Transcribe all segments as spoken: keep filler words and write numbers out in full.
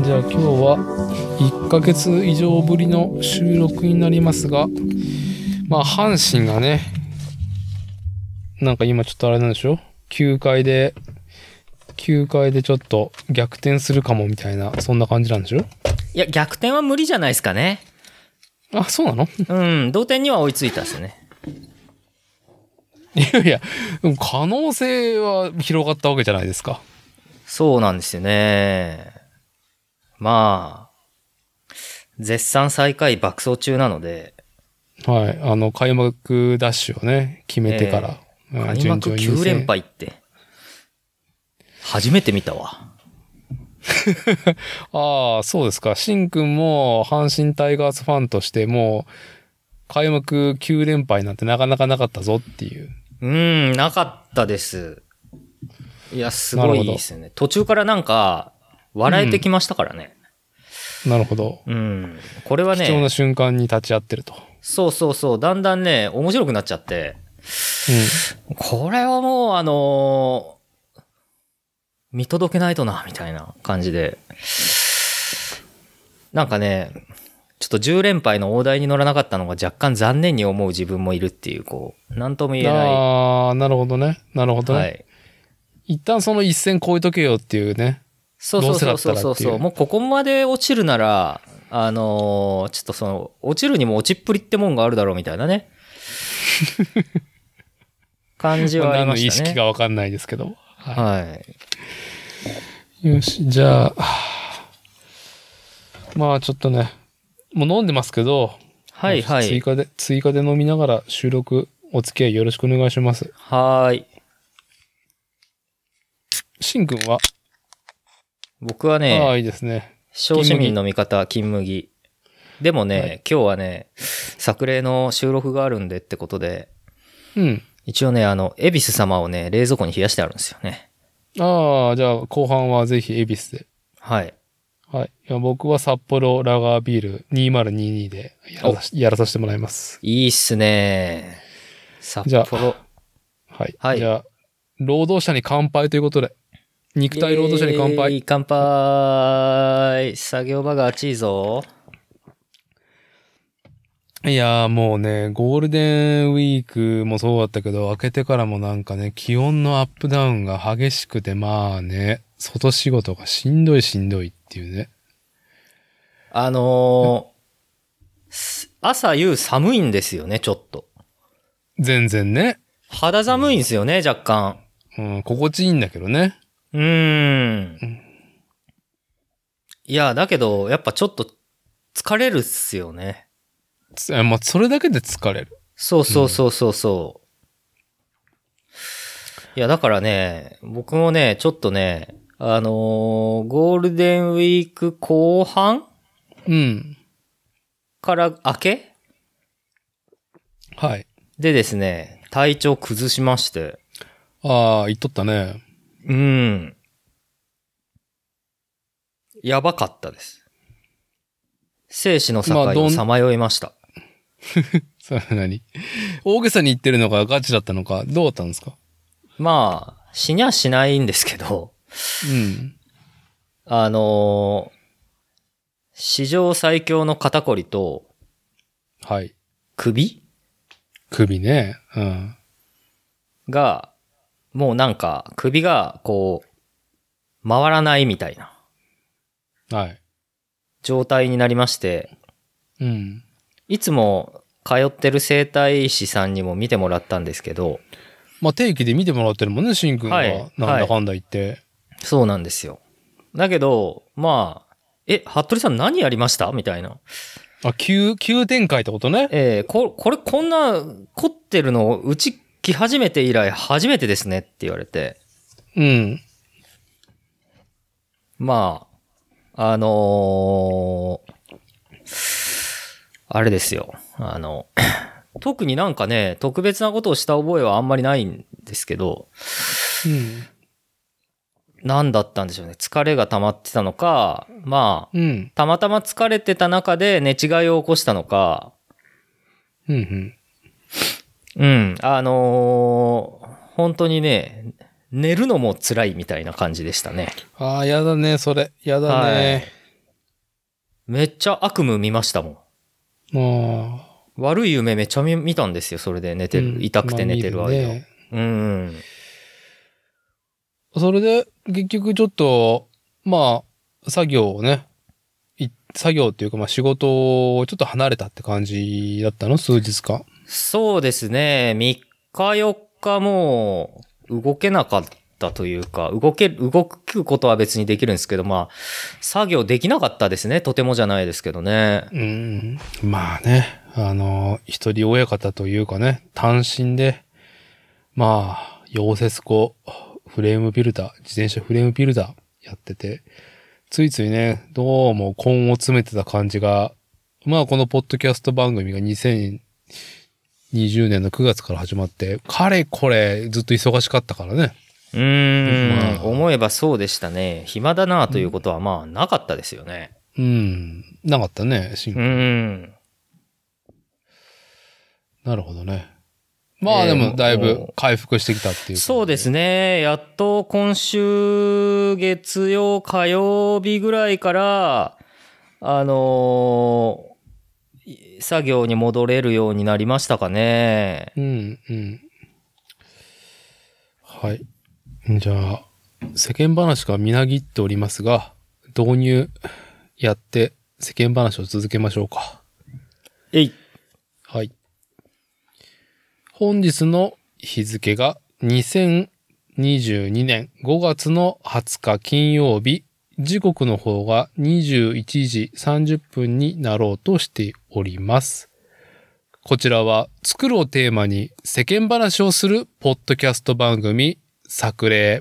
じゃあ今日はいっかげつ以上ぶりの収録になりますが、まあ阪神がね、なんか今ちょっとあれなんでしょ、きゅうかいできゅうかいでちょっと逆転するかもみたいな、そんな感じなんでしょ。 いや逆転は無理じゃないですかね。 あ、そうなの？ うん同点には追いついたっすね。 いやいや、でも可能性は広がったわけじゃないですか。 そうなんですよね。まあ絶賛最下位爆走中なので、 はい、あの開幕ダッシュをね決めてから、 えー、開幕きゅう連敗って初めて見たわ。 ああ、そうですか。しんくんも阪神タイガースファンとしてもう開幕きゅう連敗なんてなかなかなかったぞっていう。 うーん、なかったです。いや、すごいですよね。途中からなんか笑えてきましたからね。 うん、なるほど。 うん。これはね、 貴重な瞬間に立ち会ってると。 そうそうそう。だんだんね、面白くなっちゃって。うん。これはもうあのー、見届けないとなみたいな感じで、なんかねちょっとじゅう連敗の大台に乗らなかったのが若干残念に思う自分もいるっていう、こうなんとも言えない。 ああ、なるほどね、なるほどね、はい、一旦その一線超えとけよっていうね。 そうそうそうそうそうそう、もうここまで落ちるならあのー、ちょっとその落ちるにも落ちっぷりってもんがあるだろうみたいなね感じはありましたね。何の意識が分かんないですけど、 はい、はいよし、じゃあ、まあちょっとね、もう飲んでますけど、 はいはい。 追加で、追加で飲みながら収録お付き合いよろしくお願いします。 はい。 しんくんは？ 僕はね、 ああ、いいですね。 小市民の味方、金麦。でもね、はい、今日はね、作例の収録があるんでってことで、 うん。 一応ね、あの、恵比寿様をね、冷蔵庫に冷やしてあるんですよね。 ああ、じゃあ後半はぜひ恵比寿で。 はい。 はい。いや僕は札幌ラガービールにせんにじゅうにでやらさやらさせてもらいます。 いいっすね。札幌。 はい。はい。じゃあ、労働者に乾杯ということで。肉体労働者に乾杯。 乾杯。作業場が暑いぞ。 いやーもうね、ゴールデンウィークもそうだったけど、明けてからもなんかね、気温のアップダウンが激しくて、まあね、外仕事がしんどいしんどいっていうね。 あのー、朝夕寒いんですよね、ちょっと。 全然ね。 肌寒いんですよね、若干。 うん、心地いいんだけどね。 うーん。うん、いや、だけど、やっぱちょっと疲れるっすよね。 まあ、それだけで疲れる。 そうそうそうそうそう。うん、いや、だからね、僕もね、ちょっとね、あのー、ゴールデンウィーク後半うん。 から明けはい。 でですね、体調崩しまして。 ああ、言っとったね。 うん。やばかったです。生死の境をさまよいました。 それ何？大げさに言ってるのかガチだったのかどうだったんですか？ まあ、死にゃしないんですけど。 うん。 あのー、史上最強の肩こりと、 はい。 首？ 首ね。うん。 が、もうなんか首がこう、回らないみたいな。 はい。 状態になりまして。 うん。 いつも通ってる整体師さんにも見てもらったんですけど。 まあ定期で見てもらってるもんね、しんくんが。はい。なんだかんだ言って、はい。 そうなんですよ。だけど、まあ、え、服部さん何やりましたみたいな。 あ、急、急展開ってことね。 ええー、こ、これこんな凝ってるのうち来始めて以来初めてですねって言われて。 うん。 まあ、あのー、あれですよ。あの、特になんかね、特別なことをした覚えはあんまりないんですけど、 うん。 何だったんでしょうね。疲れが溜まってたのか、まあ、 うん、 たまたま疲れてた中で寝違いを起こしたのか、 うんうん。 うん、あのー、本当にね、寝るのも辛いみたいな感じでしたね。 ああ、やだね、それ。やだね。 めっちゃ悪夢見ましたもん。 ああ。 悪い夢めっちゃ見見たんですよ、それで寝てる。 うん痛くて寝てる間。 まあ見るねうん。 それで、結局ちょっと、まあ、作業をね、い作業っていうか、まあ仕事をちょっと離れたって感じだったの？数日か。 そうですね。みっかよっかもう動けなかったというか、動け、動くことは別にできるんですけど、まあ、作業できなかったですね。とてもじゃないですけどね。 うん。まあね、あの、一人親方というかね、単身で、まあ、溶接工、フレームビルダー、自転車フレームビルダーやってて、ついついね、どうも根を詰めてた感じが、まあこのポッドキャスト番組がにせんにじゅうねんのくがつから始まって、かれこれずっと忙しかったからね。 うーん、 まあ思えばそうでしたね。暇だなということはまあなかったですよね。 うん、なかったね、シンうク。 ん。 なるほどね。まあでもだいぶ回復してきたっていう。 そうですね。やっと今週月曜火曜日ぐらいからあのー、作業に戻れるようになりましたかね。 うんうんはい。じゃあ世間話がみなぎっておりますが、導入やって世間話を続けましょうか。 えい。 はい。本日の日付がにせんにじゅうにねんごがつのはつか金曜日、時刻の方がにじゅういちじさんじゅっぷんになろうとしております。こちらは作るをテーマに世間話をするポッドキャスト番組作例。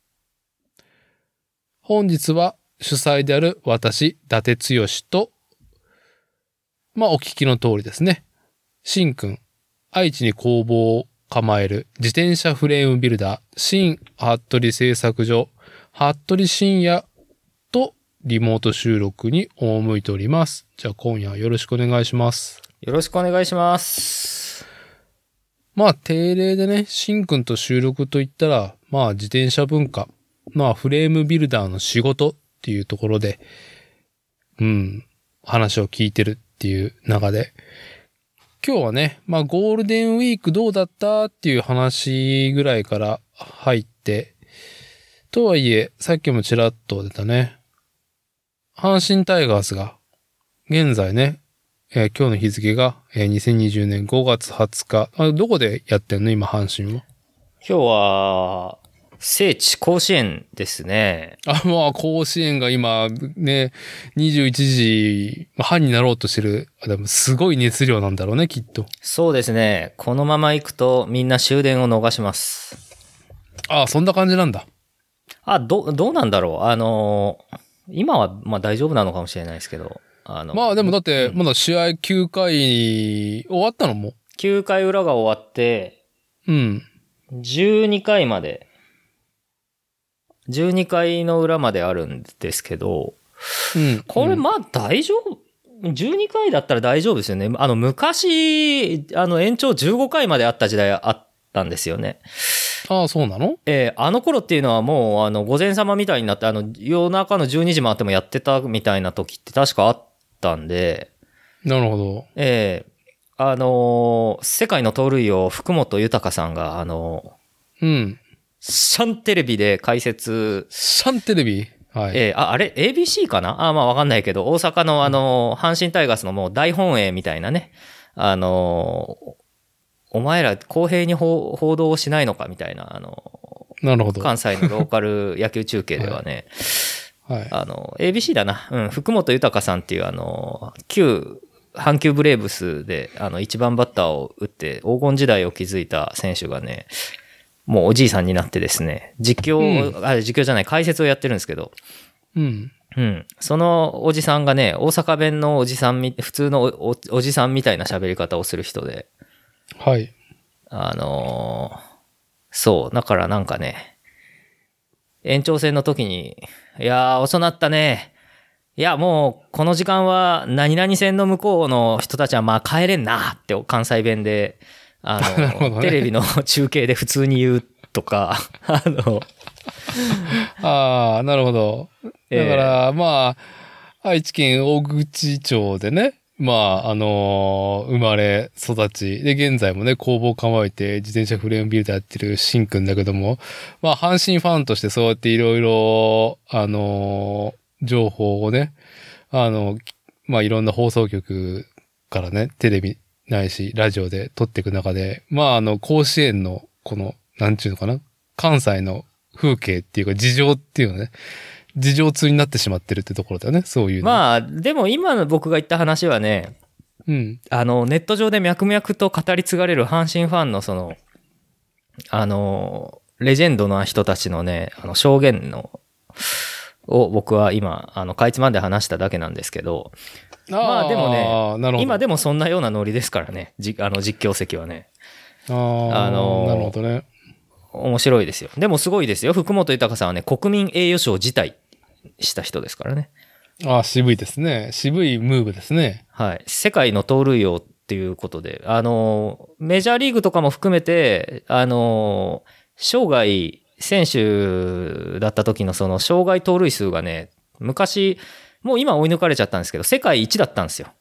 本日は主催である私、伊達剛と、まあお聞きの通りですね。しんくん。愛知に工房を構える自転車フレームビルダー、新服部製作所、服部深也とリモート収録に赴いております。じゃあ今夜よろしくお願いします。 よろしくお願いします。 まあ定例でね、しんくんと収録といったら、まあ自転車文化、まあフレームビルダーの仕事っていうところで、うん、話を聞いてるっていう中で、今日はね、まあゴールデンウィークどうだったっていう話ぐらいから入って、とはいえ、さっきもちらっと出たね、阪神タイガースが、現在ね、えー、今日の日付が、えー、にせんにじゅうねんごがつはつか、あ、どこでやってんの今阪神は。 今日は、聖地甲子園ですね。 あ、まあ、甲子園が今、ね、にじゅういちじはんになろうとしてる。でもすごい熱量なんだろうね、きっと。 そうですね。このまま行くとみんな終電を逃します。 ああ、そんな感じなんだ。 あ、ど、どうなんだろう。あの、今はまあ大丈夫なのかもしれないですけど。あのまあでもだって、まだ試合きゅうかい終わったのもきゅうかい裏が終わって、 うん。 じゅうにかいまで、じゅうにかいの裏まであるんですけど、 うん。 これまあ大丈夫、じゅうにかいだったら大丈夫ですよね。あの昔、あの延長じゅうごかいまであった時代あったんですよね。 ああ、そうなの？ えー、あの頃っていうのはもう、あの、午前様みたいになって、あの、夜中のじゅうにじ回ってもやってたみたいな時って確かあったんで。 なるほど。 えー、あのー、世界の盗塁王、福本豊さんが、あのー、うん。 シャンテレビで解説。 シャンテレビ？はい。 えー、あ、あれ エービーシー かなあ、まあわかんないけど、大阪のあの、阪神タイガースのもう大本営みたいなね、あのー、お前ら公平に報道をしないのかみたいな、あの、 なるほど。 関西のローカル野球中継ではね、はいはい、あの、エービーシー だな、うん、福本豊さんっていうあの、旧、阪急ブレーブスであの一番バッターを打って黄金時代を築いた選手がね、もうおじいさんになってですね、実況、うん、あ、実況じゃない解説をやってるんですけど、 うん。 うん。そのおじさんがね、大阪弁のおじさんみ、普通の お, お, おじさんみたいな喋り方をする人で、 はい。 あのー、そう、だからなんかね、延長戦の時に、いやー遅なったね。いや、もう、この時間は、何々線の向こうの人たちは、まあ、帰れんなって、関西弁で、あの、ね、テレビの中継で普通に言うとか、あの、 ああ、なるほど。だから、えー、まあ、 愛知県大口町でね、まあ、あのー生まれ育ち、で、現在もね、工房構えて自転車フレームビルドやってるシンくんだけども、まあ、阪神ファンとしてそうやっていろいろ、あのー情報をね、あの、まあ、いろんな放送局からね、テレビないし、ラジオで撮っていく中で、まあ、あの、甲子園の、この、なんちゅうのかな、関西の風景っていうか、事情っていうのね、事情通になってしまってるってところだよね、そういうの。 まあ、でも今の僕が言った話はね、 うん。 あの、ネット上で脈々と語り継がれる阪神ファンのその、あの、レジェンドな人たちのね、あの、証言の、を僕は今、あの、かいつまんで話しただけなんですけど、まあでもね、 なるほど今でもそんなようなノリですからね、じあの実況席はね。 ああ、 あのーなるほどね。 面白いですよ。でもすごいですよ。福本豊さんはね、国民栄誉賞辞退した人ですからね。 ああ、渋いですね。渋いムーブですね。 はい。世界の盗塁王っていうことで、あの、メジャーリーグとかも含めて、あの、生涯選手だった時のその生涯盗塁数がね、昔、もう今追い抜かれちゃったんですけど、世界一だったんですよ。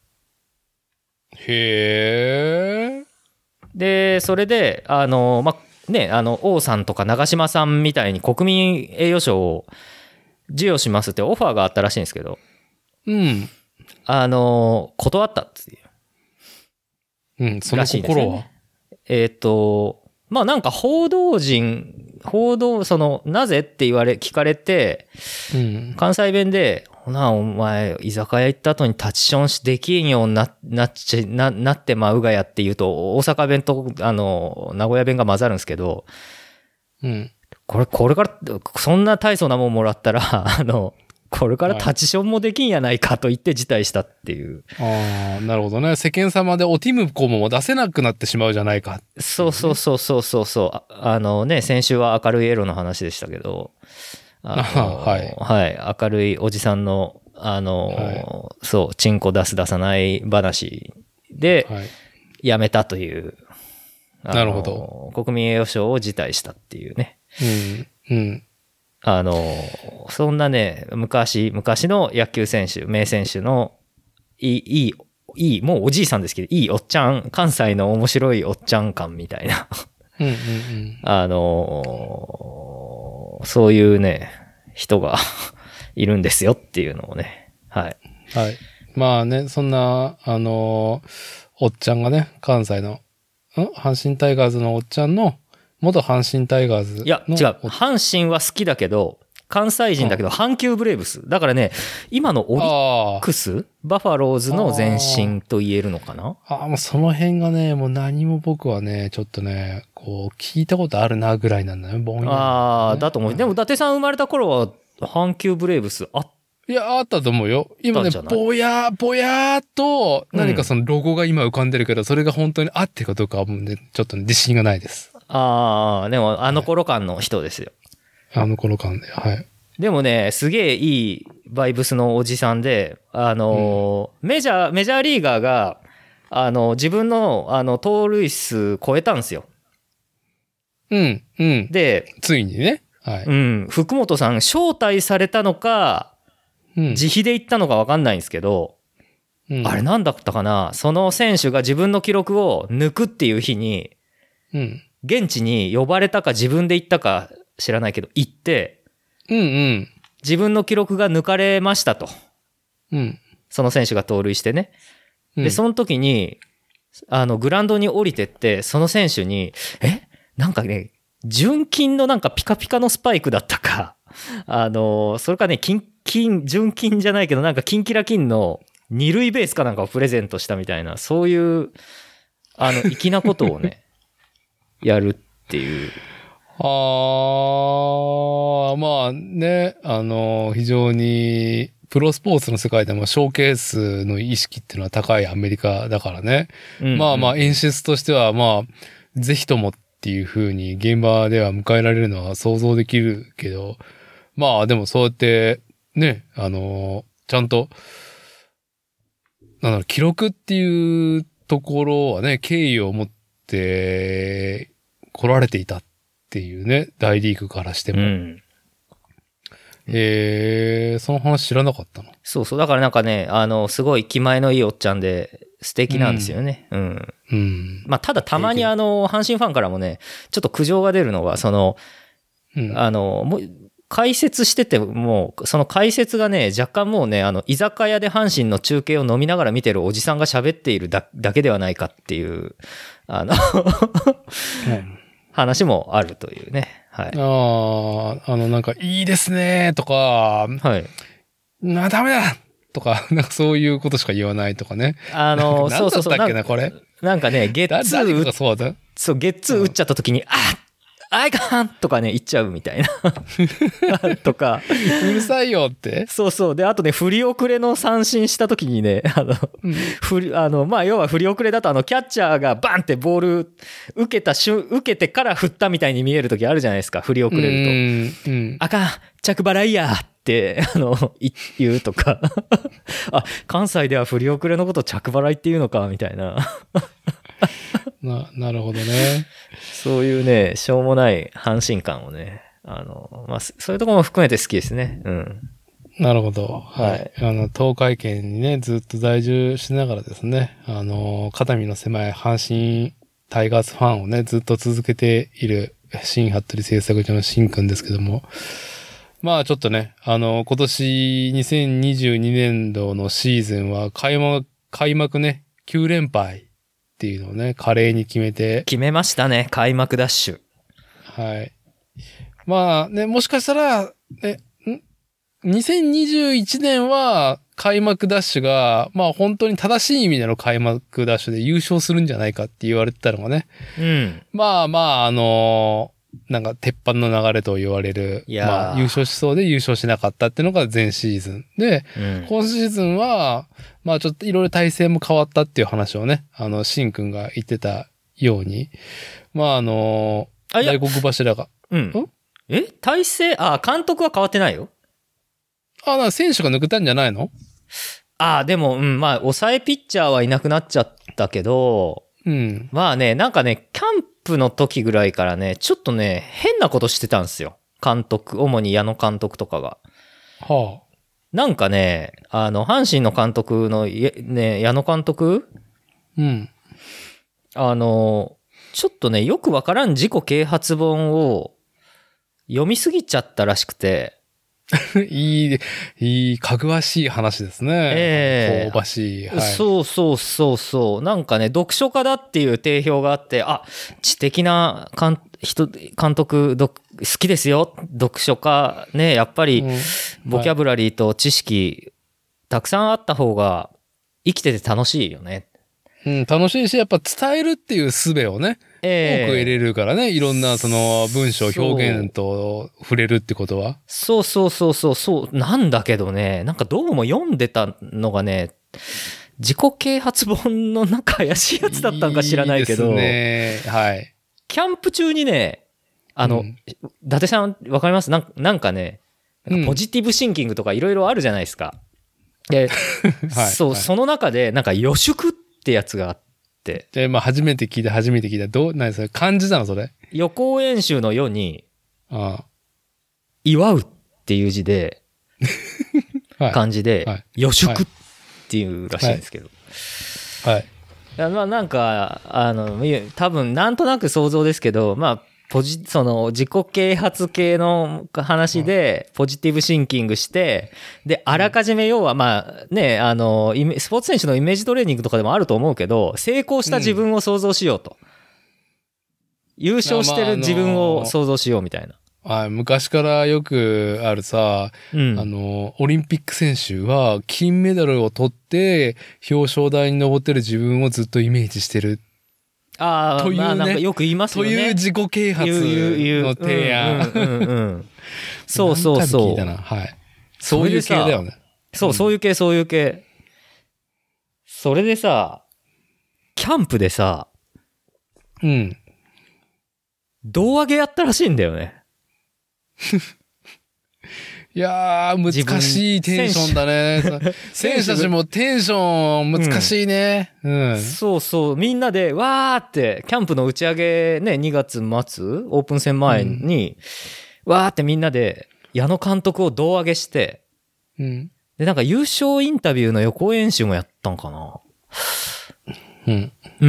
へえ。 で、それで、あの、ま、ね、あの、王さんとか長嶋さんみたいに国民栄誉賞を授与しますってオファーがあったらしいんですけど、 うん。 あの、断ったっていう。 うん、そのらしいんです心は、 よね。えっと、まあなんか報道陣、報道、その、なぜって言われ、聞かれて、 うん。 関西弁で、ほな、お前、居酒屋行った後にタッチションしできんようにな、なっちゃ、な、なってまうがやって言うと、大阪弁と、あの、名古屋弁が混ざるんですけど、 うん。 これ、これから、そんな大層なもんもらったら、あの、これからタッチションもできんやないかと言って辞退したっていう。 ああ、なるほどね。世間様でおティムコも出せなくなってしまうじゃないか。 そうそうそうそうそうそう。あ、あのね、先週は明るいエロの話でしたけど、あのはいはい。明るいおじさんの、あの、 はそう、チンコ出す出さない話で、 はい。 辞めたという、あのなるほど。 国民栄誉賞を辞退したっていうね。 うん。うん。 あの、そんなね、昔、昔の野球選手、名選手の、いい、いい、いい、もうおじいさんですけど、いいおっちゃん、関西の面白いおっちゃん感みたいな。 うんうんうん。 あの、そういうね、人がいるんですよっていうのをね。はい。 はい。まあね、そんな、あのーおっちゃんがね、関西の、ん阪神タイガーズのおっちゃんの、元阪神タイガーズの。 いや、違う。阪神は好きだけど、関西人だけど、阪急ブレーブス。だからね、今のオリックス、バファローズの前身と言えるのかな。 ああ、もうその辺がね、もう何も僕はね、ちょっとね、こう、聞いたことあるなぐらいなんだよね、ぼんやり、ね。 ああ、だと思う。でも、伊達さん生まれた頃は、阪急ブレーブスあっいや、あったと思うよ。今ね、ぼやー、ぼやーっと、何かそのロゴが今浮かんでるけど、うん、それが本当に合ってるかどうかはもうね、ちょっと、ね、自信がないです。 ああ、でも、あの頃感の人ですよ。 はい、あの頃感で、はい。 でもね、すげえいいバイブスのおじさんで、あの、うん、メジャー、メジャーリーガーが、あの、自分の、あの、盗塁数超えたんですよ。 うん、うん。 で、 ついにね。はい。 うん。福本さん、招待されたのか、うん、自費で行ったのか分かんないんですけど、うん、あれなんだったかな、その選手が自分の記録を抜くっていう日に、うん、現地に呼ばれたか自分で行ったか知らないけど、行って、 うんうん、 自分の記録が抜かれましたと。 うん、 その選手が盗塁してね。で、その時に、あの、グラウンドに降りてって、その選手に、えなんかね、純金のなんかピカピカのスパイクだったか、あの、それかね、金、金、純金じゃないけど、なんかキンキラ金の二塁ベースかなんかをプレゼントしたみたいな、そういう、あの、粋なことをね、やるっていう。 ああ、まあね、あの、非常に、プロスポーツの世界でもショーケースの意識っていうのは高いアメリカだからね。うんうん、まあまあ演出としては、まあ、ぜひともっていう風に現場では迎えられるのは想像できるけど、まあでもそうやって、ね、あの、ちゃんと、なんだろう、記録っていうところはね、敬意を持って来られていたっていうね、大リーグからしても。うん、 へえ、その話知らなかったの。 そうそう。だからなんかね、あの、すごい気前のいいおっちゃんで素敵なんですよね。うん。うん、 うん、 まあ、ただたまにあの、阪神ファンからもね、ちょっと苦情が出るのが、その、うん、あの、もう、解説してても、その解説がね、若干もうね、あの、居酒屋で阪神の中継を飲みながら見てるおじさんが喋っている だ, だけではないかっていう、あの、うん話もあるというね。はい。 ああ、あの、なんか、いいですねとか、 はい。 な、ダメだとか、なんかそういうことしか言わないとかね。 あの、そうそうそう。 なんだったっけな、これ。 なんかね、ゲッツー、 そうだ。 そう、ゲッツー打っちゃった時に、うん、ああいかんとかね、言っちゃうみたいな。とか。 うるさいよって。 そうそう。で、あとね、振り遅れの三振した時にね、あの、うん、振り、あの、まあ、要は振り遅れだと、あの、キャッチャーがバンってボール、受けた瞬、受けてから振ったみたいに見える時あるじゃないですか、振り遅れると。うんうん、あかん、着払いやって、あの、言うとか。あ、関西では振り遅れのこと着払いっていうのか、みたいな。 な、なるほどね。 そういうね、しょうもない阪神感をね、あの、まあ、そういうところも含めて好きですね。うん。 なるほど。はい。あの、東海圏にね、ずっと在住しながらですね、あの、肩身の狭い阪神タイガースファンをね、ずっと続けている新服部製作所の新くんですけども、まあちょっとね、あの、今年にせんにじゅうにねんどのシーズンは開幕、開幕ね、きゅう連敗っていうのをね、華麗に決めて。 決めましたね、開幕ダッシュ。 はい。まあね、もしかしたら、ね、んにせんにじゅういちねんは開幕ダッシュが、まあ本当に正しい意味での開幕ダッシュで優勝するんじゃないかって言われてたのがね。 うん。 まあまあ、あのー、なんか鉄板の流れと言われる、まあ優勝しそうで優勝しなかったっていうのが前シーズンで、うん、今シーズンは、まあちょっといろいろ体制も変わったっていう話をね、あの、シンくんが言ってたように、まああのー、大黒柱が。 うん。んえ体制、あ、監督は変わってないよ。 あ、な選手が抜けたんじゃないの？ ああ、でも、うん、まあ、抑えピッチャーはいなくなっちゃったけど、 うん。 まあね、なんかね、キャンプの時ぐらいからね、ちょっとね、変なことしてたんですよ。監督、主に矢野監督とかが。 はあ。 なんかね、あの、阪神の監督の、ね、矢野監督？ うん。 あの、ちょっとね、よくわからん自己啓発本を読みすぎちゃったらしくて、 いい、いい、かぐわしい話ですね。ええー。香ばしい、はい。 そうそうそうそう。なんかね、読書家だっていう定評があって、あ、知的な監人監督好きですよ。読書家ね、やっぱり、ボキャブラリーと知識、たくさんあった方が生きてて楽しいよね。 うん、楽しいし、やっぱ伝えるっていう術をね、えー、多く得れるからね、いろんなその文章、表現と触れるってことは。 そうそうそうそう、そうなんだけどね、なんかどうも読んでたのがね、自己啓発本のなんか怪しいやつだったんか知らないけど、いいですね、はい。 キャンプ中にね、あの、うん、伊達さんわかります？なんなんかね、なんかポジティブシンキングとかいろいろあるじゃないですか。で、はい、そう、はい、その中でなんか予祝ってやつがあって。 で、まあ初めて聞いた、初めて聞いた。どう、何それ漢字なのそれ？ 予行演習の世に、 ああ祝うっていう字で、はい、漢字で、はい、予祝っていうらしいんですけど。 はい。はいまあなんか、あの、多分なんとなく想像ですけど、まあ、ポジ、その自己啓発系の話でポジティブシンキングして、で、あらかじめ要はまあね、あの、スポーツ選手のイメージトレーニングとかでもあると思うけど、成功した自分を想像しようと。うん、優勝してる自分を想像しようみたいな。 あ、昔からよくあるさ、うん、あの、オリンピック選手は金メダルを取って表彰台に登ってる自分をずっとイメージしてる。 ああ、 というね、 まあなんかよく言いますよね。 という自己啓発の提案。 そうそうそう。 聞いたな。はい。そういう系だよね。 そう、そういう系、そういう系。それでさ、キャンプでさ、 うん。 胴上げやったらしいんだよね。 いやー、難しいテンションだね。選手たちもテンション難しいね、うんうん。そうそう。 みんなで、わーって、キャンプの打ち上げね、にがつ末オープン戦前に、うん、わーってみんなで、 矢野監督を胴上げして、 うん。 で、なんか優勝インタビューの予行演習もやったんかな。 うん。 うん。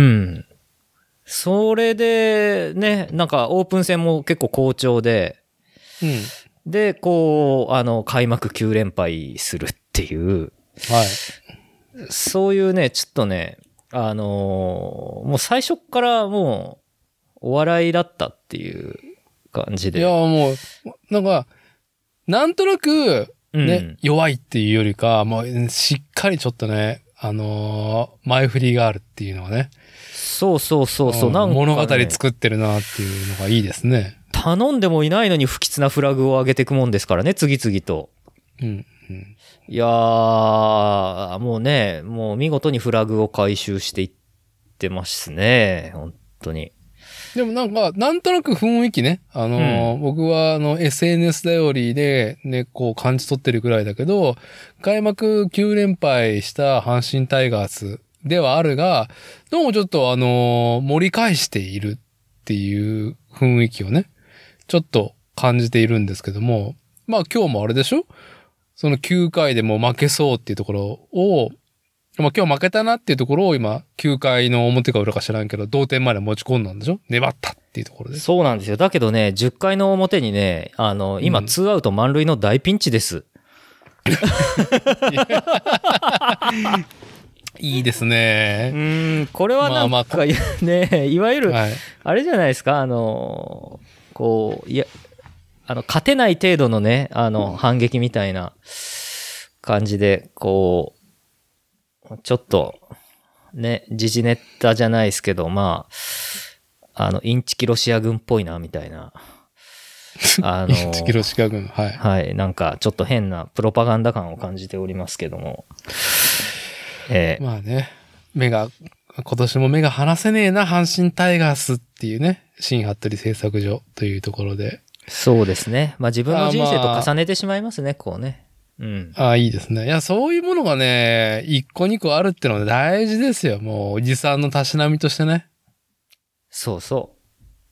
それで、ね、なんかオープン戦も結構好調で、 うん。 で、こう、あの、開幕きゅう連敗するっていう、 はい。 そういうね、ちょっとね、あのーもう最初っからもう、お笑いだったっていう感じで。 いや、もう、なんか、なんとなく、ね、 うん、 弱いっていうよりか、もう、しっかりちょっとね、あのー前振りがあるっていうのはね。 そうそうそうそう、 んなんか、ね、 物語作ってるなっていうのがいいですね。 頼んでもいないのに不吉なフラグを上げていくもんですからね、次々と。 うん。うん、 いやー、もうね、もう見事にフラグを回収していってますね、本当に。 でもなんか、なんとなく雰囲気ね、あのーうん、 僕はあの エスエヌエス 頼りでね、こう感じ取ってるくらいだけど、開幕きゅう連敗した阪神タイガースではあるが、どうもちょっとあのー盛り返しているっていう雰囲気をね、ちょっと感じているんですけども、まあ今日もあれでしょ？そのきゅうかいでもう負けそうっていうところを、まあ今日負けたなっていうところを今、きゅうかいの表か裏か知らんけど、同点まで持ち込んだんでしょ？粘ったっていうところで。 そうなんですよ。だけどね、じゅっかいの表にね、あの、今、ツーアウト満塁の大ピンチです。 いいですね。 うーん、これはなんか、まあまあ、ね、いわゆる、はい、あれじゃないですか、あの、こう、いや、あの、勝てない程度のね、あの、反撃みたいな感じで、こう、ちょっと、ね、時事ネタじゃないですけど、まあ、あの、インチキロシア軍っぽいな、みたいな。 あの、インチキロシア軍、はい。 はい、なんか、ちょっと変なプロパガンダ感を感じておりますけども。 えー、まあね、目が、今年も目が離せねえな、阪神タイガースっていうね、新服部製作所というところで。 そうですね。まあ自分の人生と重ねてしまいますね、こうね。うん。 ああ、いいですね。いや、そういうものがね、一個二個あるってのは大事ですよ。もう、おじさんのたしなみとしてね。 そうそう。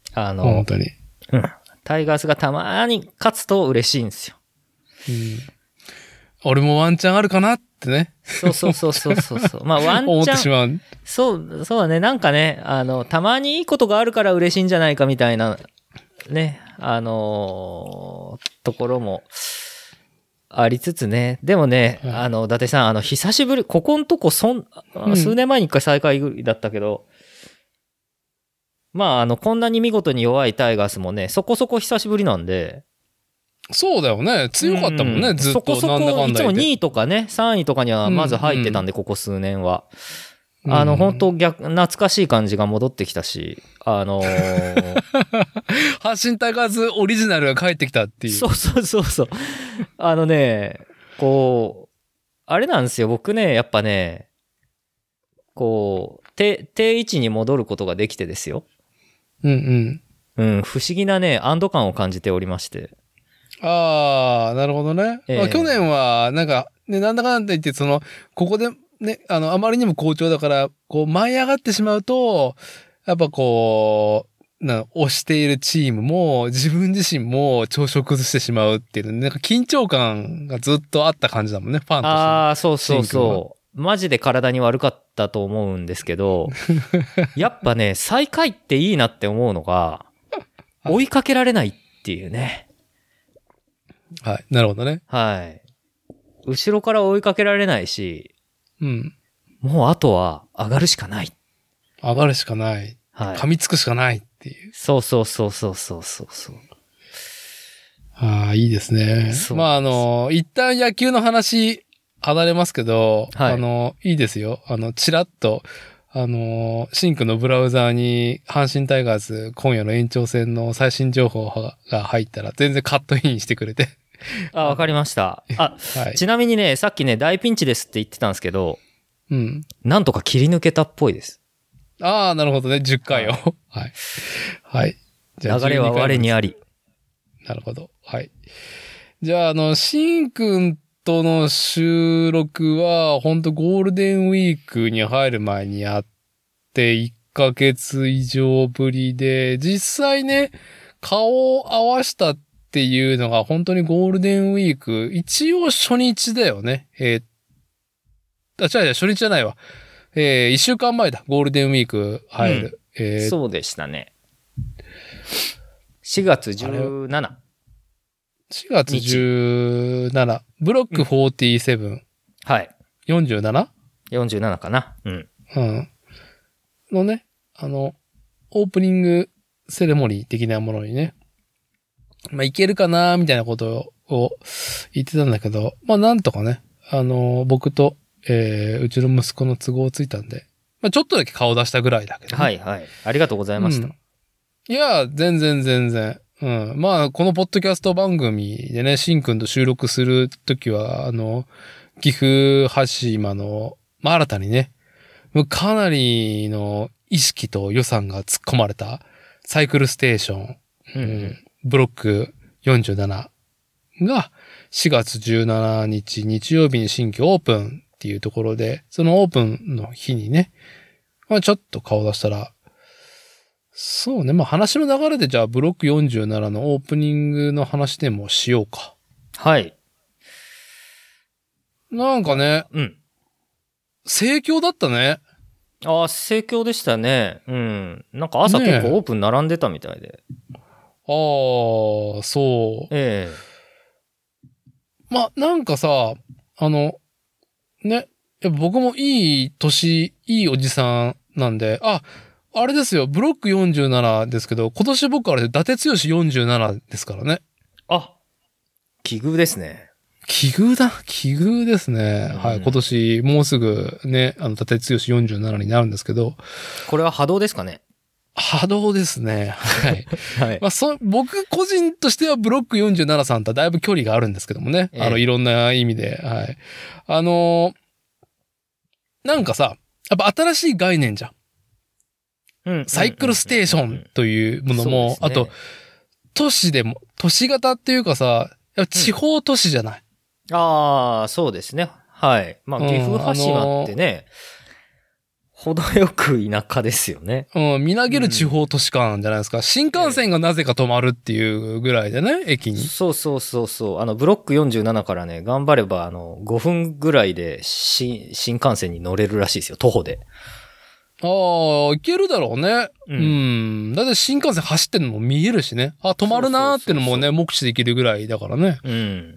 あの、 本当に。 うん。タイガースがたまーに勝つと嬉しいんですよ。 うん。俺もワンチャンあるかなってね。 そうそうそうそうそうそう。まあワンチャン。 思ってしまう。 そう、そうだね。なんかね、あの、たまにいいことがあるから嬉しいんじゃないかみたいな、ね、あのー、ところも、ありつつね。でもね、はい、あの、伊達さん、あの、久しぶり、ここんとこ、そん、数年前に一回再開だったけど、うん、まあ、あの、こんなに見事に弱いタイガースもね、そこそこ久しぶりなんで。 そうだよね。強かったもんね、うん、ずっと。そこそこ、なんだかんだいつもにいとかね、さんいとかにはまず入ってたんで、うん、ここ数年は。あの、本当逆、懐かしい感じが戻ってきたし、あのー、 阪神タイガースオリジナルが帰ってきたっていう。 そうそうそうそう。あのね、こう、あれなんですよ、僕ね、やっぱね、こう、定、定位置に戻ることができてですよ。 うんうん。うん、不思議なね、安堵感を感じておりまして。 ああ、なるほどね。えーまあ、去年は、なんか、ね、なんだかんだ言って、その、ここで、ね、あの、あまりにも好調だから、こう、舞い上がってしまうと、やっぱこう、な、推しているチームも、自分自身も調子を崩してしまうっていう、なんか緊張感がずっとあった感じだもんね、ファンとして。 ああ、そうそうそう。マジで体に悪かったと思うんですけど、やっぱね、最下位っていいなって思うのが、追いかけられないっていうね。 はい、なるほどね。 はい。後ろから追いかけられないし、 うん。 もうあとは上がるしかない。 上がるしかない。はい。噛みつくしかないっていう。 そうそうそうそうそうそうそう。 ああ、いいですね。まあ、あの、一旦野球の話離れますけど、はい、あの、いいですよ。あの、チラッと、あの、シンクのブラウザーに阪神タイガース今夜の延長戦の最新情報が入ったら全然カットインしてくれて。 あ、わかりました。あ、はい、ちなみにね、さっきね、大ピンチですって言ってたんですけど、 うん。 なんとか切り抜けたっぽいです。 ああ、なるほどね。じゅっかいを。はい。はい。 じゃあ流れは我にあり。 なるほど。はい。じゃあ、あの、シンくんとの収録は、ほんとゴールデンウィークに入る前にやって、いっかげつ以上ぶりで、実際ね、顔を合わしたっっていうのが本当にゴールデンウィーク、一応初日だよね。えー、あ、違う違う、初日じゃないわ。えー、一週間前だ。ゴールデンウィーク入る。うん、えー、 そうでしたね。しがつじゅうしち。 しがつじゅうしち。ブロックよんじゅうなな。うん、 はい。 よんじゅうなな? よんじゅうななかな。うん。 うん。のね、あの、オープニングセレモニー的なものにね、まあ、いけるかなみたいなことを言ってたんだけど、まあ、なんとかね、あの、僕と、えー、うちの息子の都合ついたんで、まあ、ちょっとだけ顔出したぐらいだけど、ね。 はいはい。ありがとうございました。うん、 いや、全然全然。うん。まあ、このポッドキャスト番組でね、しんくんと収録するときは、あの、岐阜羽島の、まあ、新たにね、かなりの意識と予算が突っ込まれたサイクルステーション、 うんうんうん、ブロックよんじゅうなながしがつじゅうしちにち日曜日に新規オープンっていうところで、そのオープンの日にね、まあ、ちょっと顔出したら、そうね、まあ話の流れでじゃあブロックよんじゅうななのオープニングの話でもしようか。 はい。 なんかね、 うん。 盛況だったね。 ああ、盛況でしたね。うん。なんか朝結構オープン並んでたみたいで。 ああ、そう。 ええ。 ま、なんかさ、あの、ね、僕もいい年、いいおじさんなんで、あ、あれですよ、ブロックよんじゅうななですけど、今年僕あれ、伊達剛よんじゅうななですからね。 あ、奇遇ですね。 奇遇だ。奇遇ですね。うん、はい。今年、もうすぐね、あの、伊達剛よんじゅうななになるんですけど。 これは波動ですかね？ 波動ですね。はい。 はい。 まあ、そ、僕個人としてはブロックよんじゅうななさんとはだいぶ距離があるんですけどもね。ええ、あの、いろんな意味で。はい。あのー、なんかさ、やっぱ新しい概念じゃん。 うん。 サイクルステーションというものも、ね、あと、都市でも、都市型っていうかさ、地方都市じゃない。 うん、ああ、そうですね。はい。まあ、岐阜羽島ってね、うん、程よく田舎ですよね。 うん、みなぎる地方都市間じゃないですか。うん、新幹線がなぜか止まるっていうぐらいでね、駅に。 そうそうそうそう。あの、ブロックよんじゅうななからね、頑張れば、あの、ごふんぐらいで新、新幹線に乗れるらしいですよ、徒歩で。 ああ、行けるだろうね。うん。うん。だって新幹線走ってるのも見えるしね。あ、止まるなーってのもね、目視できるぐらいだからね。 うん。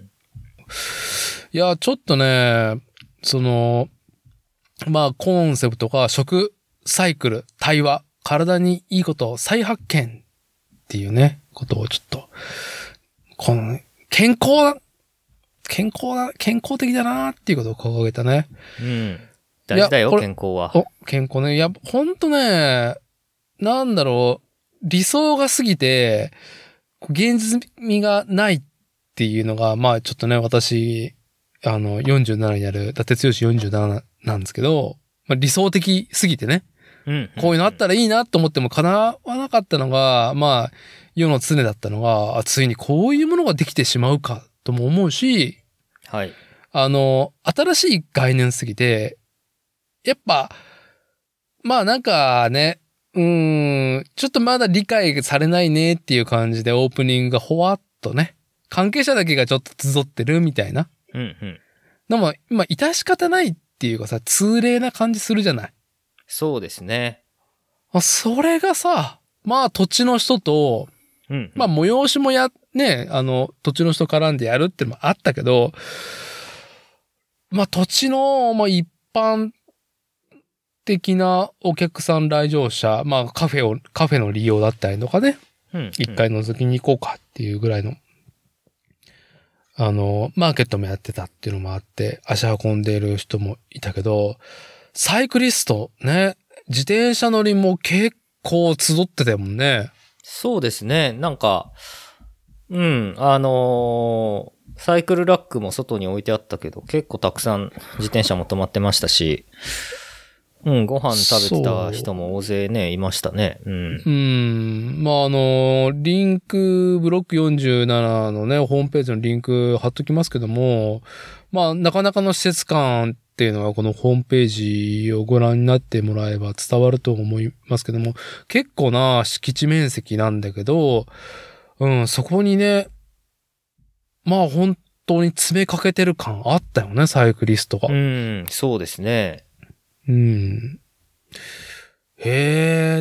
いや、ちょっとね、その、まあ、コンセプトが食、サイクル、対話、体にいいこと再発見っていうね、ことをちょっと、この、健康、健康だ、健康的だなーっていうことを掲げたね。 うん。大事だよ、健康は。 お、健康ね。いや、ほんとね、なんだろう、理想が過ぎて、現実味がないっていうのが、まあちょっとね、私、あの、よんじゅうななになる、伊達剛よんじゅうなななんですけど、まあ、理想的すぎてね、 うん、 こういうのあったらいいなと思っても叶わなかったのが、まあ、世の常だったのが、ついにこういうものができてしまうかとも思うし、 はい。 あの、新しい概念すぎて、やっぱ、まあなんかね、うーん、ちょっとまだ理解されないねっていう感じでオープニングがほわっとね、関係者だけがちょっと集ってるみたいな。 うんうん。 でも、まあ、致し方ないっていうかさ、通例な感じするじゃない。 そうですね。 それがさ、まあ土地の人と、 うんうん、 まあ催しもや、ね、あの、土地の人絡んでやるってのもあったけど、まあ土地の、まあ一般的なお客さん来場者、まあカフェを、カフェの利用だったりとかね、 うんうん、 一回覗きに行こうかっていうぐらいの、あの、マーケットもやってたっていうのもあって、足運んでいる人もいたけど、サイクリストね、自転車乗りも結構集ってたもんね。 そうですね。なんか、うん、あのー、サイクルラックも外に置いてあったけど、結構たくさん自転車も止まってましたし、うん、ご飯食べてた人も大勢ね、いましたね。うん。 うん。まあ、あの、リンク、ブロックよんじゅうななのね、ホームページのリンク貼っときますけども、まあ、なかなかの施設感っていうのはこのホームページをご覧になってもらえば伝わると思いますけども、結構な敷地面積なんだけど、うん、そこにね、 まあ本当に詰めかけてる感あったよね、サイクリストが。 うん、そうですね。 うん。へーって。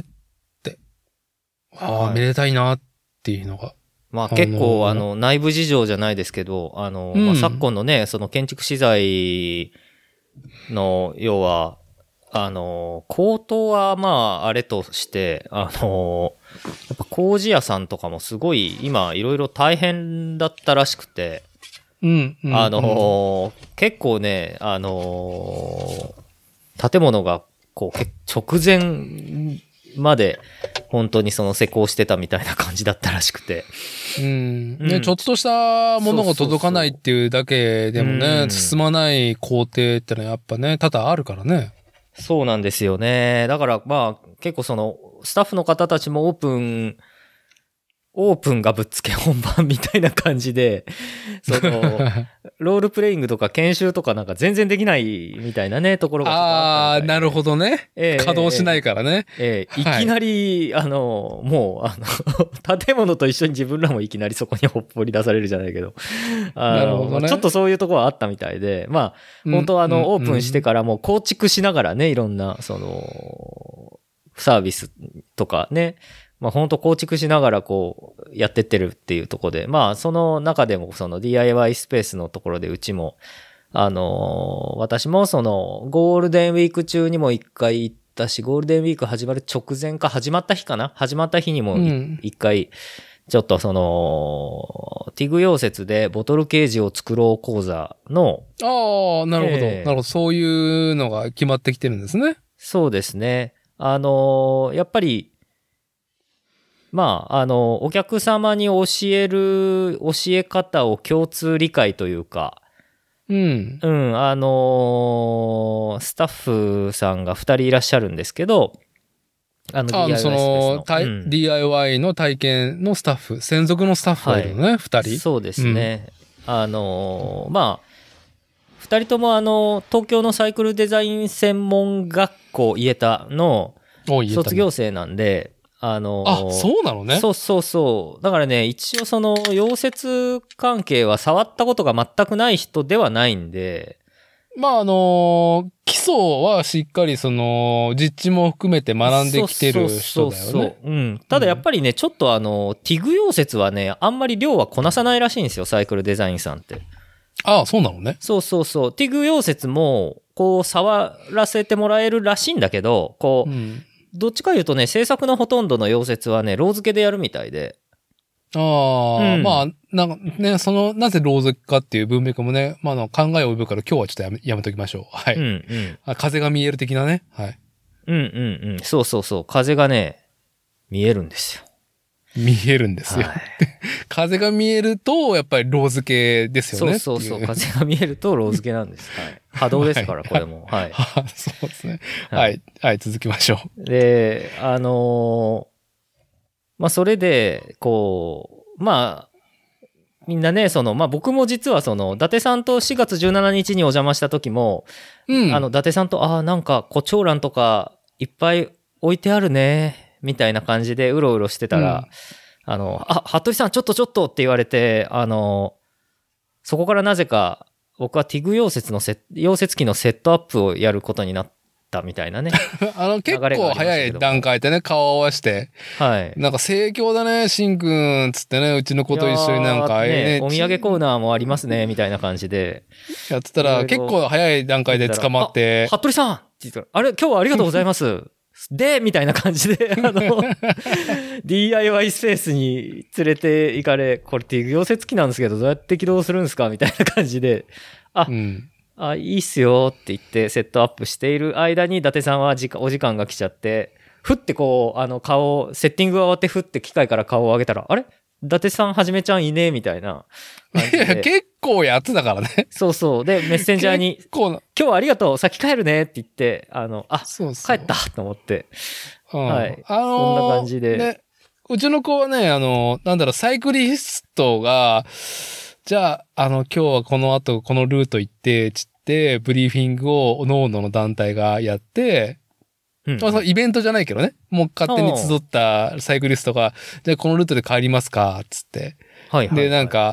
ああ、 はいめでたいなっていうのが。 まああのー結構、あの、内部事情じゃないですけど、あの、 うんまあ昨今のね、その建築資材の、要は、あの、高騰はまああれとして、あの、やっぱ工事屋さんとかもすごい今いろいろ大変だったらしくて、 うん、うん。 あの、結構ね、あの、建物がこうけ直前まで本当にその施工してたみたいな感じだったらしくて。 うん。ね、 うんちょっとしたものが届かないっていうだけでもね、 うん進まない工程ってのはやっぱね、多々あるからね。 そうなんですよね。だからまあ結構そのスタッフの方たちもオープン、オープンがぶっつけ本番みたいな感じで、その、ロールプレイングとか研修とかなんか全然できないみたいなね、ところがちょっとあああ、 ったみたいで。 なるほどね。 ええ稼働しないからね。 ええいはいきなり、あの、もう、あの、建物と一緒に自分らもいきなりそこにほっぽり出されるじゃないけど、あのなるほどねちょっとそういうところはあったみたいで、まあ、本当はあの、 うんオープンしてからもう構築しながらね、いろんな、その、サービスとかね、まあ本当構築しながらこうやってってるっていうところで、まあその中でもその ディーアイワイ スペースのところでうちも、あのー私もそのゴールデンウィーク中にも一回行ったし、ゴールデンウィーク始まる直前か始まった日かな始まった日にもうん一回、ちょっとその、ティグ溶接でボトルケージを作ろう講座の、 ああ、なるほど、 ええなるほど。そういうのが決まってきてるんですね。 そうですね。あのーやっぱり、まあ、あの、お客様に教える、教え方を共通理解というか、 うん。 うん、あのースタッフさんがふたりいらっしゃるんですけど、あの、 あの、そディーアイワイ スペースの、 のたいうんディーアイワイ の体験のスタッフ、専属のスタッフがいるのね、二、人。 そうですね。あのーまあ、二人ともあの、東京のサイクルデザイン専門学校、イエタのおい卒業生なんで、あのーあ、そうなのね。 そうそうそう。だからね、一応その溶接関係は触ったことが全くない人ではないんで、 まあ、あの基礎はしっかりその、実地も含めて学んできてる人だよそうそうそうね。 うん。ただやっぱりね、ちょっとあの、ティグ溶接はね、あんまり量はこなさないらしいんですよ、サイクルデザインさんって。 ああ、そうなのね。 そうそうそう。ティグ溶接も、こう、触らせてもらえるらしいんだけど、こう、 うん。 どっちか言うとね、制作のほとんどの溶接はね、ロー付けでやるみたいで。 ああ、 うんまあ、なんかね、その、なぜローズかっていう文脈もね、まあ、あの、考えを及ぶから今日はちょっとやめ、やめときましょう。はい。 うんうん。 あ風が見える的なね。はい。 うんうんうん。そうそうそう。風がね、見えるんですよ。 見えるんですよ。 はい風が見えると、やっぱりローズ系ですよね。 そうそうそう。 ってい風が見えるとロー付けなんです。はい。波動ですから、これも。はい。 はそうですね。 はいはい。はい、続きましょう。 で、あのーまあ、それで、こう、まあ、みんなね、その、まあ、僕も実はその、伊達さんとしがつじゅうしちにちにお邪魔した時も、 うん。 あの、伊達さんと、ああ、なんか、胡蝶蘭とか、いっぱい置いてあるね、みたいな感じでうろうろしてたら、あの、あ、服部さん、ちょっとちょっとって言われて、あの、そこからなぜか、僕はティグ溶接のセ、溶接機のセットアップをやることになったみたいなね。 あの、結構早い段階でね、顔を合わせて、 はい。 なんか盛況だね、しんくん、つってね、うちの子と一緒になんか、 いやーねねお土産コーナーもありますね、みたいな感じで。 やってたら、 いろいろ結構早い段階で捕まって、 あ服部さんって言ったら、あれ今日はありがとうございます。で、みたいな感じで、あの、ディーアイワイ スペースに連れて行かれ、これティグ溶接機なんですけど、どうやって起動するんですかみたいな感じで、あ、 うん。 あ、いいっすよって言ってセットアップしている間に伊達さんは時間お時間が来ちゃって、ふってこう、あの顔を、セッティングが終わってふって機械から顔を上げたら、あれ伊達さんはじめちゃんいねえみたいな感じいや、 で。 結構やってたからね。 そうそう。で、メッセンジャーに、 結構な、 今日はありがとう先帰るねって言って、あの、あ、 そうそう。 帰ったと思って。 うんはいあのーそんな感じでね、うちの子はね、あの、なんだろう、サイクリストが、じゃあ、あの、今日はこの後このルート行って、つって、ブリーフィングを各々の団体がやって、 うんまあ、そのイベントじゃないけどね、もう勝手に集ったサイクリストが、じゃあこのルートで帰りますか、つって。 はいはい。 で、なん、か、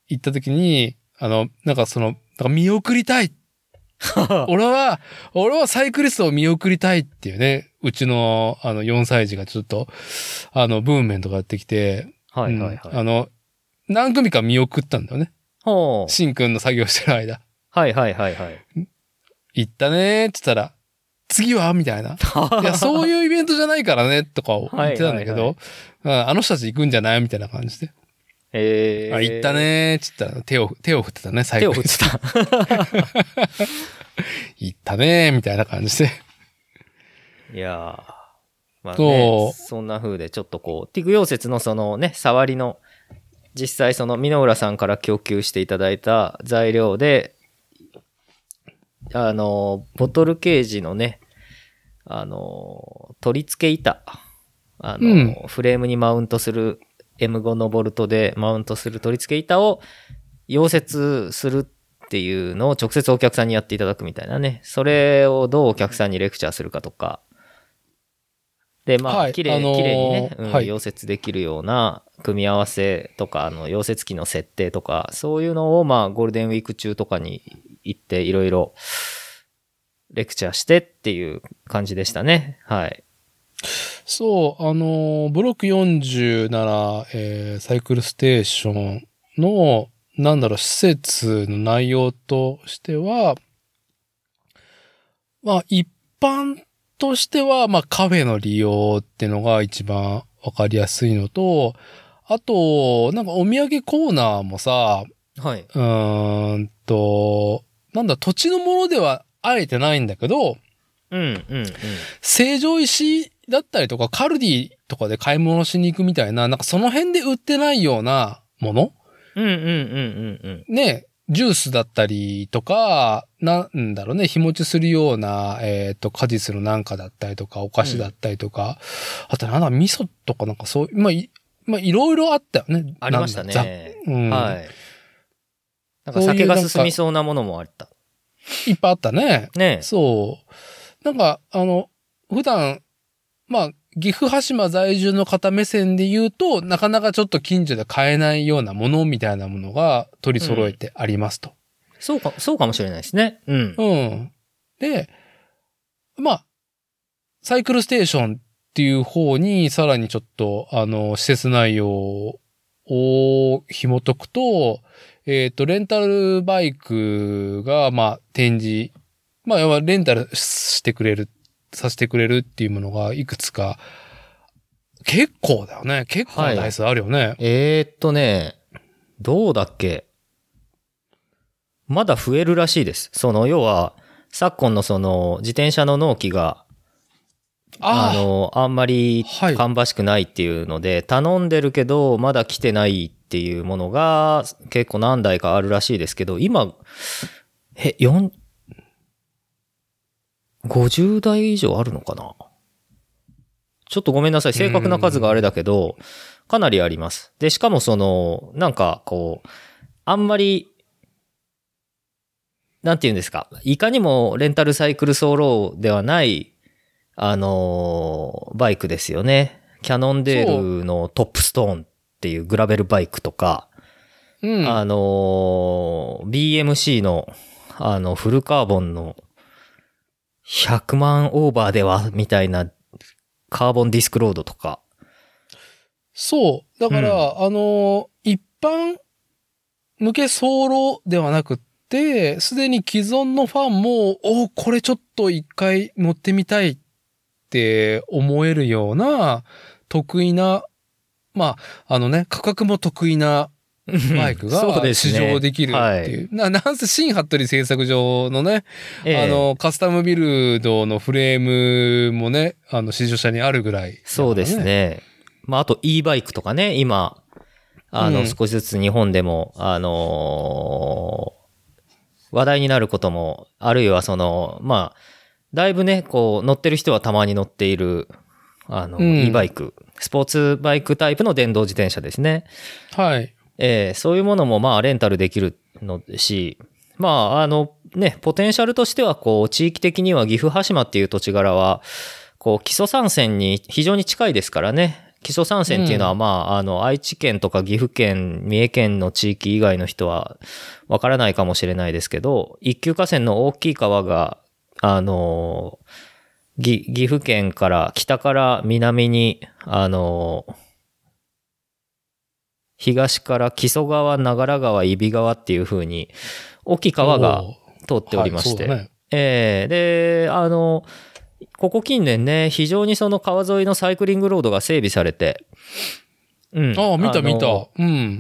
行った時に、あの、なんかその、なんか見送りたい。俺は、俺はサイクリストを見送りたいっていうね、うちの、あの、よんさい児がちょっと、あの、ブーメンとかやってきて、 はいはいはい。 うん、あの、何組か見送ったんだよね。 ほう。 シンくんの作業してる間。 はいはいはいはい。 行ったねーって言ったら、次はみたいな。いや、そういうイベントじゃないからね、とか言ってたんだけど、はいはいはい、あの人たち行くんじゃないみたいな感じで。 へー。 あ、行ったねーって言ったら、手を、手を振ってたね、最後。手を振ってた。 行ったねーみたいな感じで。 いやー。まあね、そんな風でちょっとこう、ティグ溶接のそのね、触りの、実際その箕浦さんから供給していただいた材料で、あの、ボトルケージのね、あの、取り付け板、あの、うん、フレームにマウントする エムご のボルトでマウントする取り付け板を溶接するっていうのを直接お客さんにやっていただくみたいなね。それをどうお客さんにレクチャーするかとか。で、まあ、はい、きれい、あのー、きれいにね、うん、はい、溶接できるような組み合わせとか、あの、溶接機の設定とか、そういうのをまあ、ゴールデンウィーク中とかに行っていろいろレクチャーしてっていう感じでしたね。はい。 そう、あの、ブロックよんじゅうなな、えー、サイクルステーションの、なんだろう、施設の内容としては、まあ、一般としては、まあ、カフェの利用っていうのが一番わかりやすいのと、あと、なんかお土産コーナーもさ、 はい。 うーんと、なんだ、土地のものではあえてないんだけど、 うん、うん、うん。 成城石だったりとか、カルディとかで買い物しに行くみたいな、なんかその辺で売ってないようなもの、 うん、うん、うん、うん。 ね、ジュースだったりとか、なんだろうね、日持ちするような、えっと、果実のなんかだったりとか、お菓子だったりとか、うん、あとなんだ、味噌とかなんかそう、まあ、い、まあ、いろいろあったよね。 ありましたね。 うん、 はい。なんか酒が進みそうなものもあった。 いっぱいあったね。 ね。 そう。なんか、あの、普段、まあ、岐阜羽島在住の方目線で言うと、なかなかちょっと近所で買えないようなものみたいなものが取り揃えてありますと。 うん、そうか、そうかもしれないですね。うん。 うん。で、まあ、サイクルステーションっていう方にさらにちょっと、あの、施設内容を紐解くと、えっと、レンタルバイクが、まあ、展示、まあ、要はレンタルしてくれる、させてくれるっていうものがいくつか、結構だよね。結構な台数あるよね。はい、 えー、っとね、どうだっけ？まだ増えるらしいです。その、要は、昨今のその、自転車の納期が、あ, あの、あんまり芳しくないっていうので、はい、頼んでるけど、まだ来てないっていうものが結構何台かあるらしいですけど、今、え、よん、ごじゅうだい以上あるのかな？ちょっとごめんなさい。正確な数があれだけど、かなりあります。で、しかもその、なんかこう、あんまり、なんて言うんですか。いかにもレンタルサイクルソロではない、あのー、バイクですよね。キャノンデールのトップストーンっていうグラベルバイクとか、 うん、 あのー、ビーエムシー の、あの、フルカーボンのひゃくまんオーバーでは、みたいなカーボンディスクロードとか。 そう。だから、うん、あのー、一般向けソロではなくて、すでに既存のファンも、お、これちょっと一回乗ってみたいって思えるような、得意な、まあ、あのね、価格も得意なバイクが試乗できるっていう。うね、はい、な、なんせ新服部製作所のね、ええ、あの、カスタムビルドのフレームもね、あの、試乗車にあるぐらい、ね。 そうですね。まあ、あと e バイクとかね、今、あの、うん、少しずつ日本でも、あのー、話題になることも、あるいはその、まあ、だいぶね、こう、乗ってる人はたまに乗っている、あの、うん、e バイク、スポーツバイクタイプの電動自転車ですね。 はい。 えー、そういうものもまあレンタルできるのし、まああのね、ポテンシャルとしてはこう地域的には岐阜羽島っていう土地柄は、こう木曽三川に非常に近いですからね、 木曽三川っていうのは、まあ、あの、愛知県とか岐阜県、三重県の地域以外の人はわからないかもしれないですけど、一級河川の大きい川が、あの、岐岐阜県から北から南に、あの、東から木曽川、長良川、揖斐川っていう風に、大きい川が通っておりまして、 はい、ね、 えー、で、あの、ここ近年ね、非常にその川沿いのサイクリングロードが整備されて、うん。 ああ、見た見た。うん。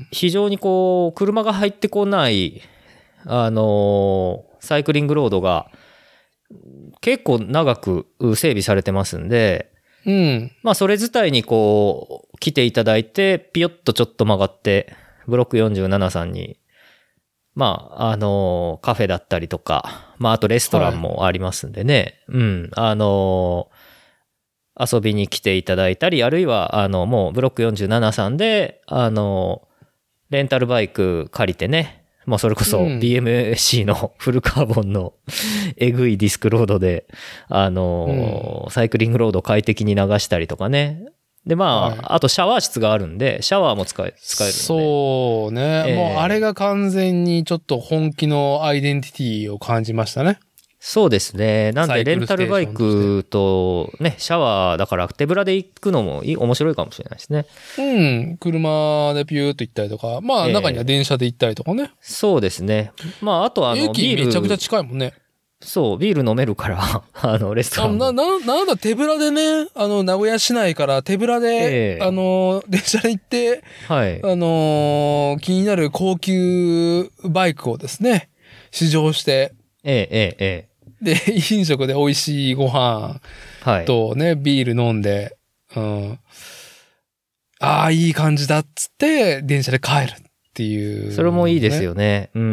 非常にこう、車が入ってこない、あの、サイクリングロードが、結構長く整備されてますんで、 うん。 まあそれ自体にこう来ていただいてピヨッとちょっと曲がってブロックよんじゅうななさんにまああのカフェだったりとかまああとレストランもありますんでね、はい、うんあの遊びに来ていただいたりあるいはあのもうブロックよんじゅうななさんであのレンタルバイク借りてねもうそれこそ ビーエムエーシー のフルカーボンのえぐいディスクロードで、あのー、サイクリングロードを快適に流したりとかね。で、まあ、はい、あとシャワー室があるんで、シャワーも使え、使えるんで。 そうね、えー。もうあれが完全にちょっと本気のアイデンティティを感じましたね。 そうですね。なんでレンタルバイクとね、シャワーだから手ぶらで行くのもいい面白いかもしれないですね。 うん。車でピューっと行ったりとか、まあ中には電車で行ったりとかね。 えー、そうですね。まああとあのビール。 駅めちゃくちゃ近いもんね。 そう、ビール飲めるから、あの、レストランな、な、なんだ手ぶらでね、あの、名古屋市内から手ぶらで、えー、あの、電車で行って、 はい。 あの、気になる高級バイクをですね、試乗して、 ええええで、飲食で美味しいご飯とね、はい、ビール飲んで、うん。ああ、いい感じだっつって、電車で帰るっていう、ね。 それもいいですよね。うん。うん。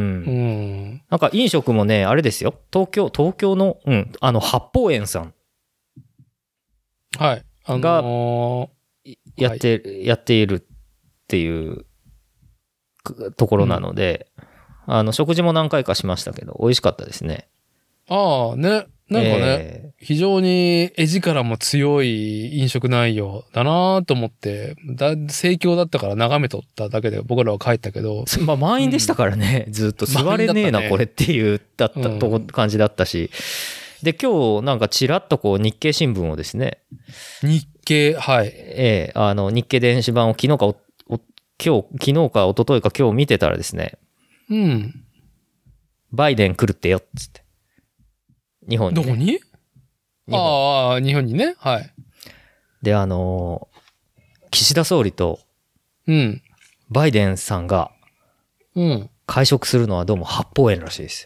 なんか飲食もね、あれですよ。東京、東京の、うん、あの、八芳園さん。 はい。あのー、が、やって、はい、やっているっていうところなので、うん、あの、食事も何回かしましたけど、美味しかったですね。 ああ、ね。なんかね、えー、非常に絵力も強い飲食内容だなと思って、だ、盛況だったから眺めとっただけで僕らは帰ったけど。 まあ満員でしたからね、うん、ずっと座れねえな、ね、これっていう、だったとこ、感じだったし。で、今日なんかちらっとこう日経新聞をですね。 日経、はい。 ええー、あの、日経電子版を昨日かお、お、今日、昨日か一昨日か今日見てたらですね。 うん。 バイデン来るってよ、つって。日本に、ね。 どこに？ああ、日本にね。はい。 で、あのー、岸田総理と、 うん。 バイデンさんが、 うん。 会食するのはどうも八芳園らしいですよ。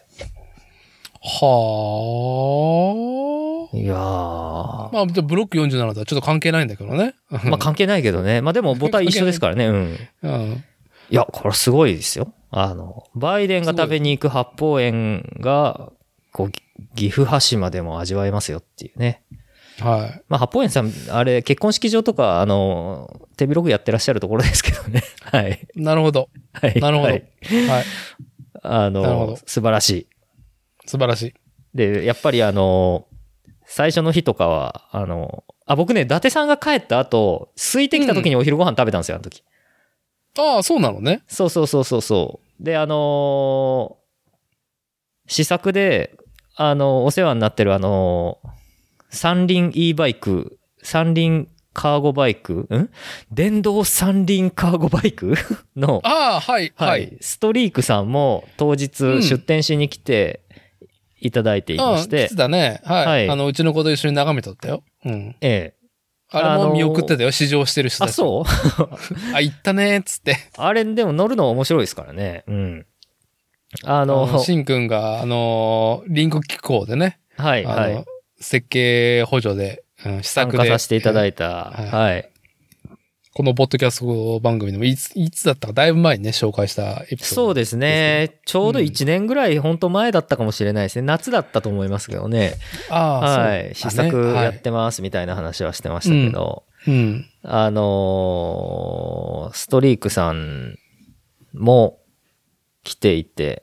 はあ。 いやー。 まあ、ブロックよんじゅうななとはちょっと関係ないんだけどね。 まあ関係ないけどね。まあでもボタン一緒ですからね。うん。 うん。 いや、これすごいですよ。あの、バイデンが食べに行く八芳園が、こう、岐阜羽島でも味わえますよっていうね。 はい。 まあ、八芳園さん、あれ、結婚式場とか、あの、手広くやってらっしゃるところですけどね。はい。 なるほど。 はい。 なるほど。はい。はい、 あの、素晴らしい。 素晴らしい。 で、やっぱりあの、最初の日とかは、あの、あ、僕ね、伊達さんが帰った後、空いてきた時にお昼ご飯食べたんですよ、うん、あの時。 ああ、そうなのね。 そうそうそうそうそう。で、あのー、試作で、あの、お世話になってるあの、三輪 E バイク、三輪カーゴバイク、ん電動三輪カーゴバイクの、 ああ、はい、 はい、はい。ストリークさんも当日出店しに来ていただいていまして。 うん、来てたね。はい。はい、あの、うちの子と一緒に眺めとったよ。うん。 ええ。 あれも見送ってたよ、試乗してる人たち。 あ、そうあ、行ったねーっつって。 あれ、でも乗るの面白いですからね。うん。あの、 しんくんが、あの、リンク機構でね。 はい、はい。 設計補助で、うん、試作で。 参加させていただいた。はい。はい、 このポッドキャスト番組でもいつ、いつだったかだいぶ前にね、紹介したエピソード、ね。 そうですね。ちょうどいちねんぐらい、本当前だったかもしれないですね。夏だったと思いますけどね。 ああ、 はい。試作やってますみたいな話はしてましたけど。 うん。うん、 あのー、ストリークさんも来ていて、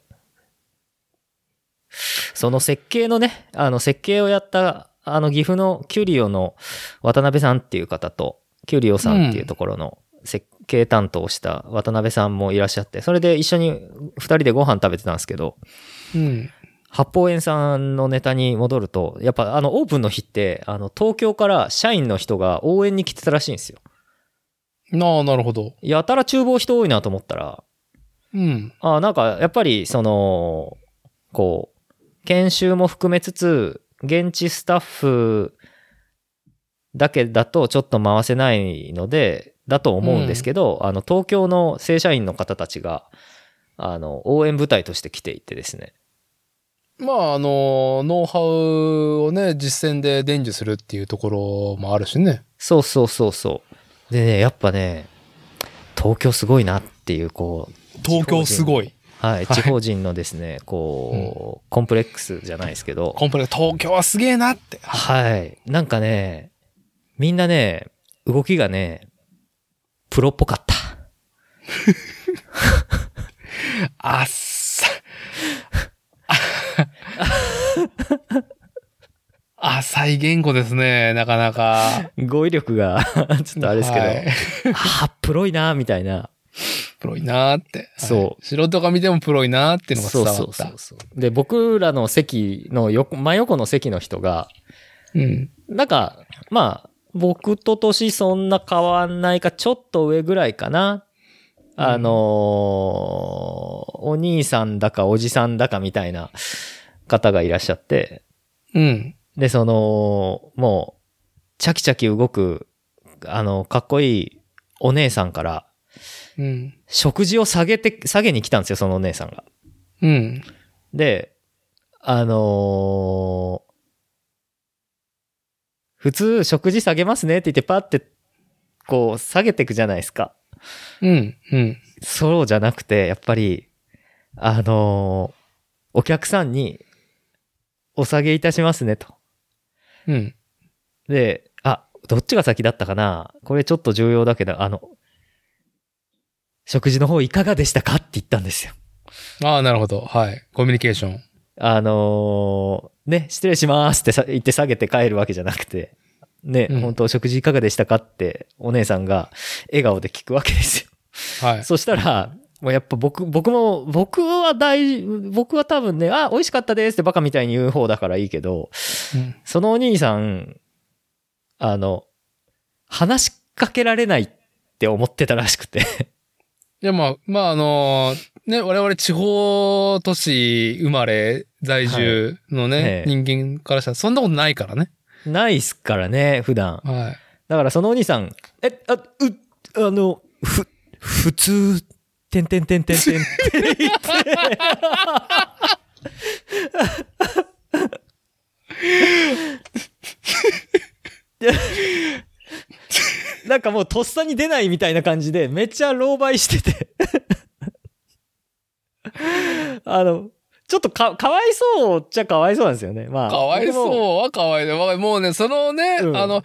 その設計のね、あの設計をやった、あの岐阜のキュリオの渡辺さんっていう方と、 キュリオさんっていうところの設計担当をした渡辺さんもいらっしゃって、それで一緒に二人でご飯食べてたんですけど、 うん。 八芳園さんのネタに戻ると、やっぱあのオープンの日って、あの東京から社員の人が応援に来てたらしいんですよ。 ああ、なるほど。 やたら厨房人多いなと思ったら、 うん。 あなんかやっぱりその、こう、研修も含めつつ、現地スタッフだけだとちょっと回せないので、だと思うんですけど、うん、あの東京の正社員の方たちが、あの、応援部隊として来ていてですね。 まあ、あの、ノウハウをね、実践で伝授するっていうところもあるしね。 そうそうそうそう。でね、やっぱね、東京すごいなっていう、こう。 東京すごい。 はい。地方人のですね、こう、うん、コンプレックスじゃないですけど。 コンプレックス、東京はすげえなって。 はい。なんかね、みんなね、動きがね、プロっぽかった。 あっさ。浅い言語ですね、なかなか。 語彙力がちょっとあれですけど、はい、あ、プロいなみたいな。 プロいなって。 そう、 はい。素人が見てもプロいなっていうのが伝わった。そうそうそうそう。で、僕らの席の横、真横の席の人が、 うん。 なんか、まあ、僕と年そんな変わんないか、ちょっと上ぐらいかな。あのー、お兄さんだかおじさんだかみたいな方がいらっしゃって、 うん。 で、その、もう、チャキチャキ動く、あの、かっこいいお姉さんから、 うん、 食事を下げて、下げに来たんですよ、そのお姉さんが。 うん。 で、あのー、普通、食事下げますねって言って、パッて、こう、下げていくじゃないですか。 うん、うん。 そうじゃなくて、やっぱり、あのー、お客さんに、お下げいたしますねと。 うん。 で、あ、どっちが先だったかな？これちょっと重要だけど、あの、食事の方いかがでしたかって言ったんですよ。 ああ、なるほど。はい。コミュニケーション。 あのー、ね、失礼しますってさ言って下げて帰るわけじゃなくて、ね、うん、本当食事いかがでしたかってお姉さんが笑顔で聞くわけですよ。はい。そしたら、もうやっぱ僕、僕も、僕は大、僕は多分ね、あ、美味しかったですってバカみたいに言う方だからいいけど、うん、そのお兄さん、あの、話しかけられないって思ってたらしくて。 いや、まあ、まあ、あのー、ね、我々地方都市生まれ、在住のね、はいええ、人間からしたらそんなことないからね。 ないっすからね、普段。 はい。 だからそのお兄さん、え、あ、う、あの、ふ、普通、てんてんてんてんてんって言って。なんかもうとっさに出ないみたいな感じでめっちゃ狼狽しててあのちょっとかかわいそうっちゃかわいそうなんですよね。まあかわいそうはかわいそう。もうねそのね、うん、あの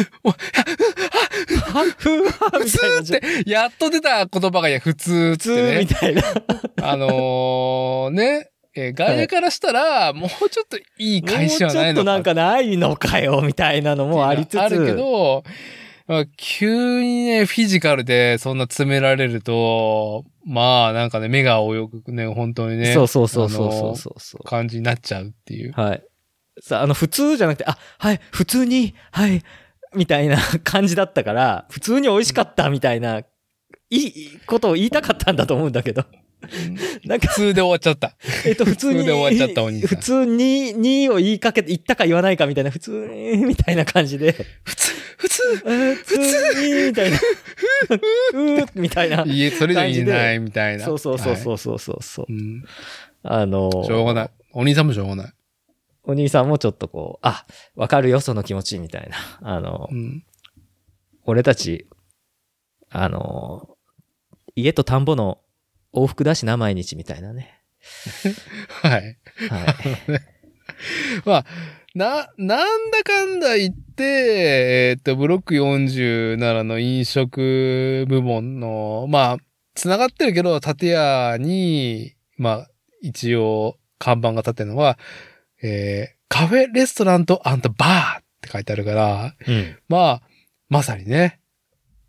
普通ってやっと出た言葉がいや普通ってねみたいなあのね。えー、外野からしたら、はい、もうちょっといい返しはないのか。もうちょっとなんかないのかよ、みたいなのもありつつ。 あるけど、まあ、急にね、フィジカルでそんな詰められると、まあなんかね、目が泳ぐね、本当にね。 そうそうそうそうそうそう。 感じになっちゃうっていう。 はい。さあ、あの、普通じゃなくて、あ、はい、普通に、はい、みたいな感じだったから、普通に美味しかったみたいな、いいことを言いたかったんだと思うんだけど。 なんか普通で終わっちゃった。 えっと、普通に。 普通で終わっちゃったお兄さん。 普通に、にを言いかけて、言ったか言わないかみたいな、普通に、みたいな感じで。 普通、普通、 普通に、みたいな。ふー、みたいな。 いえ、それじゃ言えない、みたいな。 そうそうそうそうそうそう、 はいうん。 あのー、 しょうがない。お兄さんもしょうがない。 お兄さんもちょっとこう、あ、わかるよ、その気持ち、みたいな。あの、 うん、 俺たち、あの、家と田んぼの往復だしな、毎日みたいなね。 はい。はい。まあ、な、なんだかんだ言って、えっと、ブロックよんじゅうななの飲食部門の、まあ、繋がってるけど、建屋に、まあ、一応、看板が立ってるのは、えー、カフェレストラント&バーって書いてあるから、 うん、 まあ、まさにね、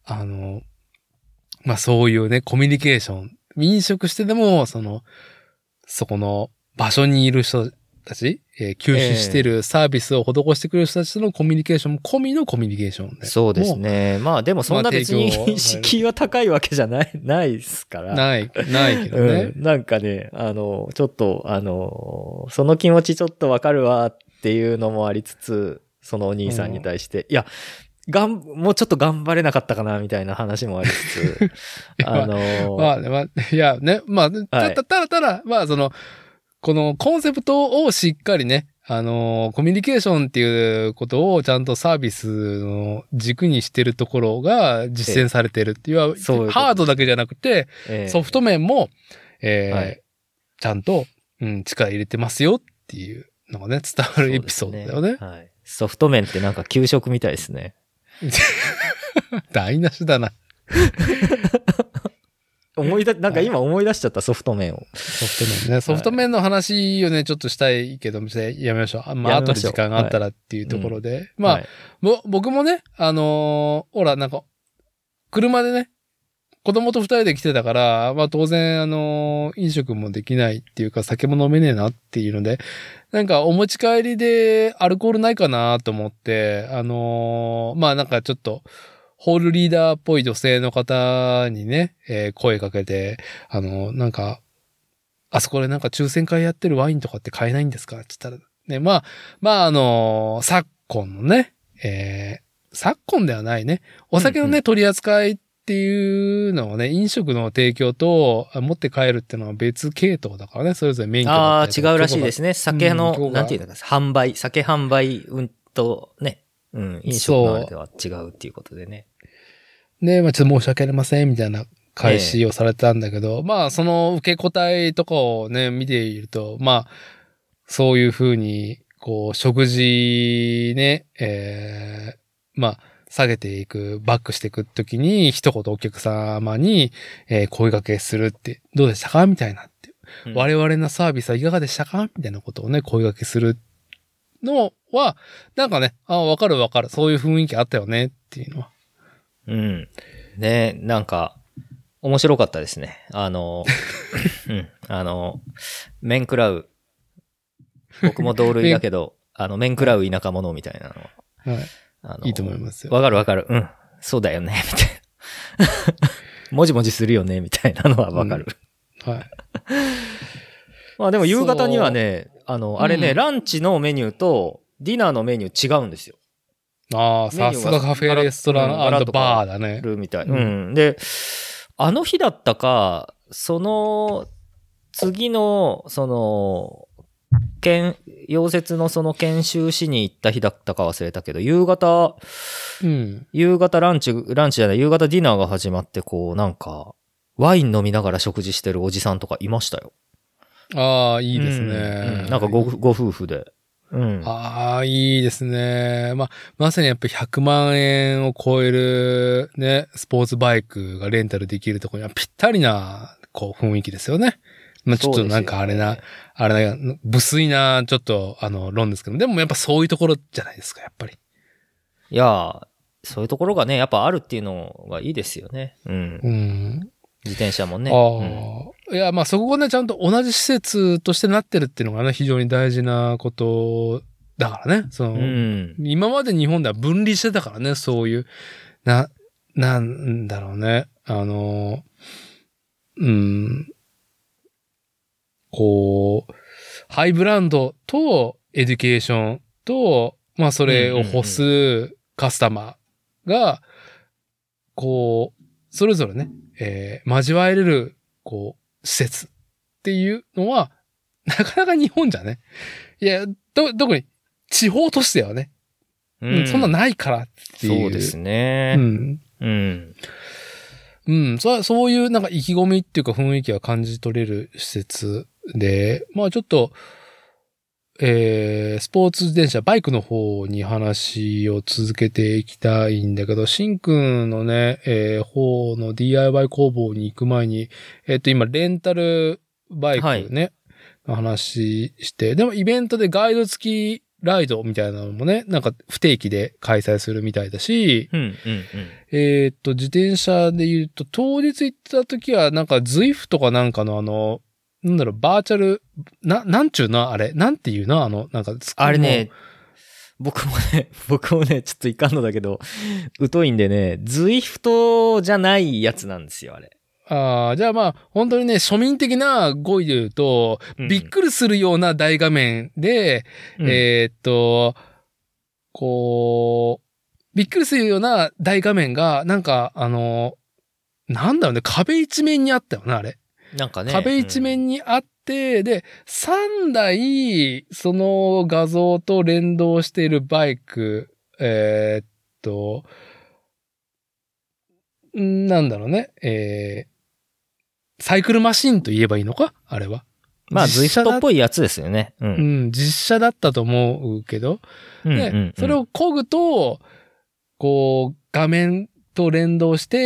あの、まあそういうね、コミュニケーション、飲食してでも、その、そこの場所にいる人たち、えー、休止してるサービスを施してくれる人たちとのコミュニケーションも込みのコミュニケーションで。 そうですね。まあでもそんな別に敷居は高いわけじゃない、ないですから。 ない、ないけどね、 うん。なんかね、あの、ちょっと、あの、その気持ちちょっとわかるわっていうのもありつつ、そのお兄さんに対して、うん、いや、がん、もうちょっと頑張れなかったかな、みたいな話もありつつ、あのー、 まあ、まあ、いやね、まあ、ただ、ただ、ただ、まあ、その、このコンセプトをしっかりね、あのー、コミュニケーションっていうことをちゃんとサービスの軸にしてるところが実践されてるっていう、ええ、そういうハードだけじゃなくて、ええ、ソフト面も、えーはい、ちゃんと、うん、力入れてますよっていうのがね、伝わるエピソードだよね。ね、 はい。ソフト面ってなんか給食みたいですね。 台無しだな。 思い出、なんか今思い出しちゃった、ソフト面を。 ソフト面ね。ソフト面の話をね、ちょっとしたいけど、やめましょう。まあ、後で時間があったらっていうところで。はい、まあ、はい、ぼ、僕もね、あのー、ほら、なんか、車でね、子供と二人で来てたから、まあ当然、あのー、飲食もできないっていうか、酒も飲めねえなっていうので、なんかお持ち帰りでアルコールないかなと思って、あのー、まあなんかちょっと、ホールリーダーっぽい女性の方にね、えー、声かけて、あのー、なんか、あそこでなんか抽選会やってるワインとかって買えないんですかって言ったら、ね、まあ、まああのー、昨今のね、えー、昨今ではないね、お酒のね、うんうん、取り扱いっていうのをね、飲食の提供と持って帰るっていうのは別系統だからね、それぞれ免許だったりとか。 ああ、違うらしいですね。酒の、うん、なんていうのか、販売、酒販売、うんとね、うん、飲食のあれでは違うっていうことでね。 で、まあちょっと申し訳ありません、みたいな開始をされてたんだけど、ええ、まあその受け答えとかをね、見ていると、まあ、そういうふうに、こう、食事ね、えー、まあ、下げていく、バックしていくときに、一言お客様に、えー、声掛けするって、どうでしたかみたいなって、うん。我々のサービスはいかがでしたかみたいなことをね、声掛けするのは、なんかね、あ、わかるわかる。そういう雰囲気あったよねっていうのは。 うん。ね、なんか、面白かったですね。あの、うん。あの、面食らう。僕も同類だけど、あの、面食らう田舎者みたいなのは。はい。 あのいいと思いますよ。 わかるわかる。うん。そうだよね、みたいな。もじもじするよね、みたいなのはわかる。 うん、はい。 まあでも夕方にはね、あの、あれね、うん、ランチのメニューとディナーのメニュー違うんですよ。 ああ、さすがカフェレストラン&バーだね。 みたい。うん。で、あの日だったか、その次の、その、研、溶接のその研修しに行った日だったか忘れたけど、夕方、うん、夕方ランチ、ランチじゃない、夕方ディナーが始まって、こう、なんか、ワイン飲みながら食事してるおじさんとかいましたよ。 ああ、いいですね。 うんうん、なんかご、ご夫婦で。うん、 ああ、いいですね。まあ、まさにやっぱりひゃくまんえんを超えるね、スポーツバイクがレンタルできるところにはぴったりな、こう、雰囲気ですよね。まあ、ちょっとなんかあれな、ね、あれな、無粋な、ちょっと、あの、論ですけど、でもやっぱそういうところじゃないですか、やっぱり。 いや、そういうところがね、やっぱあるっていうのがいいですよね。うん。うん、自転車もね。 ああ、うん。いや、まあそこがね、ちゃんと同じ施設としてなってるっていうのがね、非常に大事なことだからね。その、うん、今まで日本では分離してたからね、そういう、な、なんだろうね。あの、うん、こう、ハイブランドとエデュケーションと、まあそれを欲すカスタマーが、こう、それぞれね、えー、交わえれる、こう、施設っていうのは、なかなか日本じゃね。いや、と、特に地方都市ではね、うん、そんなないからっていう。 そうですね。 うん。 うん。 うん。そ、そういうなんか意気込みっていうか雰囲気は感じ取れる施設で、まあちょっと、えー、スポーツ自転車、バイクの方に話を続けていきたいんだけど、シンくんのね、えー、方の ディーアイワイ 工房に行く前に、えっと、今、レンタルバイクね、はい、の話して、でもイベントでガイド付きライドみたいなのもね、なんか不定期で開催するみたいだし、 うん、うん、うん。 えーっと、自転車で言うと、当日行った時は、なんか、ズイフとかなんかのあの、なんだろう、バーチャル、な、なんちゅうのあれ、なんていうのあの、なんか、 あれね、僕もね、僕もね、ちょっといかんのだけど、疎いんでね、ズイフトじゃないやつなんですよ、あれ。 ああ、じゃあまあ、本当にね、庶民的な語彙で言うと、うん、びっくりするような大画面で、うん、えー、っと、こう、びっくりするような大画面が、なんか、あの、なんだろうね、壁一面にあったよな、あれ。 なんかね。 壁一面にあって、うん、で、さんだい、その画像と連動しているバイク、えー、っと、なんだろうね、えー、サイクルマシンと言えばいいのかあれは。 まあ、ズイフトっぽいやつですよね。うん。 うん、実写だったと思うけど。 うんうんうん、 で、それを漕ぐと、こう、画面と連動して、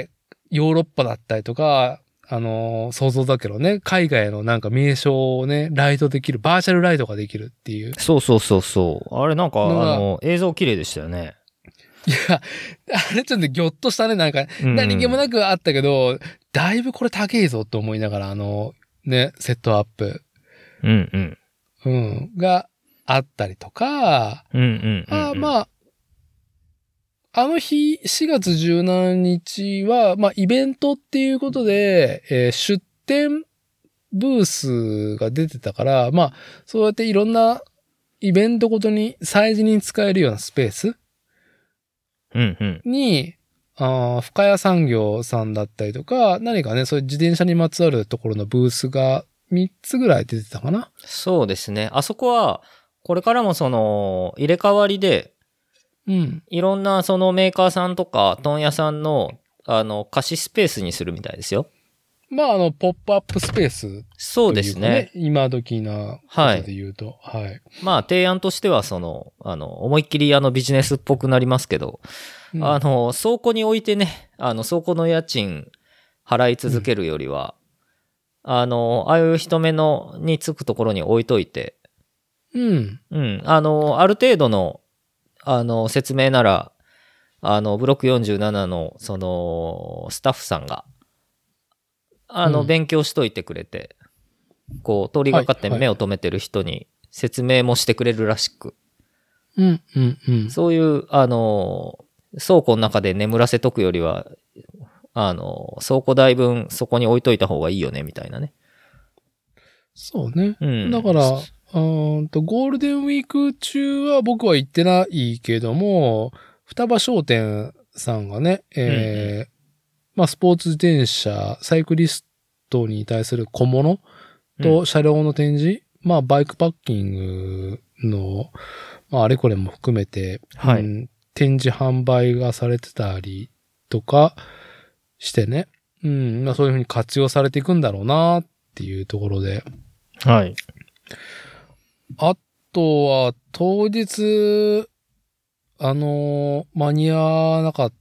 ヨーロッパだったりとか、あのー、想像だけどね、海外のなんか名所をね、ライドできる、バーチャルライドができるっていう。 そうそうそうそう。あれなんか、あの、映像綺麗でしたよね。 いや、あれちょっとギョッとしたね、なんか、何気もなくあったけど、だいぶこれ高いぞと思いながら、あの、ね、セットアップ。 うんうん。 うん。があったりとか、 うんうんうんうん、 あまあ、あの日、しがつじゅうしちにちは、まあ、イベントっていうことで、えー、出店ブースが出てたから、まあ、そうやっていろんなイベントごとに催事に使えるようなスペースうんうん。 に、あ深谷産業さんだったりとか、何かね、そういう自転車にまつわるところのブースがみっつぐらい出てたかな。 そうですね。あそこは、これからもその、入れ替わりで、 うん。 いろんなそのメーカーさんとか、問屋さんの、あの、貸しスペースにするみたいですよ。 まあ、あの、ポップアップスペース、ね。 そうですね。 今時なことで言うと。はい。はい、 まあ、提案としては、その、あの、思いっきりあのビジネスっぽくなりますけど、うん、あの、倉庫に置いてね、あの、倉庫の家賃払い続けるよりは、うん、あの、ああいう人目のにつくところに置いといて、 うん。 うん。あの、ある程度の、あの、説明なら、あの、ブロックよんじゅうななの、その、スタッフさんが、あの、うん、勉強しといてくれて、こう、通りがかって目を留めてる人に説明もしてくれるらしく。 うん、うん、うん。 そういう、あの、倉庫の中で眠らせとくよりは、あの、倉庫代分そこに置いといた方がいいよね、みたいなね。 そうね。 うん。 だから、うんとゴールデンウィーク中は僕は行ってないけども、双葉商店さんがね、えーうんうん、まあスポーツ自転車、サイクリストに対する小物と車両の展示、うん、まあバイクパッキングの、まああれこれも含めて、 はい、 うん、展示販売がされてたりとかしてね、うん、まあそういうふうに活用されていくんだろうなっていうところで。 はい。 あとは、当日、あのー、間に合わなかった、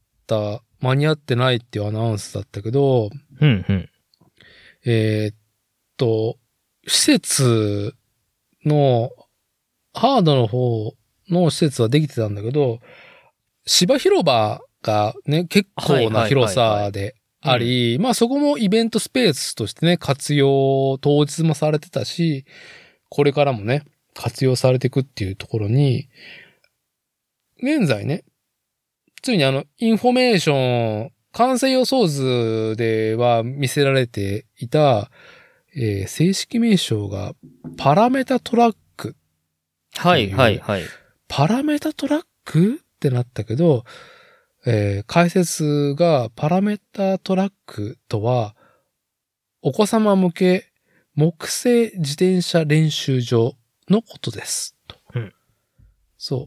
間に合ってないっていうアナウンスだったけど、 うんうん、 えー、っと、施設の、ハードの方の施設はできてたんだけど、芝広場がね、結構な広さであり、まあそこもイベントスペースとしてね、活用、当日もされてたし、これからもね、活用されていくっていうところに、現在ね、ついにあの、インフォメーション、完成予想図では見せられていた、えー、正式名称がパラメタトラック。 はいはいはい。 パラメタトラックってなったけど、えー、解説がパラメタトラックとは、お子様向け木製自転車練習場のことです。 うん、 そう。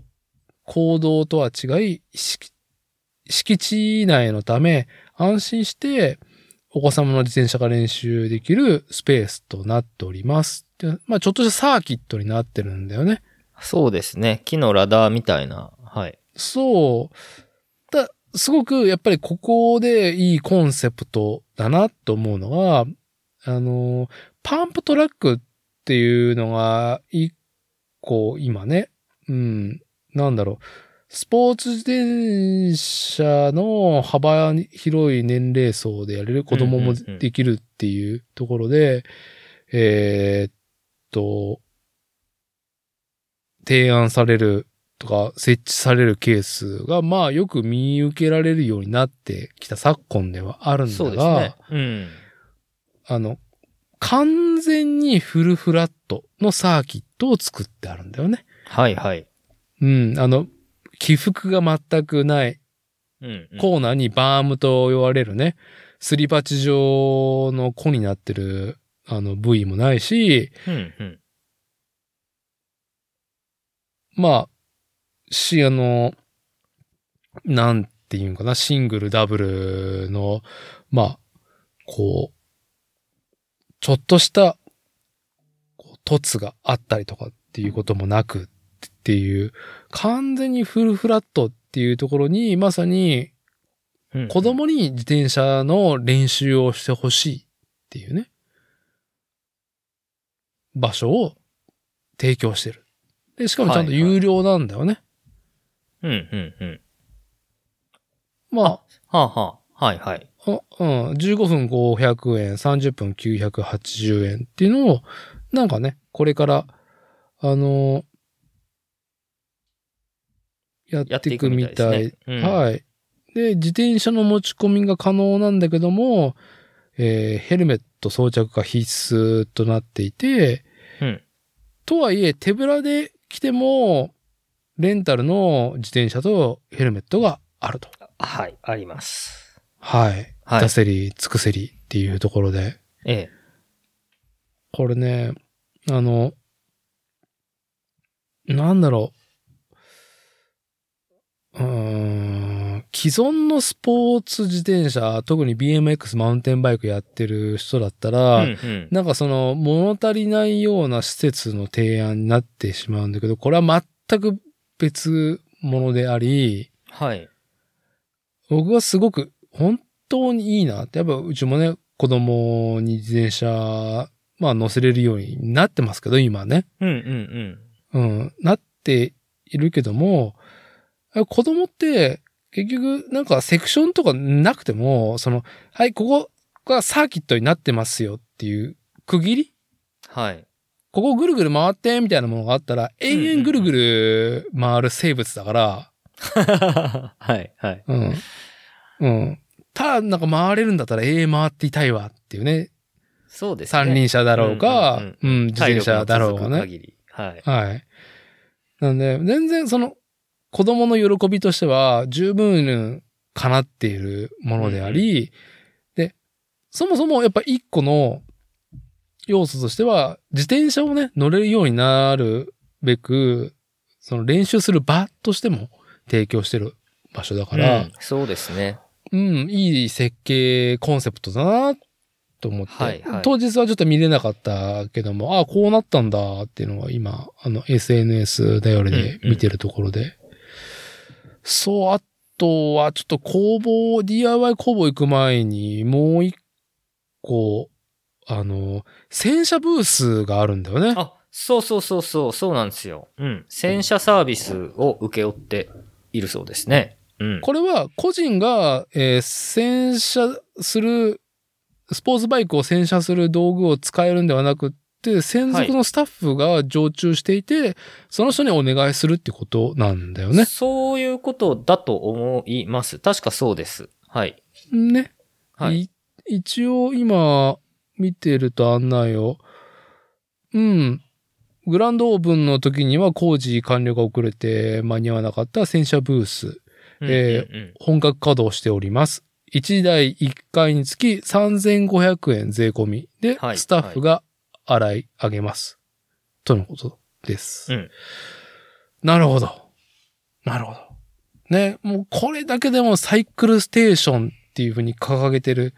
公道とは違い、敷地内のため、安心してお子様の自転車が練習できるスペースとなっております。で、まあちょっとしたサーキットになってるんだよね。 そうですね。木のラダーみたいな。はい。 そう。だすごくやっぱりここでいいコンセプトだなと思うのが、あの、パンプトラックっていうのが一個今ね、 うん、なんだろう。スポーツ自転車の幅広い年齢層でやれる子供もできるっていうところで、うんうんうん、えー、っと、提案されるとか設置されるケースが、まあよく見受けられるようになってきた昨今ではあるんだが、 そうですね。うん。 あの、完全にフルフラットのサーキットを作ってあるんだよね。 はいはい。 うん、あの、起伏が全くない、 うんうん、 コーナーにバームと言われるね、すり鉢状の子になってる、あの、部位もないし、 うんうん、 まあ、し、あの、なんていうんかな、シングル、ダブルの、まあ、こう、ちょっとした、凸があったりとかっていうこともなくっていう、完全にフルフラットっていうところに、まさに、子供に自転車の練習をしてほしいっていうね、場所を提供してる。で、しかもちゃんと有料なんだよね。 はいはい、うんうんうん。 まあ、 あ、はあはあ、はいはい。 うん、じゅうごふんごひゃくえん、さんじゅっぷんきゅうひゃくはちじゅうえんっていうのを、なんかね、これから、あのー、やっていくみたい。いねうん、はい。で、自転車の持ち込みが可能なんだけども、えー、ヘルメット装着が必須となっていて、 うん、 とはいえ、手ぶらで来ても、レンタルの自転車とヘルメットがあると。 はい、あります。 はい。はい、出せり、尽くせりっていうところで。 ええ。 これね、あの、なんだろう。うーん、既存のスポーツ自転車、特に ビーエムエックス マウンテンバイクやってる人だったら、うんうん、なんかその物足りないような施設の提案になってしまうんだけど、これは全く別物であり、 はい。 僕はすごく本当にいいなって、やっぱうちもね、子供に自転車、まあ乗せれるようになってますけど、今ね。 うんうんうん。うん。なっているけども、子供って結局なんかセクションとかなくても、その、はい、ここがサーキットになってますよっていう区切り？ はい。 ここぐるぐる回ってみたいなものがあったら、延々ぐるぐる回る生物だから、 はいはい。 うん。うん。ただなんか回れるんだったら永遠回っていたいわっていうね。 そうですね。 三輪車だろうが、うん、うんうん、自転車だろうがね。 はい。 はい。なんで、全然その、子供の喜びとしては十分叶っているものであり、うんうん、で、そもそもやっぱ一個の要素としては、自転車をね、乗れるようになるべく、その練習する場としても提供してる場所だから、うん、 そうですね。 うん、いい設計コンセプトだなと思って、はいはい、当日はちょっと見れなかったけども、ああ、こうなったんだっていうのは今、あの エスエヌエス 頼りで見てるところで、うんうん、そう、あとはちょっと工房、ディーアイワイ 工房行く前にもう一個、あの、洗車ブースがあるんだよね。 あ、そうそうそうそう、そうなんですよ。うん。洗車サービスを受け負っているそうですね。うん。 これは個人が、えー、洗車する、スポーツバイクを洗車する道具を使えるんではなくって、専属のスタッフが常駐していて、はい、その人にお願いするってことなんだよね。 そういうことだと思います。確かそうです。はい。 ね。はい。一応今見てると案内を、うん。グランドオープンの時には工事完了が遅れて間に合わなかった洗車ブース、うんうんうんえー、本格稼働しております。いちだいいっかいにつきさんぜんごひゃくえん税込みで、はい、スタッフが洗い上げます。はい、とのことです、うん。なるほど。なるほど。ね、もうこれだけでもサイクルステーションっていう風に掲げてる、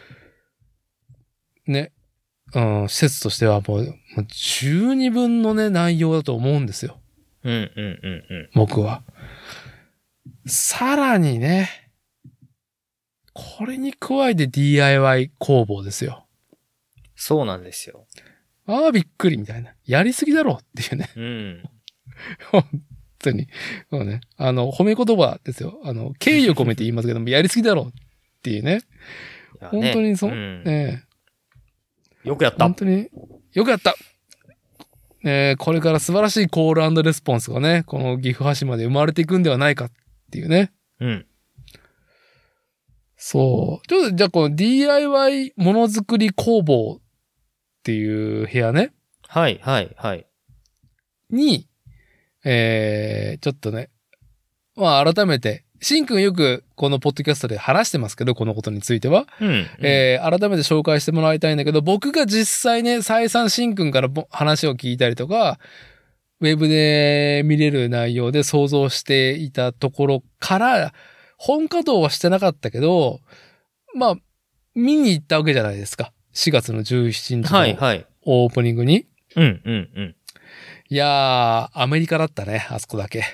ね、うん、施設としてはもう、もう十二分のね、内容だと思うんですよ。 うんうんうんうん。 僕は。さらにね、これに加えて ディーアイワイ 工房ですよ。 そうなんですよ。 ああ、びっくりみたいな。やりすぎだろうっていうね。 うん。 当に。そうね。あの、褒め言葉ですよ。あの、敬意を込めて言いますけども、やりすぎだろうっていうね。 いやね本当にそ、 うんねよくやった本。当に、よくやったえー、これから素晴らしいコール&レスポンスがね、この岐阜羽島で生まれていくんではないかっていうね。 うん。 そう。ちょっと、じゃあこの ディーアイワイ ものづくり工房っていう部屋ね。 はい、はい、はい。 に、えー、ちょっとね、まあ改めて、しんくんよくこのポッドキャストで話してますけど、このことについては。 うん。うんえー、改めて紹介してもらいたいんだけど、僕が実際ね、再三しんくんからぼ話を聞いたりとか、ウェブで見れる内容で想像していたところから、本稼働はしてなかったけど、まあ、見に行ったわけじゃないですか。しがつのじゅうしちにちはい、 のはい。 オープニングに。 うん、うん、うん。 いやー、アメリカだったね、あそこだけ。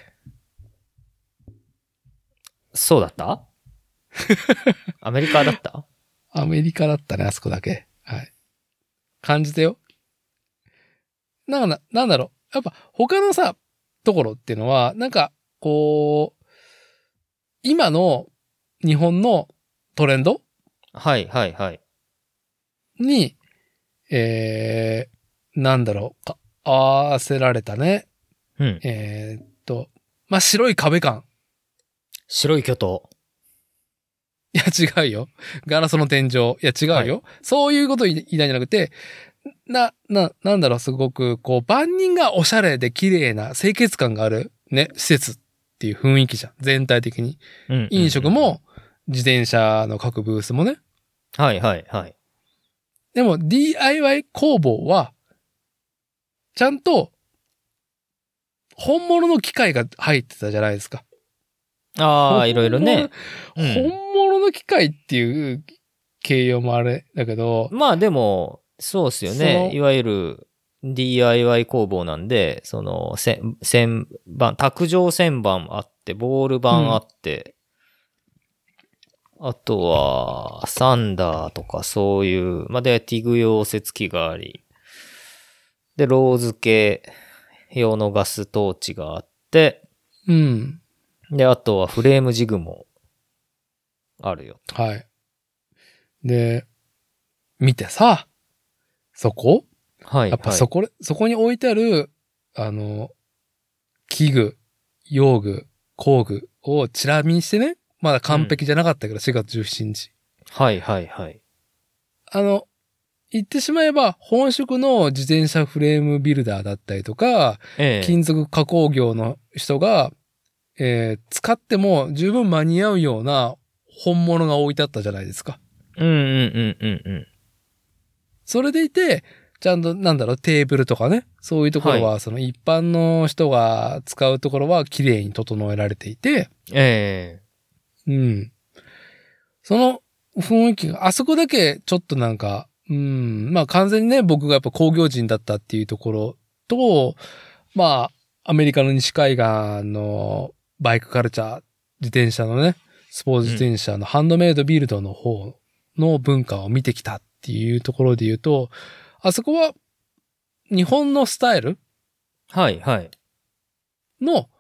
そうだったアメリカだったアメリカだったね、あそこだけ。はい。感じたよ。なんかな、なんだろう。やっぱ他のさ、ところっていうのは、なんか、こう、今の日本のトレンドはい、はい、はい。 に、えー、なんだろうか、合わせられたね。 うん。 えーっと、まあ、白い壁感。 白い巨頭。 いや、違うよ。ガラスの天井。いや、違うよ。 はそういうこと言いたいんじゃなくて、な、な、なんだろう、すごく、こう、万人がおしゃれで綺麗な清潔感がある、ね、施設っていう雰囲気じゃん。全体的に。 うんうんうん。 飲食も、自転車の各ブースもね。 はい、はい、はい。 でも ディーアイワイ 工房は、ちゃんと、本物の機械が入ってたじゃないですか。 ああ、いろいろね。うん本物の機械っていう形容もあれだけど、 まあでも、そうっすよそね。 のいわゆる ディーアイワイ 工房なんで、その、線、線板、卓上線板あって、ボール板あって、あとは、サンダーとかそういう、まあ、で、ティグ溶接機があり、で、ローズ系用のガストーチがあって、 うん。 で、あとはフレームジグもあるよ。 はい。で、見てさ、そこはい。 やっぱそこ、そこに置いてある、あの、器具、用具、工具をチラ見してね、まだ完璧じゃなかったけど、しがつじゅうしちにち。 はい、はい、はい。 あの、言ってしまえば、本職の自転車フレームビルダーだったりとか、 ええ。 金属加工業の人が、えー使っても十分間に合うような本物が置いてあったじゃないですか。 うんうんうんうんうん。 それでいて、ちゃんと、なんだろう、テーブルとかね、そういうところは、その一般の人が使うところは綺麗に整えられていて、 えうん。その雰囲気が、あそこだけちょっとなんか、うん、まあ完全にね、僕がやっぱ工業人だったっていうところと、まあ、アメリカの西海岸のバイクカルチャー、自転車のね、スポーツ自転車のハンドメイドビルドの方の文化を見てきたっていうところで言うと、あそこは日本のスタイルえ。はい、はい。 の、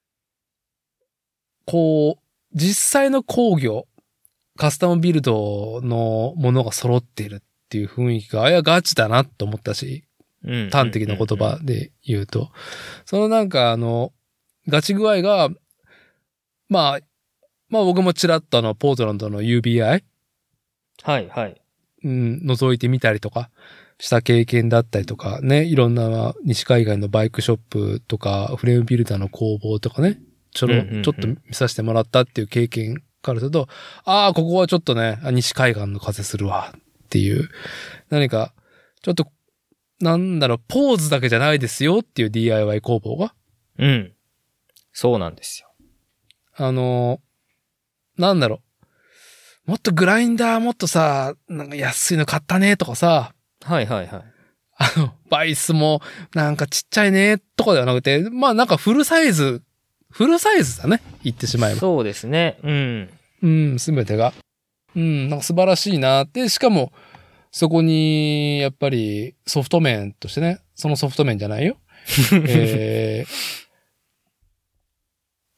こう、実際の工業、カスタムビルドのものが揃っているっていう雰囲気が、いや、ガチだなと思ったし、 うん。 端的な言葉で言うと。そのなんかあの、ガチ具合が、まあ、まあ僕もちらっとあの、ポートランドの ユービーアイ、 はい、はい。 うん、覗いてみたりとかした経験だったりとかね、いろんな西海岸のバイクショップとか、フレームビルダーの工房とかね、ちょろ、 うんうんうんちょっと見させてもらったっていう経験からすると、ああ、ここはちょっとね、あ西海岸の風するわっていう、何か、ちょっと、なんだろう、ポーズだけじゃないですよっていう ディーアイワイ 工房が、 うん。そうなんですよ。 あの、なんだろう、もっとグラインダーもっとさ、なんか安いの買ったねとかさ、 はい、はい、はい。 あの、バイスもなんかちっちゃいねとかではなくて、まあなんかフルサイズ、フルサイズだね。言ってしまえば。 そうですね。うん。 うん、すべてが。うん、なんか素晴らしいなって、しかも、そこに、やっぱりソフト面としてね、そのソフト面じゃないよ。えー、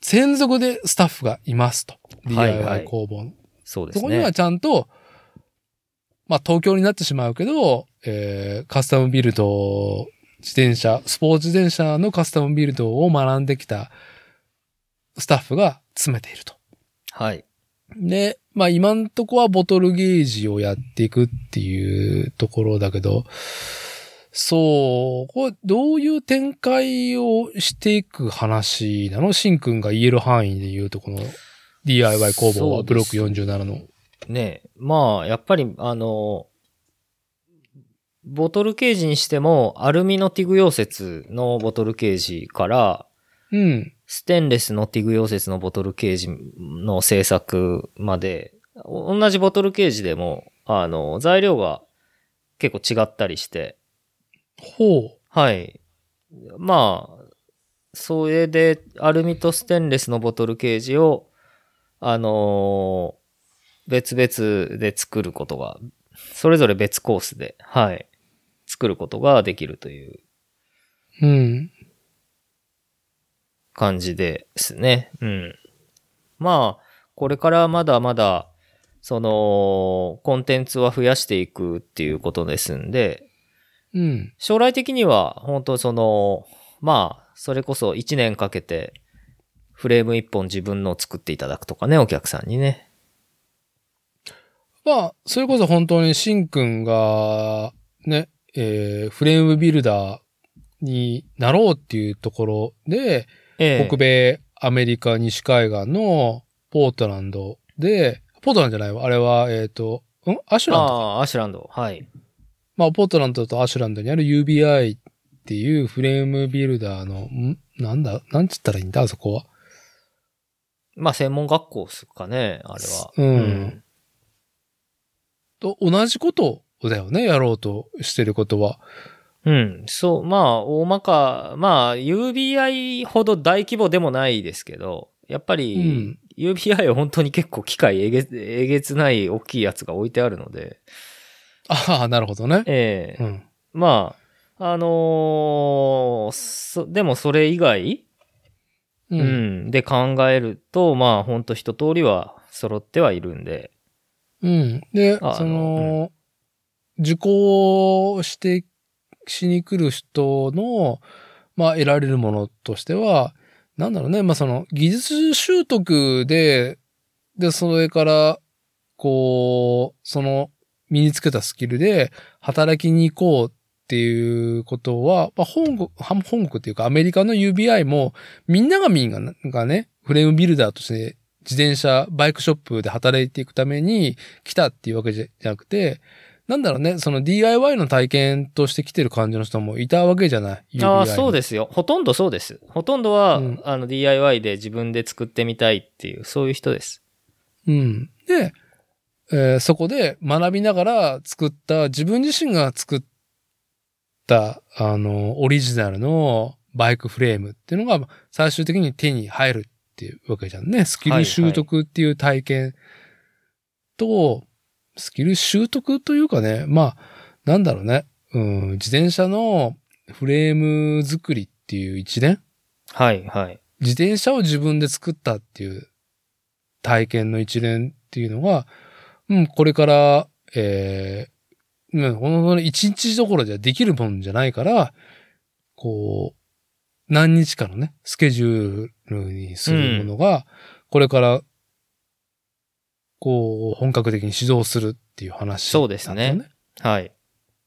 専属でスタッフがいますと。 はいはいディーアイワイ 工房の。 そうですね。 そこにはちゃんと、まあ東京になってしまうけど、えー、カスタムビルド、自転車、スポーツ自転車のカスタムビルドを学んできたスタッフが詰めていると。 はい。 で、まあ今んとこはボトルゲージをやっていくっていうところだけど、そう、これどういう展開をしていく話なの？しんくんが言える範囲で言うとこの ディーアイワイ 工房はブロックよんじゅうななの。 ねえ。まあ、やっぱり、あの、ボトルケージにしても、アルミのティグ溶接のボトルケージから、 うん。 ステンレスのティグ溶接のボトルケージの製作まで、同じボトルケージでも、あの、材料が結構違ったりして。 ほう。 はい。まあ、それで、アルミとステンレスのボトルケージを、あのー別々で作ることが、それぞれ別コースで、はい、作ることができるという、 うん。 感じですね。うん。まあ、これからまだまだ、その、コンテンツは増やしていくっていうことですんで、 うん。 将来的には、本当その、まあ、それこそいちねんかけて、フレームいっぽん自分の作っていただくとかね、お客さんにね。 まあ、それこそ本当にしんくんが、ね、えー、フレームビルダーになろうっていうところで、 ええ、 北米、アメリカ、西海岸のポートランドで、ポートランドじゃないわ。あれは、えっ、と、んアシュランドか。 ああ、アシュランド。はい。 まあ、ポートランドとアシュランドにある ユービーアイ っていうフレームビルダーの、んなんだなんつったらいいんだあそこは。 まあ、専門学校ですかね、あれは。 うん。うんと同じことだよね、やろうとしてることは。 うん。そう、まあ、大まか、まあ、ユービーアイ ほど大規模でもないですけど、やっぱり、うん、ユービーアイ は本当に結構機械えげ、えげつない大きいやつが置いてあるので。 ああ、なるほどね。 ええーうん、まあ、あのー、そ、でもそれ以外、うん、うん、で考えると、まあ、本当一通りは揃ってはいるんで。 うん。で、その、うん、受講して、しに来る人の、まあ、得られるものとしては、なんだろうね、まあ、その、技術習得で、で、それから、こう、その、身につけたスキルで、働きに行こうっていうことは、まあ、本国、本国っていうか、アメリカの ユービーアイ も、みんながみんながね、フレームビルダーとして、自転車、バイクショップで働いていくために来たっていうわけじゃなくて、なんだろうね、その ディーアイワイ の体験として来てる感じの人もいたわけじゃない。ユービーアイああ、そうですよ。ほとんどそうです。ほとんどは、うん、あの ディーアイワイ で自分で作ってみたいっていう、そういう人です。 うん。で、えー、そこで学びながら作った、自分自身が作った、あの、オリジナルのバイクフレームっていうのが最終的に手に入るっていうわけじゃんね。スキル習得っていう体験と、はいはい、スキル習得というかね、まあ、なんだろうね。うん、自転車のフレーム作りっていう一連。 はいはい。 自転車を自分で作ったっていう体験の一連っていうのが、うん、これから、えー、うん、ほんとに一日どころじゃできるもんじゃないから、こう、何日かのね、スケジュールにするものが、これから、こう、本格的に指導するっていう話なんだよね。 そうですね。はい。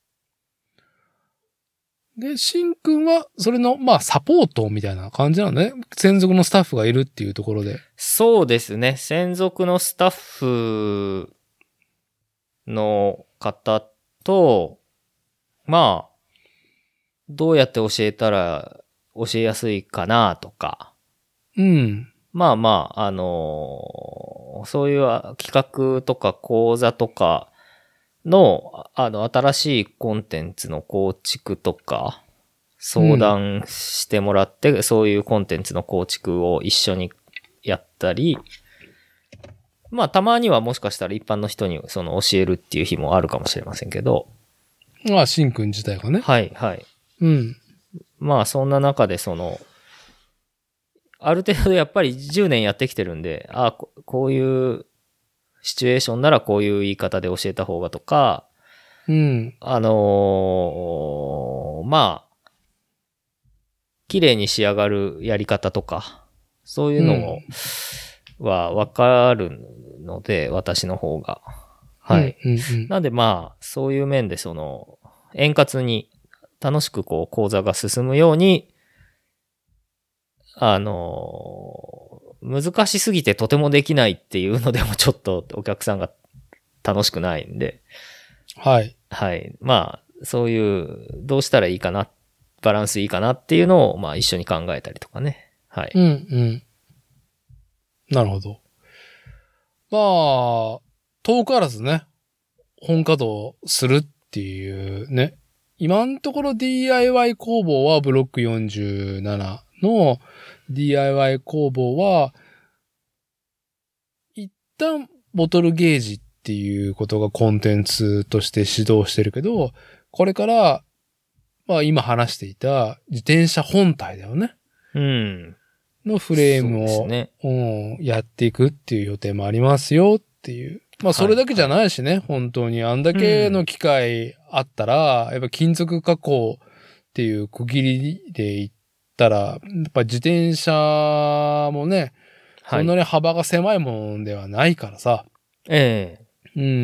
で、しんくんは、それの、まあ、サポートみたいな感じなのね。専属のスタッフがいるっていうところで。 そうですね。専属のスタッフの方と、まあ、どうやって教えたら教えやすいかなとか。 うん。 まあまあ、あのー、そういう企画とか講座とかの、あの、新しいコンテンツの構築とか、相談してもらって、うん、そういうコンテンツの構築を一緒にやったり、まあ、たまにはもしかしたら一般の人にその教えるっていう日もあるかもしれませんけど。 ああ、しんくん自体がね。 はい、はい。 うん。 まあ、そんな中でその、 ある程度やっぱりじゅうねんやってきてるんで、あこ、こういうシチュエーションならこういう言い方で教えた方がとか、 うん。 あのーまあ、綺麗に仕上がるやり方とか、そういうのも、はわかるので、私の方が。はい。 うんうんうん、 なんでまあ、そういう面でその、円滑に楽しくこう講座が進むように、あのー、難しすぎてとてもできないっていうのでもちょっとお客さんが楽しくないんで。 はい。 はい。まあ、そういう、どうしたらいいかな、バランスいいかなっていうのを、まあ一緒に考えたりとかね。はい。 うんうん。なるほど。まあ、遠からずね、本稼働するっていうね。今のところ ディーアイワイ 工房はブロックよんじゅうななの ディーアイワイ 工房は、一旦ボトルゲージっていうことがコンテンツとして指導してるけど、これから、まあ今話していた自転車本体だよね。 うん。 のフレームを、 ね、 うん、やっていくっていう予定もありますよっていう。まあそれだけじゃないしね、はいはい、本当に。あんだけの機会あったら、うん、やっぱ金属加工っていう区切りで言ったら、やっぱ自転車もね、はい、そんなに幅が狭いもんではないからさ。 ええうん。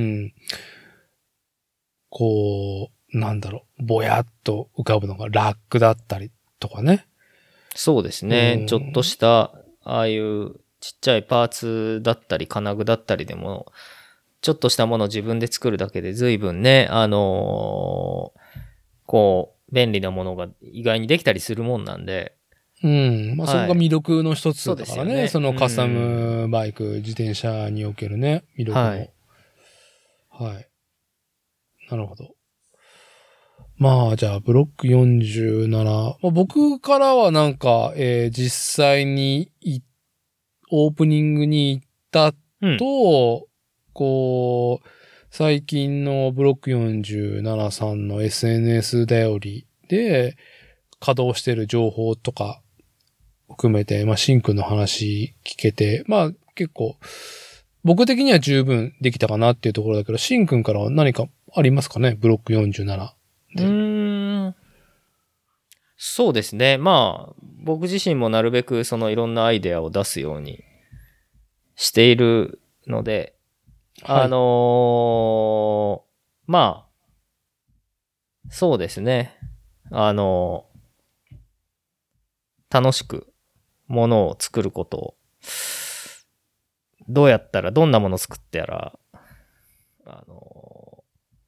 こう、なんだろう、ぼやっと浮かぶのがラックだったりとかね。 そうですね、うん。ちょっとした、ああいうちっちゃいパーツだったり、金具だったりでも、ちょっとしたものを自分で作るだけで随分ね、あのー、こう、便利なものが意外にできたりするもんなんで。 うん。まあ、はい、そこが魅力の一つだからね。そねそのカスタムバイク、うん、自転車におけるね、魅力の。はい。はい。なるほど。まあ、じゃあ、ブロックよんじゅうなな。まあ、僕からはなんか、えー、実際にオープニングに行ったと、うん、こう、最近のブロックよんじゅうななさんの エスエヌエス 頼りで稼働してる情報とか含めて、まあ、シンくんの話聞けて、まあ、結構、僕的には十分できたかなっていうところだけど、シンくんからは何かありますかね？ブロックよんじゅうなな。 うーん。そうですね。まあ、僕自身もなるべくそのいろんなアイデアを出すようにしているので、はい、あのー、まあ、そうですね。あのー、楽しくものを作ることを、どうやったら、どんなものを作ってやら、あの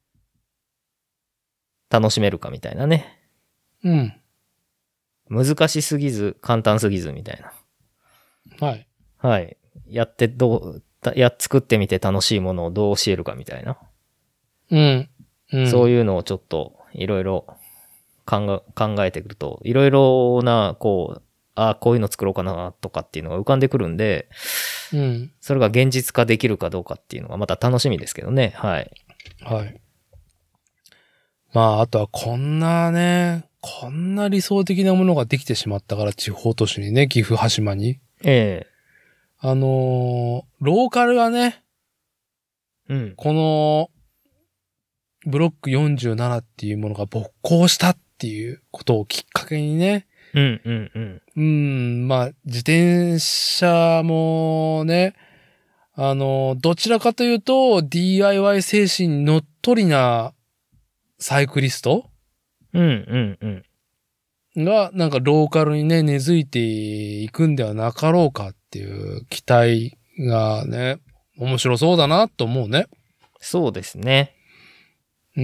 ー、楽しめるかみたいなね。 うん。 難しすぎず、簡単すぎずみたいな。はい。 はい。やってどう、や、作ってみて楽しいものをどう教えるかみたいな。 うん。うん、 そういうのをちょっといろいろ考えてくると、いろいろな、こう、ああ、こういうの作ろうかなとかっていうのが浮かんでくるんで、 うん。 それが現実化できるかどうかっていうのがまた楽しみですけどね。はい。 はい。まあ、あとはこんなね、こんな理想的なものができてしまったから、地方都市にね、岐阜羽島に。 ええ。 あのー、ローカルがね、 うん。 この、ブロックよんじゅうななっていうものが勃興したっていうことをきっかけにね。 うんうんうん。 うん、まあ、自転車もね、あの、どちらかというと ディーアイワイ 精神にのっとりなサイクリストうんうんうん。が、なんかローカルにね、根付いていくんではなかろうかっていう期待がね、面白そうだなと思うね。 そうですね。 うん。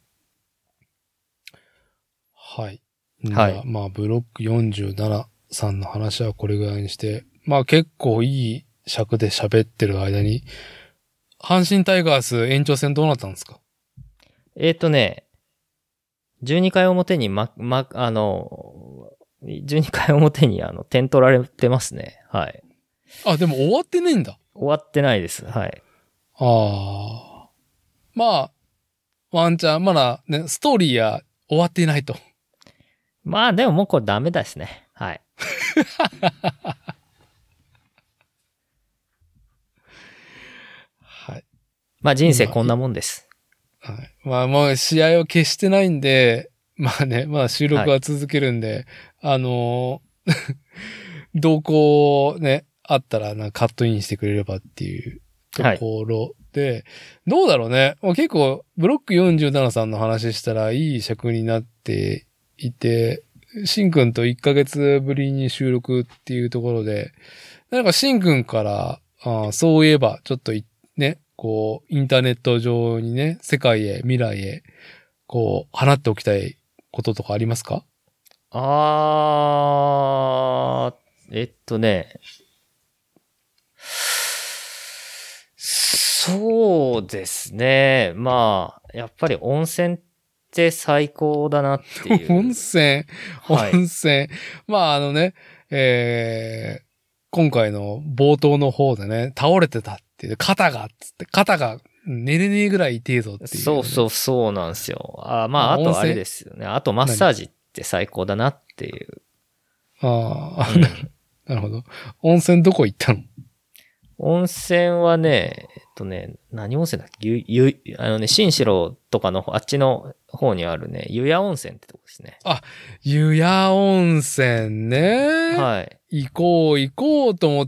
はい。 はい。 まあ、ブロックよんじゅうななさんの話はこれぐらいにして、まあ結構いい尺で喋ってる間に、阪神タイガース延長戦どうなったんですか？ えっ、ー、とね、じゅうにかい表にま、ま、あの、じゅうにかい表にあの、点取られてますね。はい。 あ、でも終わってないんだ。 終わってないです。はい。 ああ。まあ、ワンチャン、まだね、ストーリーや終わっていないと。 まあでももうこれダメですね。はい。 はい。 まあ人生こんなもんです。 はい。まあもう試合を消してないんで、まあね、まあ収録は続けるんで、はい、あのー、動向ね、あったらなんかカットインしてくれればっていうところで、はい、どうだろうね。結構ブロックよんじゅうななさんの話したらいい尺になっていて、シンくんといっかげつぶりに収録っていうところで、なんかシンくんから、あそういえばちょっとね、こう、インターネット上にね、世界へ、未来へ、こう、放っておきたいこととかありますか？ あー、えっとね、そうですね。まあ、やっぱり温泉って最高だなっていう。 温泉、 はい、 温泉。まあ、あのね、えー、今回の冒頭の方でね、倒れてたっていう、肩が、つって、肩が寝れねえぐらい痛えぞっていう、ね。 そうそうそうなんですよ。あまあ、あとあれですよね。あとマッサージって最高だなっていう。 ああ、うん、なるほど。温泉どこ行ったの？ 温泉はね、えっとね、何温泉だっけ？ゆ、ゆ、あのね、新城とかの、あっちの方にあるね、湯屋温泉ってとこですね。 あ、湯屋温泉ね。 はい。 行こう、行こうと思って、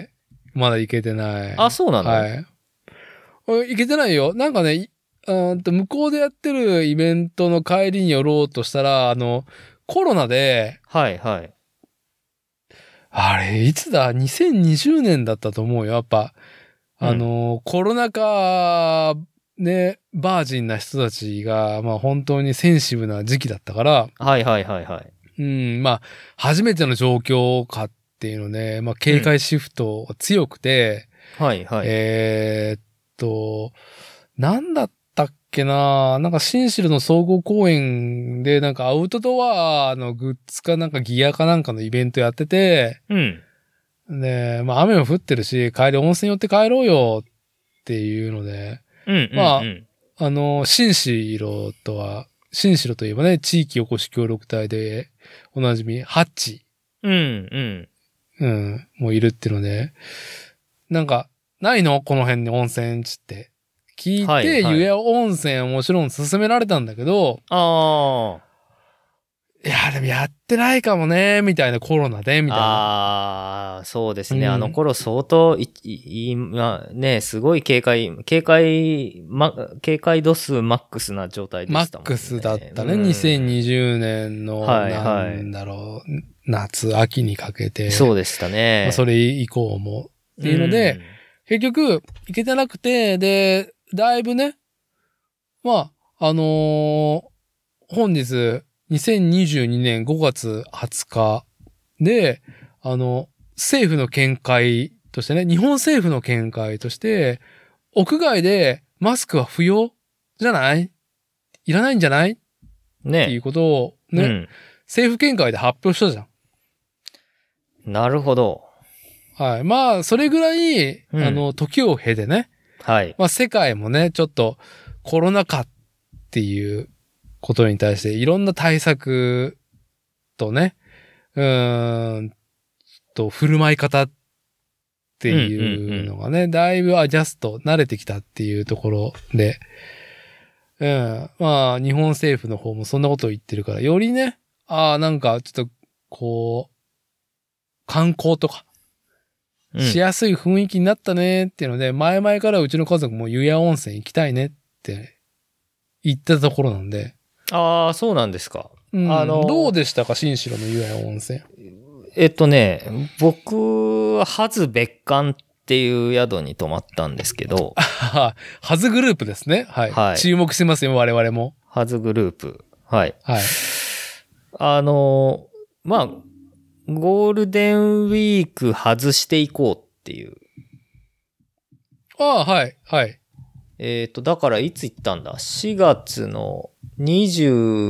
まだ行けてない。 あ、そうなの？ はい。行けてないよ。なんかね、うんと向こうでやってるイベントの帰りに寄ろうとしたら、あの、コロナで、 はいはい。 あれ、いつだ ?にせんにじゅう 年だったと思うよ。やっぱ、あの、うん、コロナ禍、ね、バージンな人たちが、まあ本当にセンシブな時期だったから、 はいはいはいはい。 うん、まあ、初めての状況下っていうのね、まあ警戒シフト強くて、 うん、はいはい。 えー、っと、なんだったっけな、なんか新城の総合公園でなんかアウトドアのグッズかなんかギアかなんかのイベントやってて、 うん。 で、まあ雨も降ってるし、帰り温泉寄って帰ろうよっていうので、 うんうんうん、 まあ、あの、新城とは、新城といえばね、地域おこし協力隊でおなじみ、ハッチ。 うんうん。 うん、もういるっていうので、なんか、ないのこの辺に温泉つって。聞いて、はいはい、湯屋温泉はもちろん勧められたんだけど、 ああ。 いや、でもやってないかもね、みたいなコロナで、みたいな。 ああ、そうですね。うん、あの頃相当、い、今ね、すごい警戒、警戒、ま、警戒度数マックスな状態でしたもんね。 マックスだったね。うん、にせんにじゅうねんの、はいはい、なんだろう、夏、秋にかけて。 そうでしたね。 まあ、それ以降も。っていうので、うん、結局、行けてなくて、で、だいぶね、まあ、あのー、本日、にせんにじゅうにねんごがつはつかで、あの、政府の見解としてね、日本政府の見解として、屋外でマスクは不要じゃないいらないんじゃないね。っていうことをね、うん、政府見解で発表したじゃん。 なるほど。 はい。まあ、それぐらい、うん、あの、時を経てね。 はい。 まあ、世界もね、ちょっとコロナ禍っていうことに対していろんな対策とね、うーんと、振る舞い方っていうのがね、うんうんうん、だいぶアジャスト、慣れてきたっていうところで、うん、まあ、日本政府の方もそんなことを言ってるから、よりね、ああ、なんか、ちょっと、こう、観光とか、しやすい雰囲気になったねっていうので、うん、前々からうちの家族も湯屋温泉行きたいねって言ってたところなんで。 ああ、そうなんですか。 うん、あの、どうでしたか、新城の湯屋温泉。 えっとね、僕、はず別館っていう宿に泊まったんですけど。 はずグループですね。はい。はい、注目してますよ、我々も。 はずグループ。はい。 はい。 あの、まあ、ゴールデンウィーク外していこうっていう。 ああ、はい、はい。 えっと、だからいつ行ったんだ ?しがつのにじゅ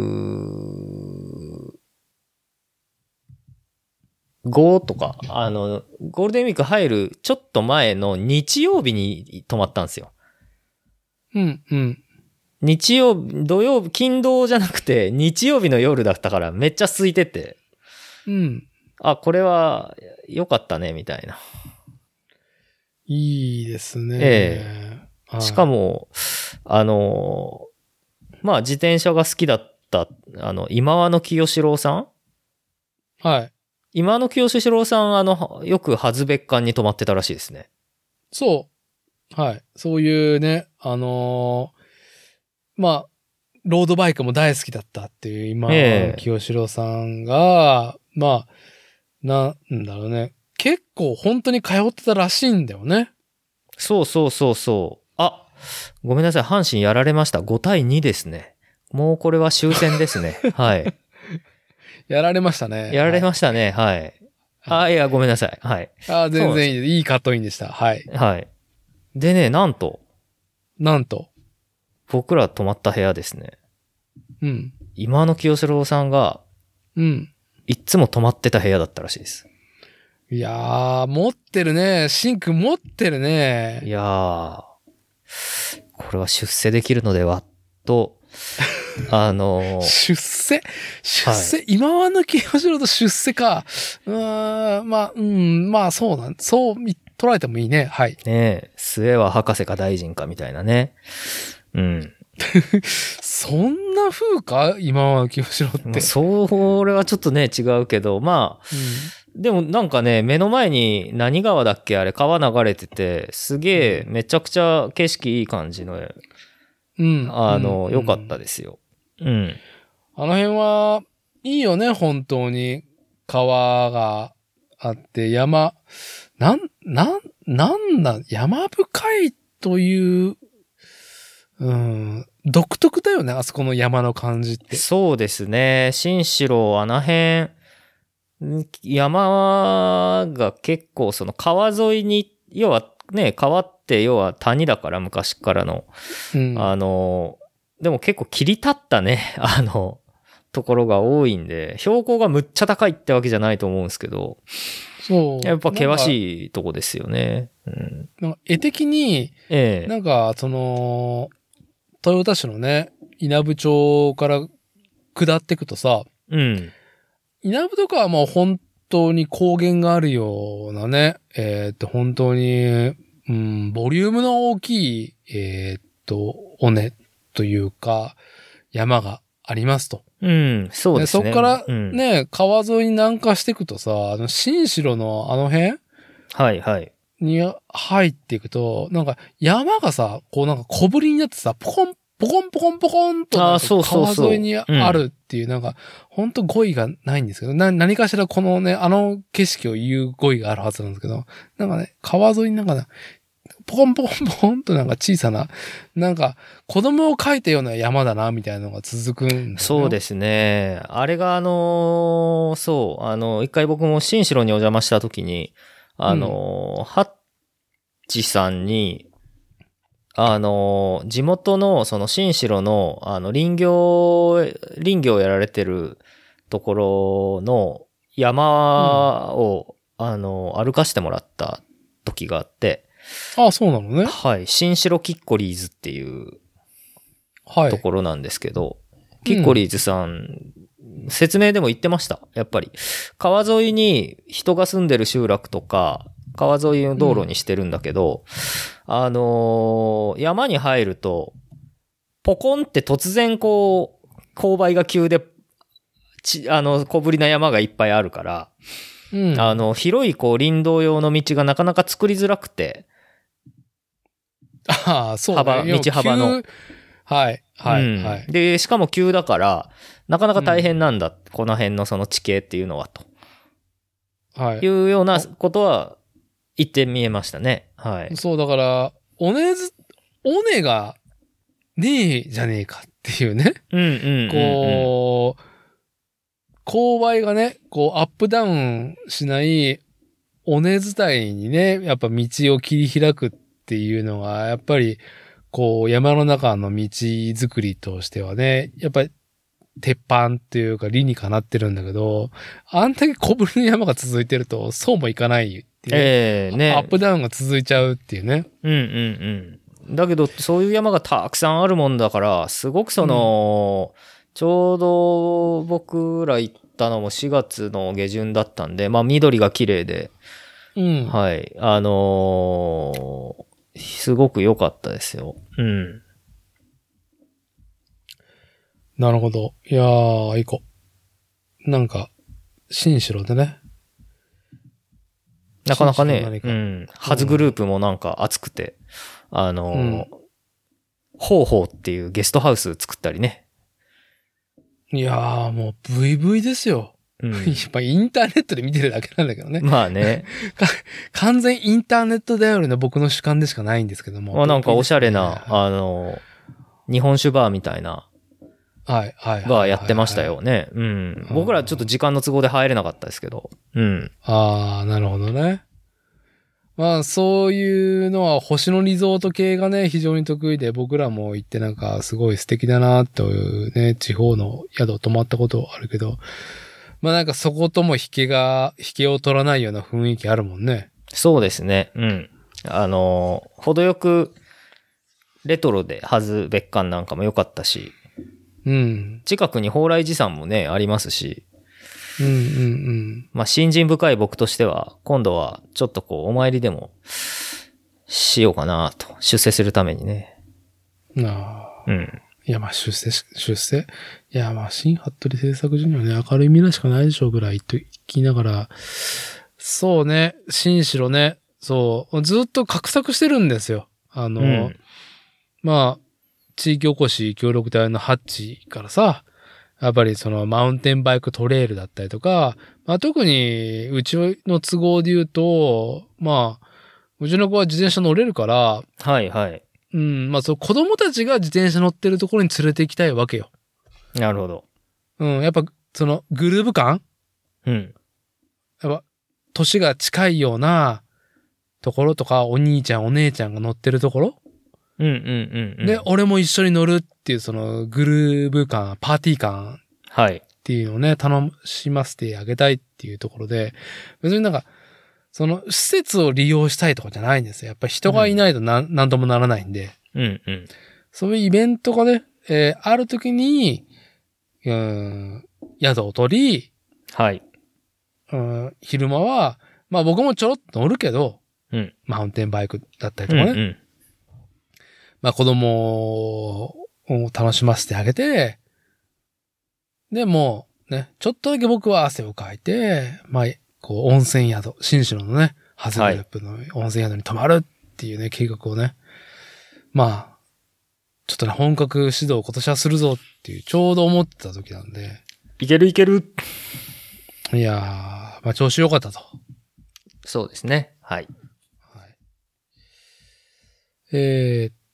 うごとか、あの、ゴールデンウィーク入るちょっと前の日曜日に泊まったんですよ。 うん、うん。 日曜日、土曜日、金土じゃなくて日曜日の夜だったからめっちゃ空いてて。 うん。 あ、これは良かったね、みたいな。 いいですね。 ええ。しかも、あの、まあ、自転車が好きだった、あの、今和の清志郎さんはい。 今和の清志郎さん、あの、よくはずべっかんに泊まってたらしいですね。 そう。はい。そういうね、あのーまあ、ロードバイクも大好きだったっていう今、 ええ清志郎さんが、まあ、なんだろうね。結構本当に通ってたらしいんだよね。 そうそうそうそう。あ、ごめんなさい。阪神やられました。ごたいにですね。もうこれは終戦ですね。はい。 やられましたね。 やられまししたね。はい。 はいあ、いや、ごめんなさい。はい。 た。あ、全然いいい。 です。いいカットインでした。はい。 はい。でね、なんと、 なんと。 僕ら泊まった部屋ですね。 うん。 今の清志郎さんが、 うん。 いっつも泊まってた部屋だったらしいです。 いやー、持ってるね。シンク持ってるね。 いやー、これは出世できるのでは、と、あのー、 出世出世、はい、今はの清志郎と出世か。うーん、まあ、うん、まあそうなん、そう捉えてもいいね。はい。 ねえ、末は博士か大臣かみたいなね。うん。 そんな風か今は清志郎って。 それはちょっとね、違うけど、まあ、うん、でもなんかね、目の前に何川だっけあれ、川流れてて、すげえ、めちゃくちゃ景色いい感じの、うん、あの、良、うん、かったですよ。うん。 あの辺は、いいよね、本当に。川があって、山、なん、なん、なんだ、山深いという、うん、独特だよね、あそこの山の感じって。 そうですね。新城、あの辺、山が結構その川沿いに、要はね、川って要は谷だから昔からの。うん、あの、でも結構切り立ったね、あの、ところが多いんで、標高がむっちゃ高いってわけじゃないと思うんですけど、 そう。 やっぱ険しいとこですよね。うん、 なんか絵的に、ええ、なんかその、豊田市のね、稲部町から下ってくとさ、 うん。 稲部とかはもう本当に高原があるようなね、えっと、本当に、うん、ボリュームの大きい、えっと、尾根というか、山がありますと。 うん、そうですね。 そっからね、うん、川沿いに南下していくとさ、あの、新城のあの辺はいはい。 に入っていくと、なんか山がさ、こうなんか小ぶりになってさ、ポコン、ポコンポコンポコンとなんか川沿いにあるっていう、なんか、ほんと語彙がないんですけど、な、何かしらこのね、あの景色を言う語彙があるはずなんですけど、なんかね、川沿いになんかね、ポコンポコンポコンとなんか小さな、なんか子供を描いたような山だな、みたいなのが続くんだよね。 そうですね。あれがあのー、そう、あの、一回僕も新城にお邪魔した時に、あのー、うん、ハッチさんに、あのー、地元のその新城の、あの、林業、林業をやられてるところの山を、うん、あのー、歩かしてもらった時があって、 ああ、そうなのね。 はい。新城キッコリーズっていうところなんですけど、はい、キッコリーズさん、うん、説明でも言ってました。やっぱり。川沿いに人が住んでる集落とか、川沿いの道路にしてるんだけど、うん、あのー、山に入ると、ポコンって突然こう、勾配が急で、ち、あの、小ぶりな山がいっぱいあるから、うん、あの、広いこう林道用の道がなかなか作りづらくて、 ああ、そうね。 幅、道幅の。 はい、はい、 うん、 はい。 で、しかも急だから、なかなか大変なんだ。うん、この辺のその地形っていうのは、と。はい。いうようなことは言ってみえましたね。はい。 そう、だから、おねず、おねがねえじゃねえかっていうね。 うんうんうん、うん。 こう、勾配がね、こうアップダウンしない尾根伝いにね、やっぱ道を切り開くっていうのが、やっぱり、こう山の中の道作りとしてはね、やっぱり鉄板っていうか理にかなってるんだけど、あんだけ小ぶりの山が続いてるとそうもいかないっていう、 えー、ね。 アップダウンが続いちゃうっていうね。 うんうんうん。だけど、そういう山がたくさんあるもんだから、すごくその、うん、ちょうど僕ら行っったのもしがつの下旬だったんで、まあ緑が綺麗で、 うん。 はい。あのーすごく良かったですよ。うん。 なるほど。いやー、行こう。なんか、新城でね。 なかなかね、 新城の何かうん。ハズグループもなんか熱くて、あのーうんほうほうっていうゲストハウス作ったりね。 いやー、もう ブイブイ ですよ。 うん。 やっぱインターネットで見てるだけなんだけどね。 まあね。 か完全インターネット頼りの僕の主観でしかないんですけども。 まあなんかおしゃれな、 ブイブイですねあのー日本酒バーみたいなはい、はい。 バーやってましたよね。うん。僕らちょっと時間の都合で入れなかったですけど。うん。 あー、なるほどね。まあ、そういうのは星野リゾート系がね、非常に得意で、僕らも行ってなんかすごい素敵だなというね、地方の宿泊まったことあるけど、まあなんかそことも引けが、引けを取らないような雰囲気あるもんね。 そうですね。うん。あのー程よくレトロでハズ別館なんかも良かったし、 うん。 近くに蓬莱寺山もね、ありますし、 うんうんうん。 まあ、信心深い僕としては、今度はちょっとこう、お参りでもしようかなと、出世するためにね。 なあ。 うん。 いや、まあ出世し、出世いや、まあ新服部製作所にはね、明るい未来しかないでしょうぐらいと聞きながら、そうね、新城ね、そう、ずっと画策してるんですよ。あの、 うんまあ、地域おこし協力隊のハッチからさ、やっぱりそのマウンテンバイクトレイルだったりとか、まあ特にうちの都合で言うと、まあ、うちの子は自転車乗れるから、 はいはい。 うん、まあそう子供たちが自転車乗ってるところに連れて行きたいわけよ。 なるほど。 うん、やっぱそのグルーヴ感うん。 やっぱ年が近いようなところとか、お兄ちゃんお姉ちゃんが乗ってるところ、 うんうんうん、うん。 で、俺も一緒に乗るっていうそのグルーヴ感、パーティー感はい。 っていうのをね、楽しませてあげたいっていうところで、別になんか、その施設を利用したいとかじゃないんですよ。やっぱり人がいないとなん、なんともならないんで。 うんうん。 そういうイベントがね、えーあるときに、うーん、宿を取り、 はい。 うん、昼間は、まあ僕もちょろっと乗るけど、 うん。 マウンテンバイクだったりうんとかね。 うん。 まあ子供を楽しませてあげて、で、もうね、ちょっとだけ僕は汗をかいて、まあ、こう温泉宿、新城のね、ハズグループの温泉宿に泊まるっていうね、計画をね、まあ、ちょっとね、本格指導を今年はするぞっていう、ちょうど思ってた時なんで、 いけるいける。 いやー、まあ調子良かったと。 そうですね。はい。 はい、えー、っ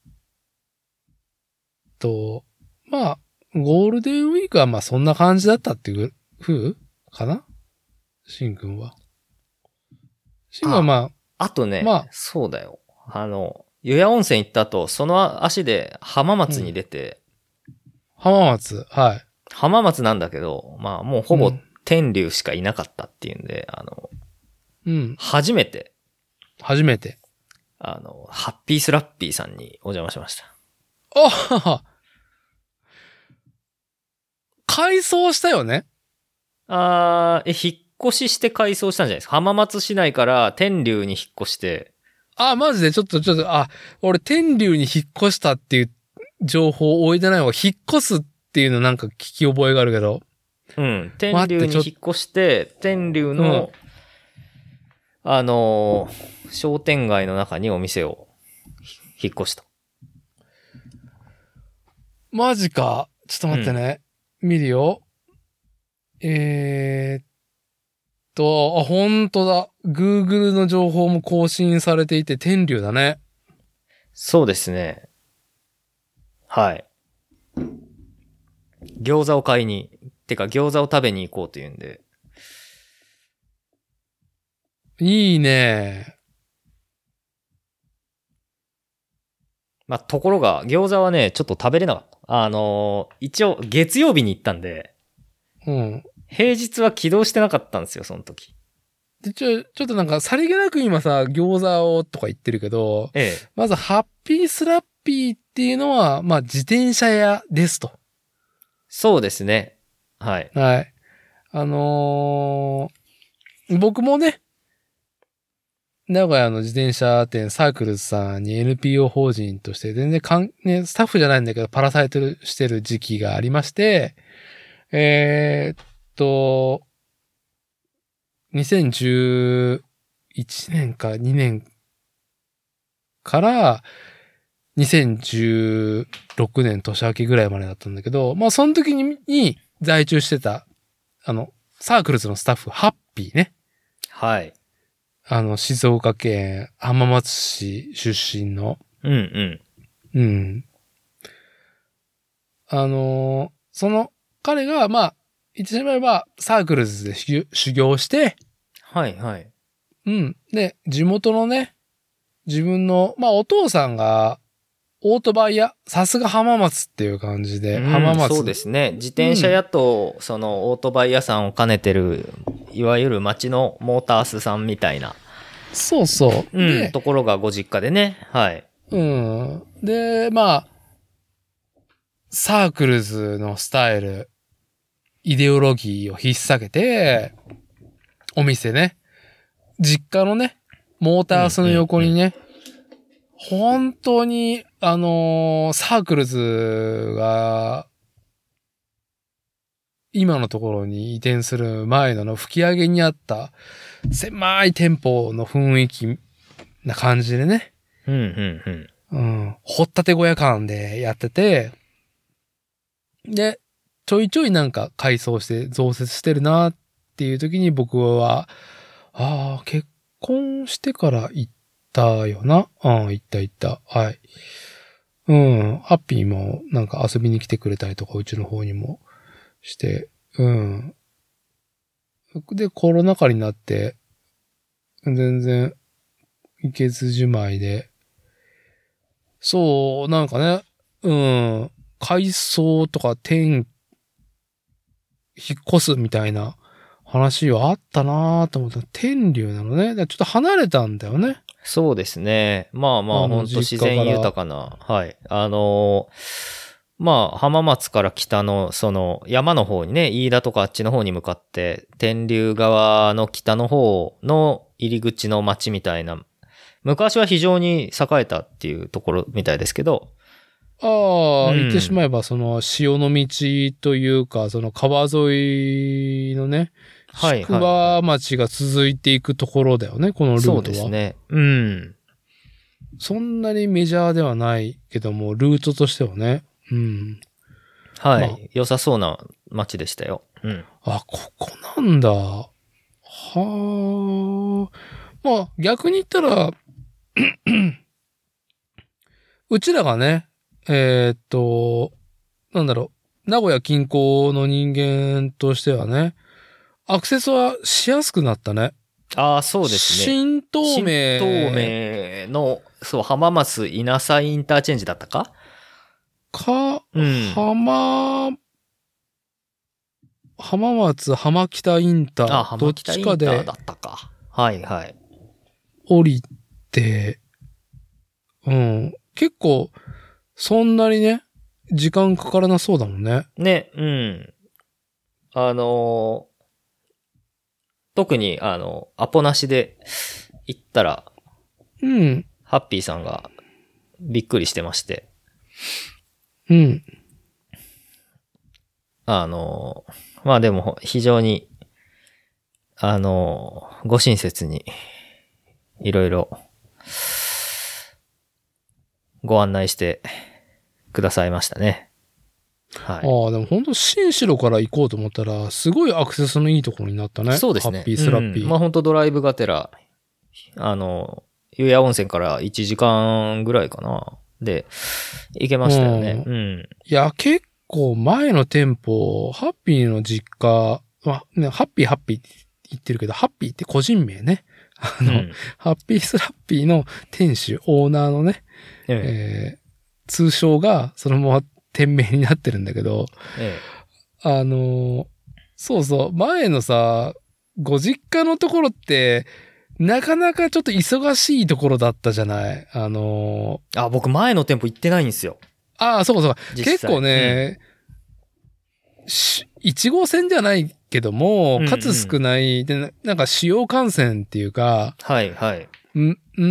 と、まあ、ゴールデンウィークはまあそんな感じだったっていう風かなしんくんは。しんくんはまあとね、 まあそうだよ。あの、湯屋温泉行った後、その足で浜松に出て、 あ、浜松、はい。 浜松なんだけど、まあもうほぼうん天竜しかいなかったっていうんで、あの、 うん。 初めて、 初めて。 あの、ハッピースラッピーさんにお邪魔しました。 あはは。改装したよね。 あー、え、引っ越しして改装したんじゃないですか。浜松市内から天竜に引っ越して、 あ、マジでちょっとちょっと、あ、俺天竜に引っ越したっていう情報を置いてないわ。引っ越すっていうのなんか聞き覚えがあるけど。 うん、天待ってちょ竜に引っ越して、天竜の、 うんあのー商店街の中にお店を引っ越した。 マジか。ちょっと待ってね。見るよ。えーっと、あ、ほんとだ。Google の情報も更新されていて、天竜だね。 そうですね。はい。餃子を買いに、てか餃子を食べに行こうというんで。 いいね。 まあ、ところが、餃子はね、ちょっと食べれなかった。あのー一応、月曜日に行ったんで、 うん。 平日は起動してなかったんですよ、その時。 で、ちょ、ちょっとなんか、さりげなく今さ、餃子をとか言ってるけど、 ええ。 まず、ハッピースラッピーっていうのは、まあ、自転車屋ですと。 そうですね。はい。 はい。 あのー、僕もね、名古屋の自転車店サークルズさんに エヌピーオー 法人として全然かん、ね、スタッフじゃないんだけどパラサイトしてる時期がありまして、えー、っと、にせんじゅういちねんかにねんからにせんじゅうろくねん年明けぐらいまでだったんだけど、まあその時に、に在中してた、あの、サークルズのスタッフ、ハッピーね。 はい。 あの、静岡県浜松市出身の。 うんうん。 うん。あのー、その彼が、まあ、言ってしまえばサークルズで修行して、 はいはい。 うん。で、地元のね、自分の、まあお父さんが、オートバイ屋、さすが浜松っていう感じで、 うん、 浜松。 そうですね。自転車屋と、そのオートバイ屋さんを兼ねてる、いわゆる町のモータースさんみたいな。 そうそう。 うん、ところがご実家でね。はい。 うん。で、まあ、サークルズのスタイル、イデオロギーを引っ提げて、お店ね、実家のね、モータースの横にね、うんうんうん、本当に、あのー、サークルズが、今のところに移転する前のの吹き上げにあった狭い店舗の雰囲気な感じでね。 うんうんうん。うん。掘ったて小屋感でやってて、で、ちょいちょいなんか改装して増設してるなっていう時に僕は、ああ、結婚してから行ったよな。ああ、行った行った。はい。うん。ハッピーもなんか遊びに来てくれたりとか、うちの方にもして、うん。で、コロナ禍になって、全然行けずじまいで、そう、なんかね、うん。改装とか転、引っ越すみたいな話はあったなぁと思ったら天竜なのね。ちょっと離れたんだよね。 そうですね。まあまあ、ほんと自然豊かな。はい。あのー、まあ、浜松から北の、その、山の方にね、飯田とかあっちの方に向かって、天竜川の北の方の入り口の町みたいな、昔は非常に栄えたっていうところみたいですけど、 ああ、うん、言ってしまえば、その、潮の道というか、その川沿いのね、宿場町が続いていくところだよね、このルートは。 そうですね。うん。 そんなにメジャーではないけども、ルートとしてはね。うん。 はい。まあ、良さそうな町でしたよ。うん。 あ、ここなんだ。はあ。まあ、逆に言ったら、うちらがね、えー、っと、なんだろう、名古屋近郊の人間としてはね、アクセスはしやすくなったね。 ああ、そうですね。 新東名。 新東名の、そう、浜松稲佐インターチェンジだったかか、 うん、 浜、浜松浜北インター。 あ、浜北インターだったか。はいはい。 降りて、うん。結構、そんなにね、時間かからなそうだもんね。 ね、うん。あのー、特に、あの、アポなしで行ったら、 うん。 ハッピーさんがびっくりしてまして。 うん。 あの、まあでも非常に、あの、ご親切に、いろいろ、ご案内してくださいましたね。はい。 ああ、でも本当新城から行こうと思ったら、すごいアクセスのいいところになったね。 そうですね。 ハッピースラッピー。 うん、まあ本当ドライブがてら、あの、湯屋温泉からいちじかんぐらいかな。で、行けましたよね。うん。うん、 いや、結構前の店舗、ハッピーの実家、まあね、ハッピーハッピーって言ってるけど、ハッピーって個人名ね。あの、うん、ハッピースラッピーの店主、オーナーのね、えええー、通称がそのまま店名になってるんだけど、ええ、あの、そうそう、前のさ、ご実家のところって、なかなかちょっと忙しいところだったじゃない。あのー、あ、僕前の店舗行ってないんですよ。 ああ、そうかそうか。結構ね、うん、いち号線じゃないけども、 うんうん数少ない、で、ななんか主要幹線っていうか、 はいはい。 ん、うん、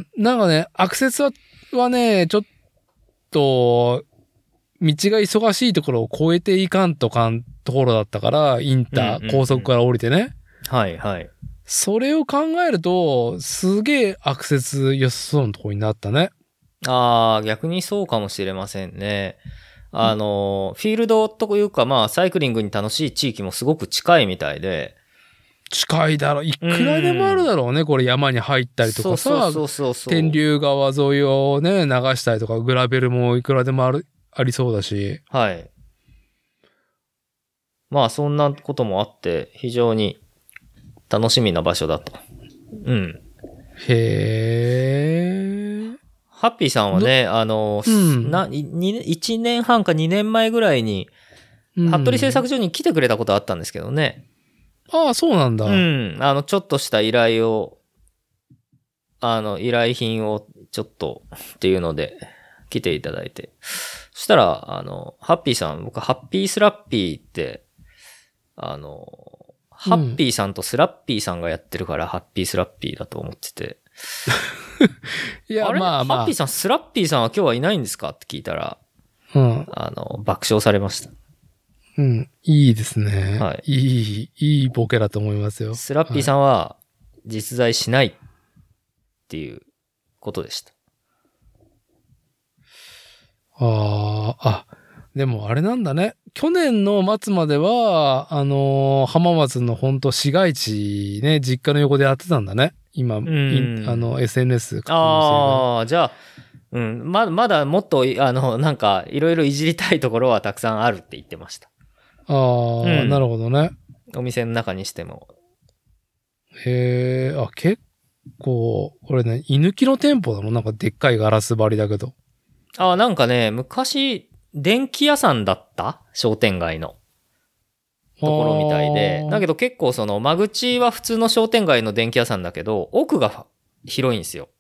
なんかね、アクセスは、はね、ちょっと、道が忙しいところを越えていかんとかんところだったから、インター、 うんうんうん高速から降りてね。 はいはい。 それを考えると、すげえアクセス良さそうなところになったね。 ああ、逆にそうかもしれませんね。あの、フィールドというか、まあ、サイクリングに楽しい地域もすごく近いみたいで。 近いだろ。いくらでもあるだろうね。これ山に入ったりとかさ、 そうそうそうそう。 天竜川沿いをね、流したりとか、グラベルもいくらでもある、ありそうだし。 はい。まあ、そんなこともあって、非常に楽しみな場所だと。うん。 へー。 ハッピーさんはね、あの、 うんな、いにいちねんはんかにねんまえぐらいに、 うん服部製作所に来てくれたことあったんですけどね。 ああ、そうなんだ。 うん。あの、ちょっとした依頼を、あの、依頼品をちょっとっていうので来ていただいて。そしたら、あの、ハッピーさん、僕、ハッピースラッピーって、あの、ハッピーさんとスラッピーさんがやってるから、ハッピースラッピーだと思ってて。 いや、 あれまあまあ。 ハッピーさん、スラッピーさんは今日はいないんですかって聞いたら、 うん。 あの、爆笑されました。 うん。いいですね。 はいいい、いいボケだと思いますよ。 スラッピーさんは実在しないっていうことでした。 ああ、あ、でもあれなんだね。去年の末までは、あのー浜松の本当市街地ね、実家の横でやってたんだね。今、 んインあの、エスエヌエス 確認してるからああ、じゃあ、うん、ま、まだもっと、あの、なんか、いろいろいじりたいところはたくさんあるって言ってました。 ああ、 うんなるほどね。 お店の中にしても。 へえ、あ、結構、これね、居抜きの店舗だもん。なんかでっかいガラス張りだけど。 ああ、なんかね、昔、電気屋さんだった商店街のところみたいで。だけど、 ど結構その、間口は普通の商店街の電気屋さんだけど、奥が広いんですよ。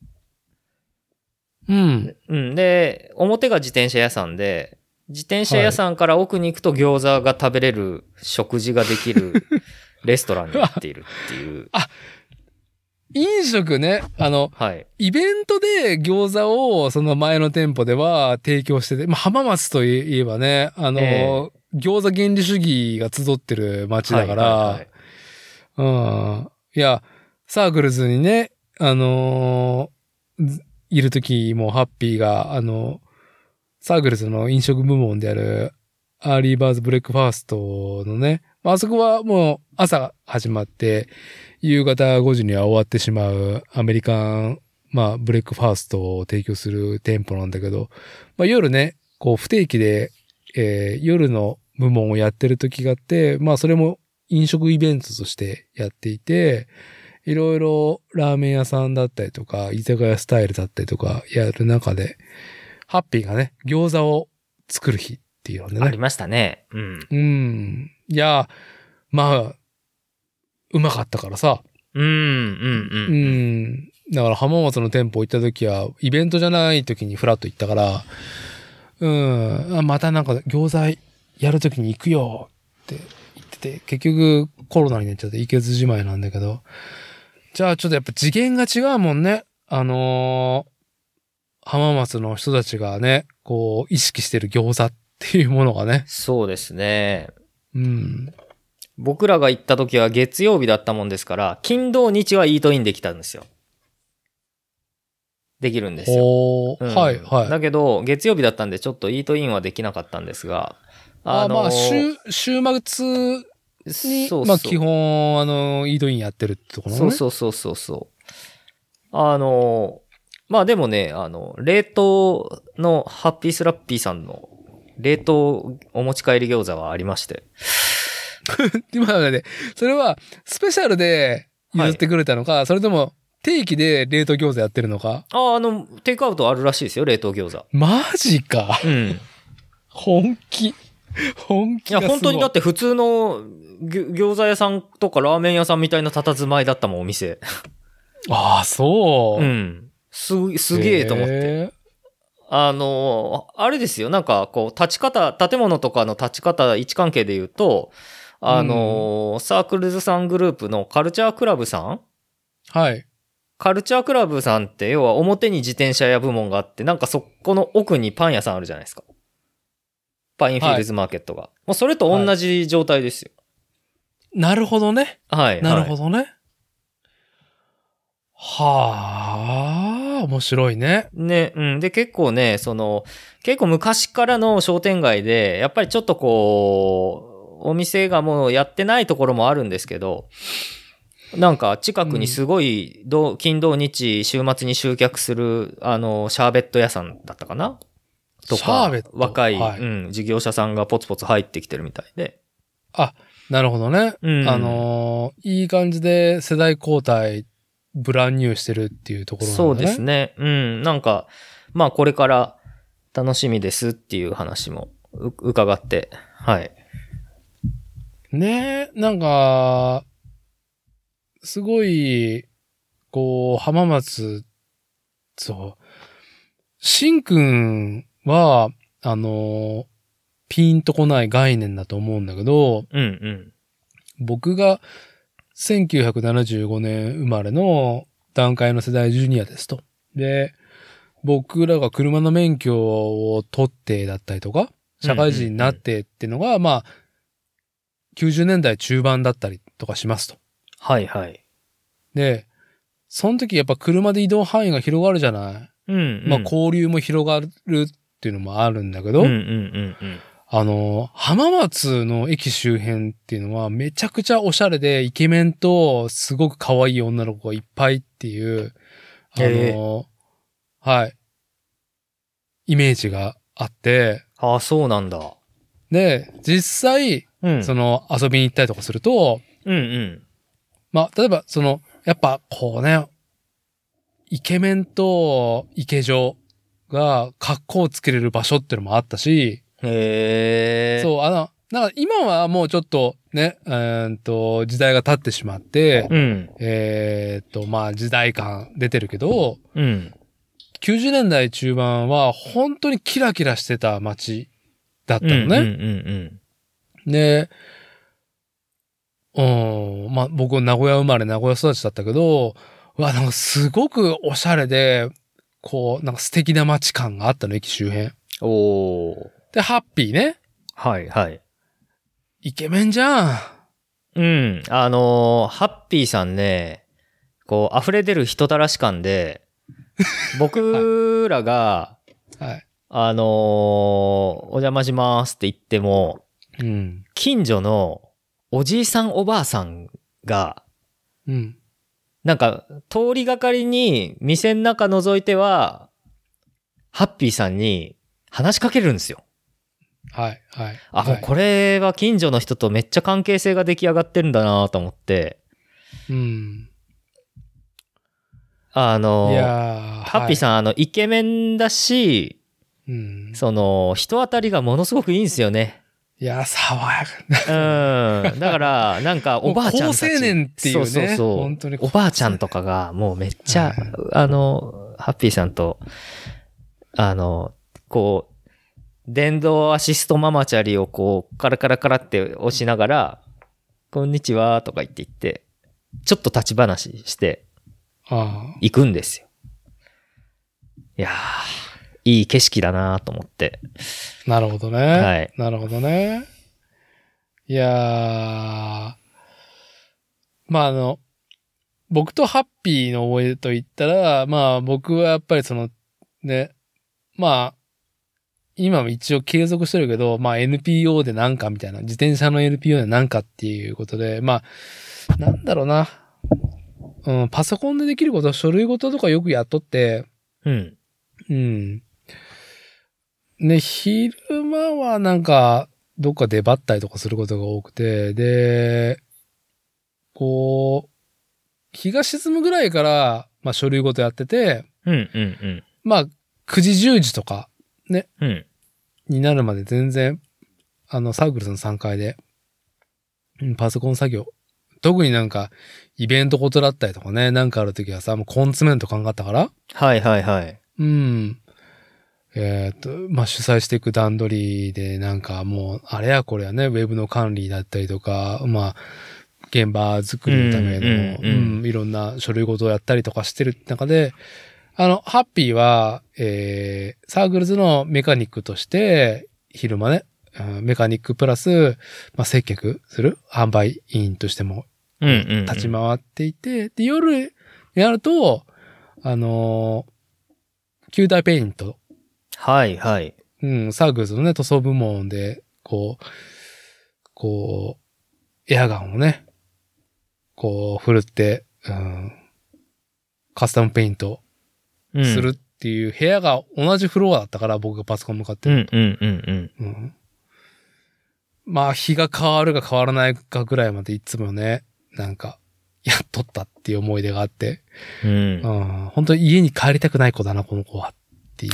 うん。 うん。で、表が自転車屋さんで、自転車屋さんから奥に行くと餃子が食べれる、食事ができるレストランになっているっていう。 飲食ね、あの、 はい。 イベントで餃子をその前の店舗では提供してて、まあ、浜松といえばね、あの、 え餃子原理主義が集ってる街だから、 はいはいはいうん。いや、サークルズにね、あのーずいるときもハッピーが、あの、サークルズの飲食部門である、アーリーバーズブレックファーストのね、まああそこはもう朝始まって、夕方ごじには終わってしまうアメリカン、まあブレックファーストを提供する店舗なんだけど、まあ夜ね、こう不定期で、えー夜の部門をやってる時があって、まあそれも飲食イベントとしてやっていて、いろいろラーメン屋さんだったりとか、居酒屋スタイルだったりとかやる中で、ハッピーがね、餃子を作る日っていうのでね。 ありましたね。うん。 うん。いや、まあ、うまかったからさ。 うん、うん、 ううん。 ん。だから浜松の店舗行った時は、イベントじゃない時にフラッと行ったから、うん。あまたなんか餃子やる時に行くよって言ってて、結局コロナになっちゃって行けずじまいなんだけど、じゃあちょっとやっぱ次元が違うもんね。あのー浜松の人たちがね、こう意識してる餃子っていうものがね。 そうですね。 うん。 僕らが行った時は月曜日だったもんですから、金土日はイートインできたんですよ。できるんですよ。 おー、 うんはい、はい。 だけど、月曜日だったんでちょっとイートインはできなかったんですが、 あ、 のーまあ、週、週末に、 そうそうまあ、基本、あの、イートインやってるってところね。 そうそうそうそうそう。あの、まあでもね、あの、冷凍のハッピースラッピーさんの冷凍お持ち帰り餃子はありまして。 今まで、それは、スペシャルで譲ってくれたのか、それとも、定期で冷凍餃子やってるのか。 あ、あの、テイクアウトあるらしいですよ、冷凍餃子。 マジか。 うん。 本気。本気いや、本当にだって普通のぎょ餃子屋さんとかラーメン屋さんみたいな佇まいだったもん、お店。 ああ、そう。 うん。す、すげえと思って。 へあの、あれですよ、なんかこう、立ち方、建物とかの立ち方、位置関係で言うと、 あのー、サークルズさんグループのカルチャークラブさんはい。 カルチャークラブさんって要は表に自転車屋部門があって、なんかそこの奥にパン屋さんあるじゃないですか。パインフィールズマーケットが。はい、もうそれと同じ状態ですよ。 はい、なるほどね。 はい。 なるほどね。はあ、面白いね。 ね、うん。で、結構ね、その、結構昔からの商店街で、やっぱりちょっとこう、お店がもうやってないところもあるんですけど、なんか近くにすごい、うん、金土日週末に集客する、あの、シャーベット屋さんだったかなとか、シャーベット若い、はい、うん、事業者さんがポツポツ入ってきてるみたいで。 あ、なるほどね。うん、あのー、いい感じで世代交代、ブランニューしてるっていうところなんだね。 そうですね。うん。なんか、まあこれから楽しみですっていう話も伺って、はい。 ねえ、なんか、すごい、こう、浜松、そう。しんくんは、あの、ピンとこない概念だと思うんだけど、 うんうん、 僕がせんきゅうひゃくななじゅうごねん生まれの段階の世代ジュニアですと。で、僕らが車の免許を取ってだったりとか、社会人になってっていうのが、うんうんうん、まあ、きゅうじゅうねんだい中盤だったりとかしますと。 はいはい。 で、その時やっぱ車で移動範囲が広がるじゃない。 うん、うん。 まあ交流も広がるっていうのもあるんだけど、 うんうんうんうん、 あの、浜松の駅周辺っていうのはめちゃくちゃおしゃれでイケメンとすごく可愛い女の子がいっぱいっていう、あの、えー、はい、イメージがあって。 ああ、そうなんだ。 で、実際、うん、その遊びに行ったりとかすると、 うんうん。 まあ、例えばその、やっぱこうね、イケメンとイケ女が格好をつけれる場所っていうのもあったし、 へー。 そう、あの、なんか今はもうちょっとね、えー、っと、時代が経ってしまって、 うん、 えー、っと、まあ時代感出てるけど、 うん、 きゅうじゅうねんだい中盤は本当にキラキラしてた街だったのね。うんうんうんうん、 で、うん、まあ僕名古屋生まれ名古屋育ちだったけど、うわ、なんかすごくおしゃれで、こう、なんか素敵な街感があったの、駅周辺。 おー。 で、ハッピーね。 はいはい。 イケメンじゃん。 うん。あのー、ハッピーさんね、こう、溢れ出る人たらし感で、僕らが、 はいはい、 あのー、お邪魔しますって言っても、 うん、 近所のおじいさんおばあさんが、 うん、 なんか、通りがかりに店の中覗いては、ハッピーさんに話しかけるんですよ。 はい、はい。 あ、もうこれは近所の人とめっちゃ関係性が出来上がってるんだなと思って。 うん。 あの、 いやハッピーさん、はい、あの、イケメンだし、 うん、 その、人当たりがものすごくいいんですよね。 いや、爽やか。うん。だから、なんか、おばあちゃんたち。 高青年っていうね。 そうそうそう。 本当におばあちゃんとかが、もうめっちゃ、あの、ハッピーさんと、あの、こう、電動アシストママチャリをこう、カラカラカラって押しながら、こんにちはとか言って言って、ちょっと立ち話して、行くんですよ。いやー、いい景色だなと思って。 なるほどね。 はい。 なるほどね。いやー、まああの、僕とハッピーの思い出と言ったら、まあ僕はやっぱりその、ね、まあ、今も一応継続してるけど、まあ エヌピーオー でなんかみたいな、自転車の エヌピーオー でなんかっていうことで、まあ、なんだろうな。うん、パソコンでできること、書類事とかよくやっとって、 うん。 うん。ね、昼間はなんか、どっか出張ったりとかすることが多くて、で、こう、日が沈むぐらいから、まあ書類事やってて、 うんうんうん。 まあ、くじじゅうじとか、ね、 うん。 になるまで全然、あの、サークルズのさんかいで、うん、パソコン作業。特になんか、イベントことだったりとかね、なんかあるときはさ、もうコンツメント考えたから。 はいはいはい。 うん。 えっと、まあ、主催していく段取りで、なんかもう、あれやこれやね、ウェブの管理だったりとか、まあ、現場作りのための、 うんうんうんうん、いろんな書類事をやったりとかしてる中で、あの、ハッピーは、えー、サークルズのメカニックとして、昼間ね、うんメカニックプラス、まあ、接客する販売員としても、 うんうんうん。 立ち回っていて、で、夜になると、あのー、球体ペイント、 はいはい。 うん、サークルズのね、塗装部門で、こう、こう、エアガンをね、こう、振るって、うん、カスタムペイントうんするっていう部屋が同じフロアだったから、僕がパソコン向かってる。 うんうんうんうん。 うんまあ、日が変わるか変わらないかぐらいまでいつもね、なんか、やっとったっていう思い出があって、 うんう。ん、本当に家に帰りたくない子だな、この子は。っていう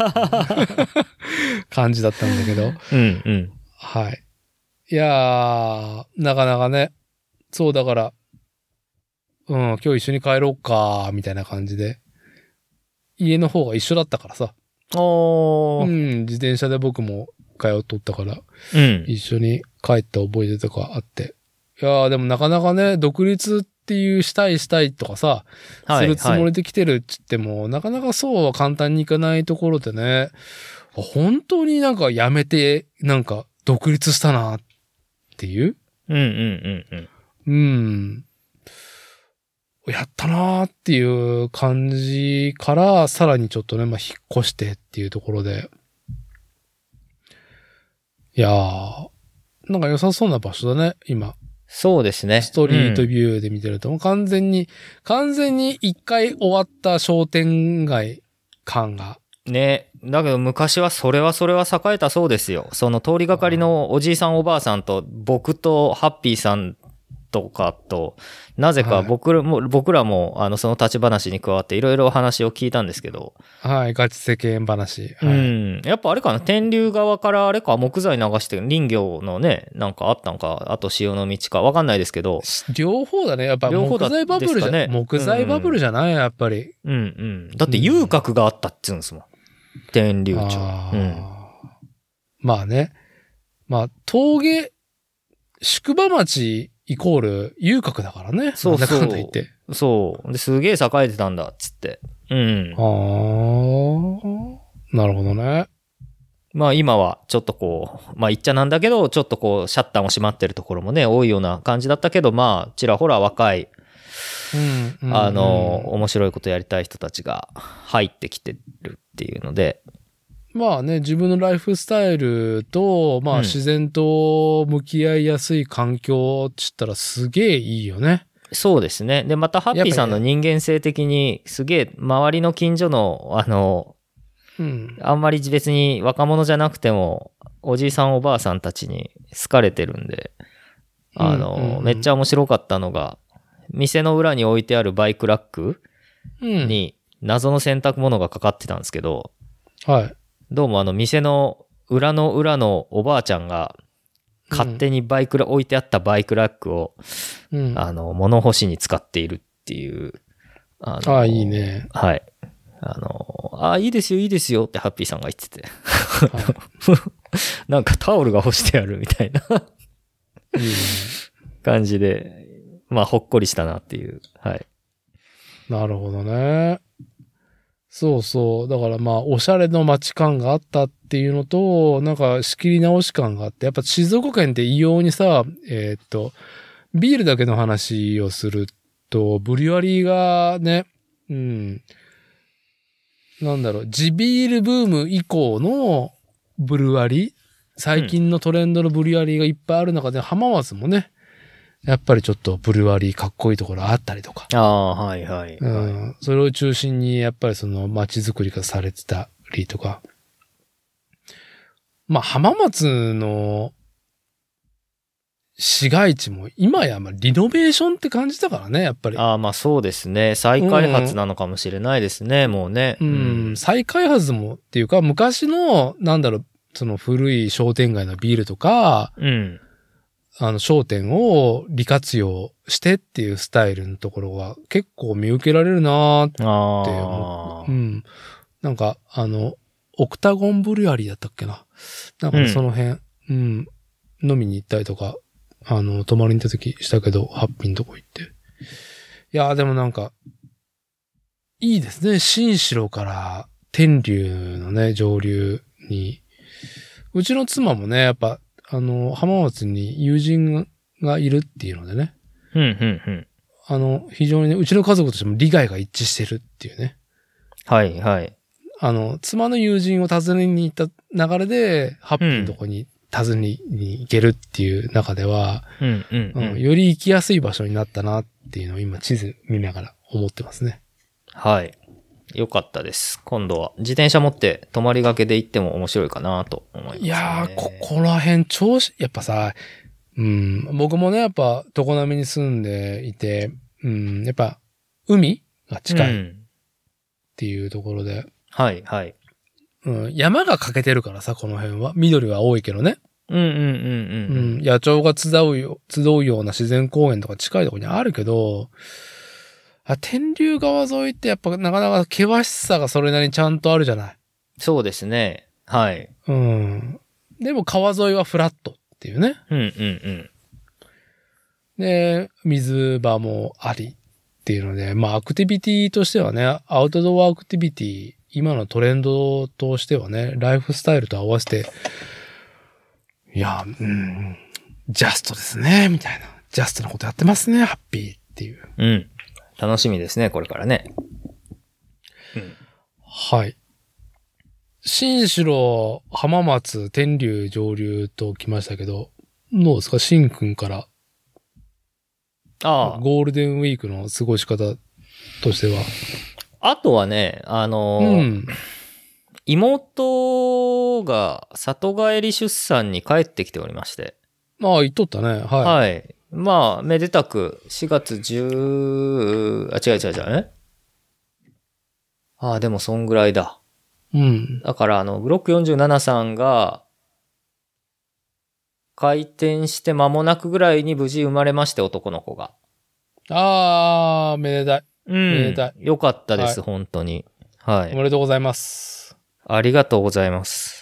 感じだったんだけど。 うんうん。 はい。いやー、なかなかね、そうだから、うん、今日一緒に帰ろうか、みたいな感じで。家の方が一緒だったからさ。 おー。 うん、自転車で僕も通っとったから、 うん。 一緒に帰った覚えとかあって。いやー、でもなかなかね、独立っていうしたいしたいとかさ、 はいするつもりで来てるっつっても、なかなかそうは簡単にいかないところでね、本当になんかやめて、なんか独立したなっていう。 うんうんうんうん。 うん。やったなーっていう感じから、さらにちょっとね、まあ、引っ越してっていうところで。いやー、なんか良さそうな場所だね、今。 そうですね。 ストリートうんビューで見てると、もう完全に、完全に一回終わった商店街感が。 ね。だけど昔はそれはそれは栄えたそうですよ。その通りがかりのおじいさんおばあさんと僕とハッピーさんとかと、なぜか僕らも、僕らもあのその立ち話に加わっていろいろお話を聞いたんですけど。 はい、ガチ世間話。 うはい、 ん。やっぱあれかな、天竜側からあれか、木材流して林業のね、なんかあったんか、あと潮の道か、わかんないですけど。 両方だね。やっぱ両方だ木材バブルじゃ、 ですかね木材バブルじゃない、やっぱり。 うんうん。だって遊郭があったって言うんですもん。天竜町。 あーうん。 まあね。まあ、峠、宿場町イコール遊郭だからね。 そうそうなんだかんだ言って。 そう。で、すげえ栄えてたんだ、っつって。うん。 ああ、なるほどね。 まあ今はちょっとこう、まあ言っちゃなんだけど、ちょっとこう、シャッターも閉まってるところもね、多いような感じだったけど、まあ、ちらほら若い、 うん、 あの、 うん面白いことやりたい人たちが入ってきてるっていうので、 まあね、自分のライフスタイルと、まうんあ自然と向き合いやすい環境って言ったらすげえいいよね。 そうですね。で、またハッピーさんの人間性的に、すげえ周りの近所の、あの、 うん。 あんまり別に若者じゃなくても、おじいさんおばあさんたちに好かれてるんで、あの、 うんうんうんめっちゃ面白かったのが、店の裏に置いてあるバイクラックうん。 に謎の洗濯物がかかってたんですけど、 はい。 どうもあの店の裏の裏のおばあちゃんが勝手にバイクラ、置いてあったバイクラックを、 うん。 あの、物干しに使っているっていう。あのああ、いいね。 はい。あの、ああ、いいですよ、いいですよってハッピーさんが言ってて。 はなんかタオルが干してあるみたいない。いいね。 感じで、まあ、ほっこりしたなっていう。はい。 なるほどね。そうそう。だからまあ、おしゃれの街感があったっていうのと、なんか仕切り直し感があって、やっぱ静岡県って異様にさ、えーっと、ビールだけの話をすると、ブリュワリーがね、うん、なんだろう、地ビールブーム以降のブルワリー、最近のトレンドのブリュワリーがいっぱいある中で、浜松もね、やっぱりちょっとブルワリーかっこいいところあったりとか。 ああ、はいはい。 うん、それを中心にやっぱりその街づくりがされてたりとか。まあ浜松の市街地も今やまあリノベーションって感じだからね、やっぱり。 ああ、まあそうですね。再開発なのかもしれないですね、もうね。 うん、再開発もっていうか昔のなんだろう、その古い商店街のビールとか、 うん。 あの商店を利活用してっていうスタイルのところが結構見受けられるなーってあ思う。 あ。 うん。なんか、あの、 オクタゴンブリュアリーだったっけな。なんかね、その辺、うん、飲みに行ったりとか、あの、泊まりに行った時したけど、ハッピーのとこ行って。いやーでもなんか、いいですね。新城から天竜のね、上流に。うちの妻もね、やっぱ、あの、浜松に友人がいるっていうのでね。 うん、うん、うん。 あの、非常にね、うちの家族としても利害が一致してるっていうね。 はい、はい。 あの、妻の友人を訪ねに行った流れで、ハッピーのとこに訪ねに行けるっていう中では、 うん、うん、うん。 より行きやすい場所になったなっていうのを今地図見ながら思ってますね。 はい。よかったです。今度は自転車持って泊まりがけで行っても面白いかなと思いますね。 いやー、ここら辺調子、やっぱさ、うん、僕もね、やっぱ常滑に住んでいて、うん、やっぱ海が近いっていうところで、 うん、はい、はい。 うん、山が欠けてるからさ、この辺は。緑は多いけどね。 うん、うん、うん、うん。うん、 野鳥が集うよ、集うような自然公園とか近いところにあるけど、あ、天竜川沿いってやっぱなかなか険しさがそれなりにちゃんとあるじゃない。 そうですね。はい。 うん。でも川沿いはフラットっていうね。 うん、うん、うん。 で、水場もありっていうので、まあアクティビティとしてはね、アウトドアアクティビティ、今のトレンドとしてはね、ライフスタイルと合わせて、いや、うん、ジャストですね、みたいな。ジャストなことやってますね、ハッピーっていう。 うん。楽しみですね、これからね。 うん、はい。新城、浜松、天竜、上流と来ましたけど、どうですか、新君から。 ああ。 ゴールデンウィークの過ごし方としては。 あとはね、あの、うん、妹が里帰り出産に帰ってきておりまして。 ああ、言っとったね。はい。 はい。まあ、めでたくしがつじゅう、あ、違う違う違うね。ああ、でもそんぐらいだ。 うん。 だから、あの、ブロックよんじゅうななさんが、開店して間もなくぐらいに無事生まれまして、男の子が。 ああ、めでたい。 うん。 めでたい。 よかったです、はい、本当に。はい。 おめでとうございます。 ありがとうございます。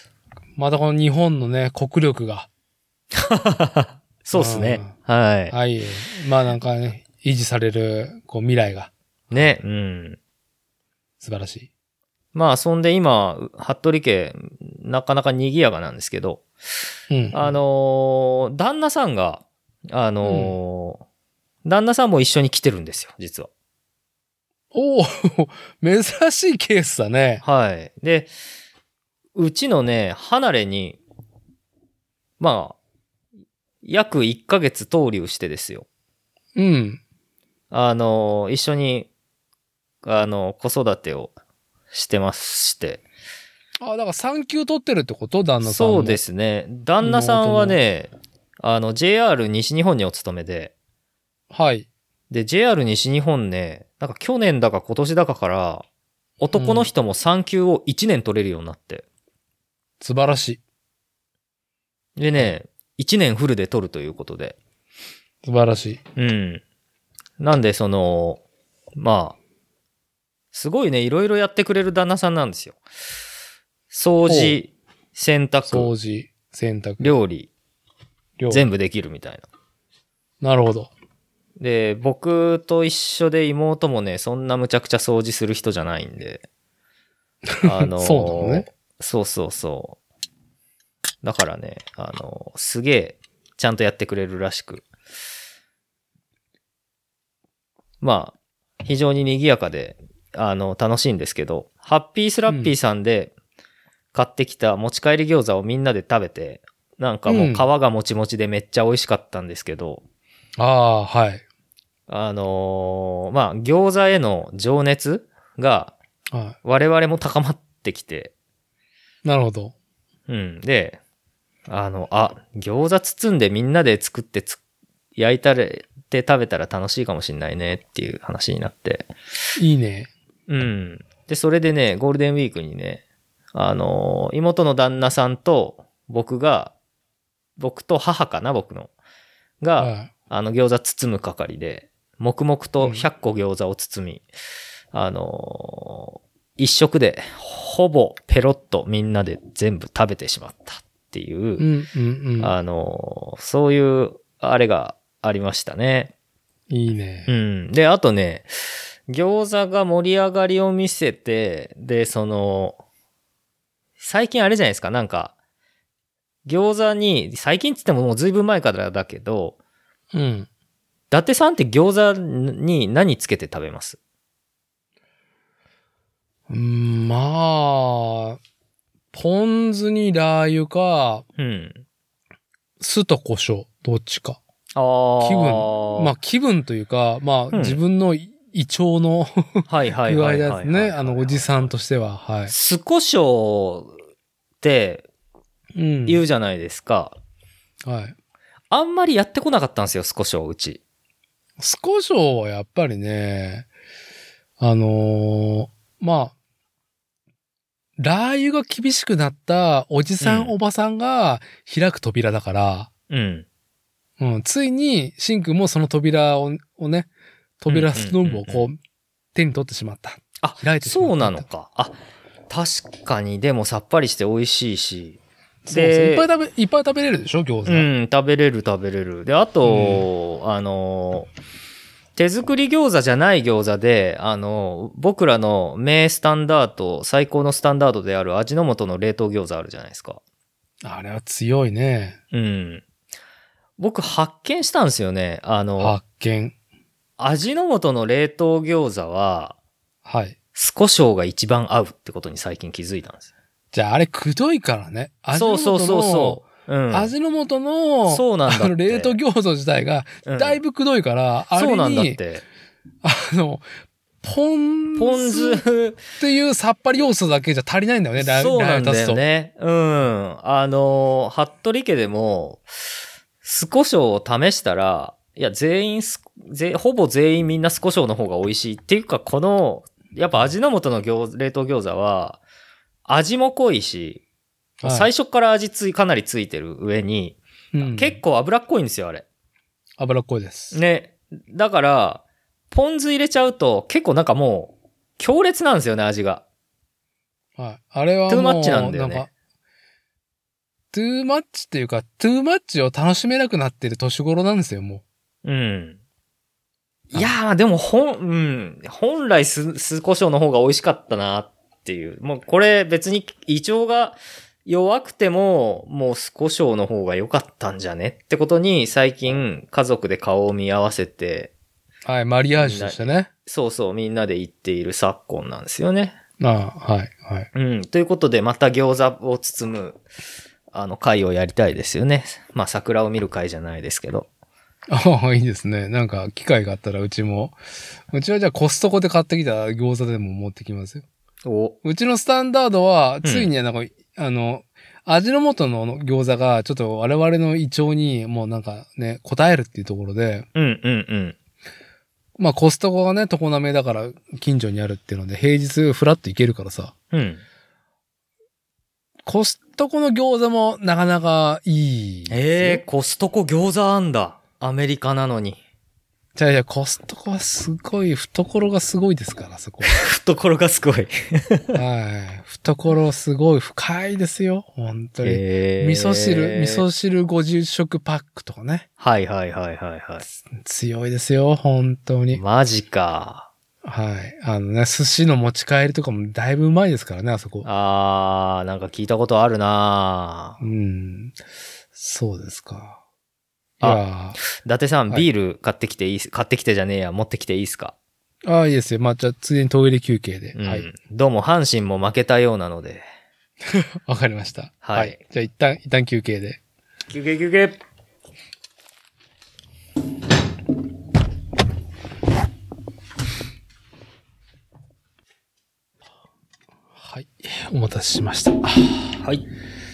またこの日本のね、国力が。 そうですね。はい。 はい。まあなんかね、維持される、こう未来が。 ね、うん。 素晴らしい。 まあ、そんで今、服部家、なかなか賑やかなんですけど、うん、あのー、旦那さんが、あのーうん、旦那さんも一緒に来てるんですよ、実は。 おお、珍しいケースだね。 はい。で、うちのね、離れに、まあ、約いっかげつ逗留してですよ。 うん。 あのー、一緒に、あの、子育てをしてまして。 あ、だから産休取ってるってこと旦那さんそうですね。旦那さんはね、あの、ジェイアール 西日本にお勤めで。 はい。 で、ジェイアール 西日本ね、なんか去年だか今年だかから、男の人も産休をいちねん取れるようになって。うん、 素晴らしい。でね、いちねんフルで取るということで。 素晴らしい。 うん。なんで、その、まあ、すごいね、いろいろやってくれる旦那さんなんですよ。掃除、洗濯、 掃除、洗濯、 料理、料理全部できるみたいな。なるほど。 で、僕と一緒で妹もね、そんなむちゃくちゃ掃除する人じゃないんで。あのー、 そうなのね。 そうそうそう。だからね、あのー、すげえ、ちゃんとやってくれるらしく。まあ、非常に賑やかで、あの、楽しいんですけど、ハッピースラッピーさんで買ってきた持ち帰り餃子をみんなで食べて、なんかもう皮がもちもちでめっちゃ美味しかったんですけど、 うん、ああ、はい。 あのー、まあ、餃子への情熱が、我々も高まってきて、 はい、なるほど。 うん。で、あの、あ、餃子包んでみんなで作ってつ焼いたれて食べたら楽しいかもしんないねっていう話になって。 いいね。 うん。で、それでね、ゴールデンウィークにね、あのー、妹の旦那さんと僕が、僕と母かな、僕の。が、はい、あの、餃子包む係で、黙々とひゃっこ餃子を包み、うん、あの一食でほぼペロッとみんなで全部食べてしまったっていう、 うんうんうん。 あの、そういうあれがありましたね。 いいね。 うん。で、あとね、餃子が盛り上がりを見せて、で、その、最近あれじゃないですか、なんか、餃子に、最近って言ってももうずいぶん前からだけど、 うん。 伊達さんって餃子に何つけて食べます？ うん、まあ、ポン酢にラー油か、 うん。 酢と胡椒、どっちか。 ああ。 気分、まあ気分というか、まあ、 うん自分の胃腸のはいはい具合はいですね。 はいはいはいはい。 あの、おじさんとしては、はい。 酢胡椒ってうん。 言うじゃないですか。 はい。 あんまりやってこなかったんですよ、酢胡椒、うち。 酢胡椒はやっぱりね、あのーまあ、ラー油が厳しくなったおじさん、 うんおばさんが開く扉だから、 うん。 うん、ついに、シンくんもその扉ををね、扉スノブをこう、手に取ってしまった。 あ、 開いてしまった。 そうなのか。あ、確かに、でもさっぱりして美味しいし。 そうそういっぱい食べ、いっぱい食べれるでしょ、餃子。 うん、食べれる食べれる。で、あと、うん、あの、手作り餃子じゃない餃子で、あの、僕らの名スタンダード、最高のスタンダードである味の素の冷凍餃子あるじゃないですか。 あれは強いね。 うん。僕発見したんですよね。あの、 発見。 味の素の冷凍餃子は、 はい。 酢胡椒が一番合うってことに最近気づいたんです。 じゃああれくどいからね。 そうそうそうそう。うん、 味の素の、 そうなんだって。 あの冷凍餃子自体が、だいぶくどいから、うん、あれに、 そうなんだって。 あの、ポンポン酢っていうさっぱり要素だけじゃ足りないんだよね、ラーそうなんだよね。うん。あの、服部家でも、酢胡椒を試したら、いや、全員ぜ、ほぼ全員みんな酢胡椒の方が美味しい。っていうか、この、やっぱ味の素の餃冷凍餃子は、味も濃いし、はい、最初から味つい、かなりついてる上に、うん、結構脂っこいんですよ、あれ。 脂っこいです。 ね。だから、ポン酢入れちゃうと、結構なんかもう、強烈なんですよね、味が。 はい。あれはもう、 トゥーマッチなんだよね。 なんかトゥーマッチっていうか、トゥーマッチを楽しめなくなってる年頃なんですよ、もう。うん。いやー、でも、ほん、うん。本来酢、酢胡椒の方が美味しかったなっていう。もう、これ別に胃腸が弱くても、もう酢胡椒の方が良かったんじゃねってことに、最近、家族で顔を見合わせて。 はい、マリアージュとしてね。 そうそう、みんなで言っている昨今なんですよね。 ああ、はい、はい。 うん。ということで、また餃子を包む、あの、会をやりたいですよね。まあ、桜を見る会じゃないですけど。 ああ、いいですね。なんか、機会があったらうちも、うちはじゃあコストコで買ってきた餃子でも持ってきますよ。 おうちのスタンダードは、ついになんか、うん、あの、味の素の餃子が、ちょっと我々の胃腸にもうなんかね、応えるっていうところで、 うんうんうん。 まあコストコがね、常滑だから近所にあるっていうので、平日フラッと行けるからさ。 うん。 コストコの餃子もなかなかいい。 ええー、コストコ餃子あんだ。アメリカなのに。 じゃあいや、コストコはすごい、懐がすごいですから、そこ。 懐がすごい。 はい。懐すごい深いですよ。本当に。えー、味噌汁、味噌汁ごじゅっしょくパックとかね。 はいはいはいはいはい。 強いですよ、本当に。 マジか。 はい。あのね、寿司の持ち帰りとかもだいぶうまいですからね、あそこ。 あー、なんか聞いたことあるなうん。そうですか。 あ、伊達さん、はい、ビール買ってきていい、買ってきてじゃねえや、持ってきていいですか？ ああ、いいですよ。まあ、じゃあ、ついでにトイレ休憩で。 うん、 はい。 どうも、阪神も負けたようなので。 わかりました。 はい。はい、 じゃあ、一旦、一旦休憩で。 休憩休憩。 はい。お待たせしました。 はい。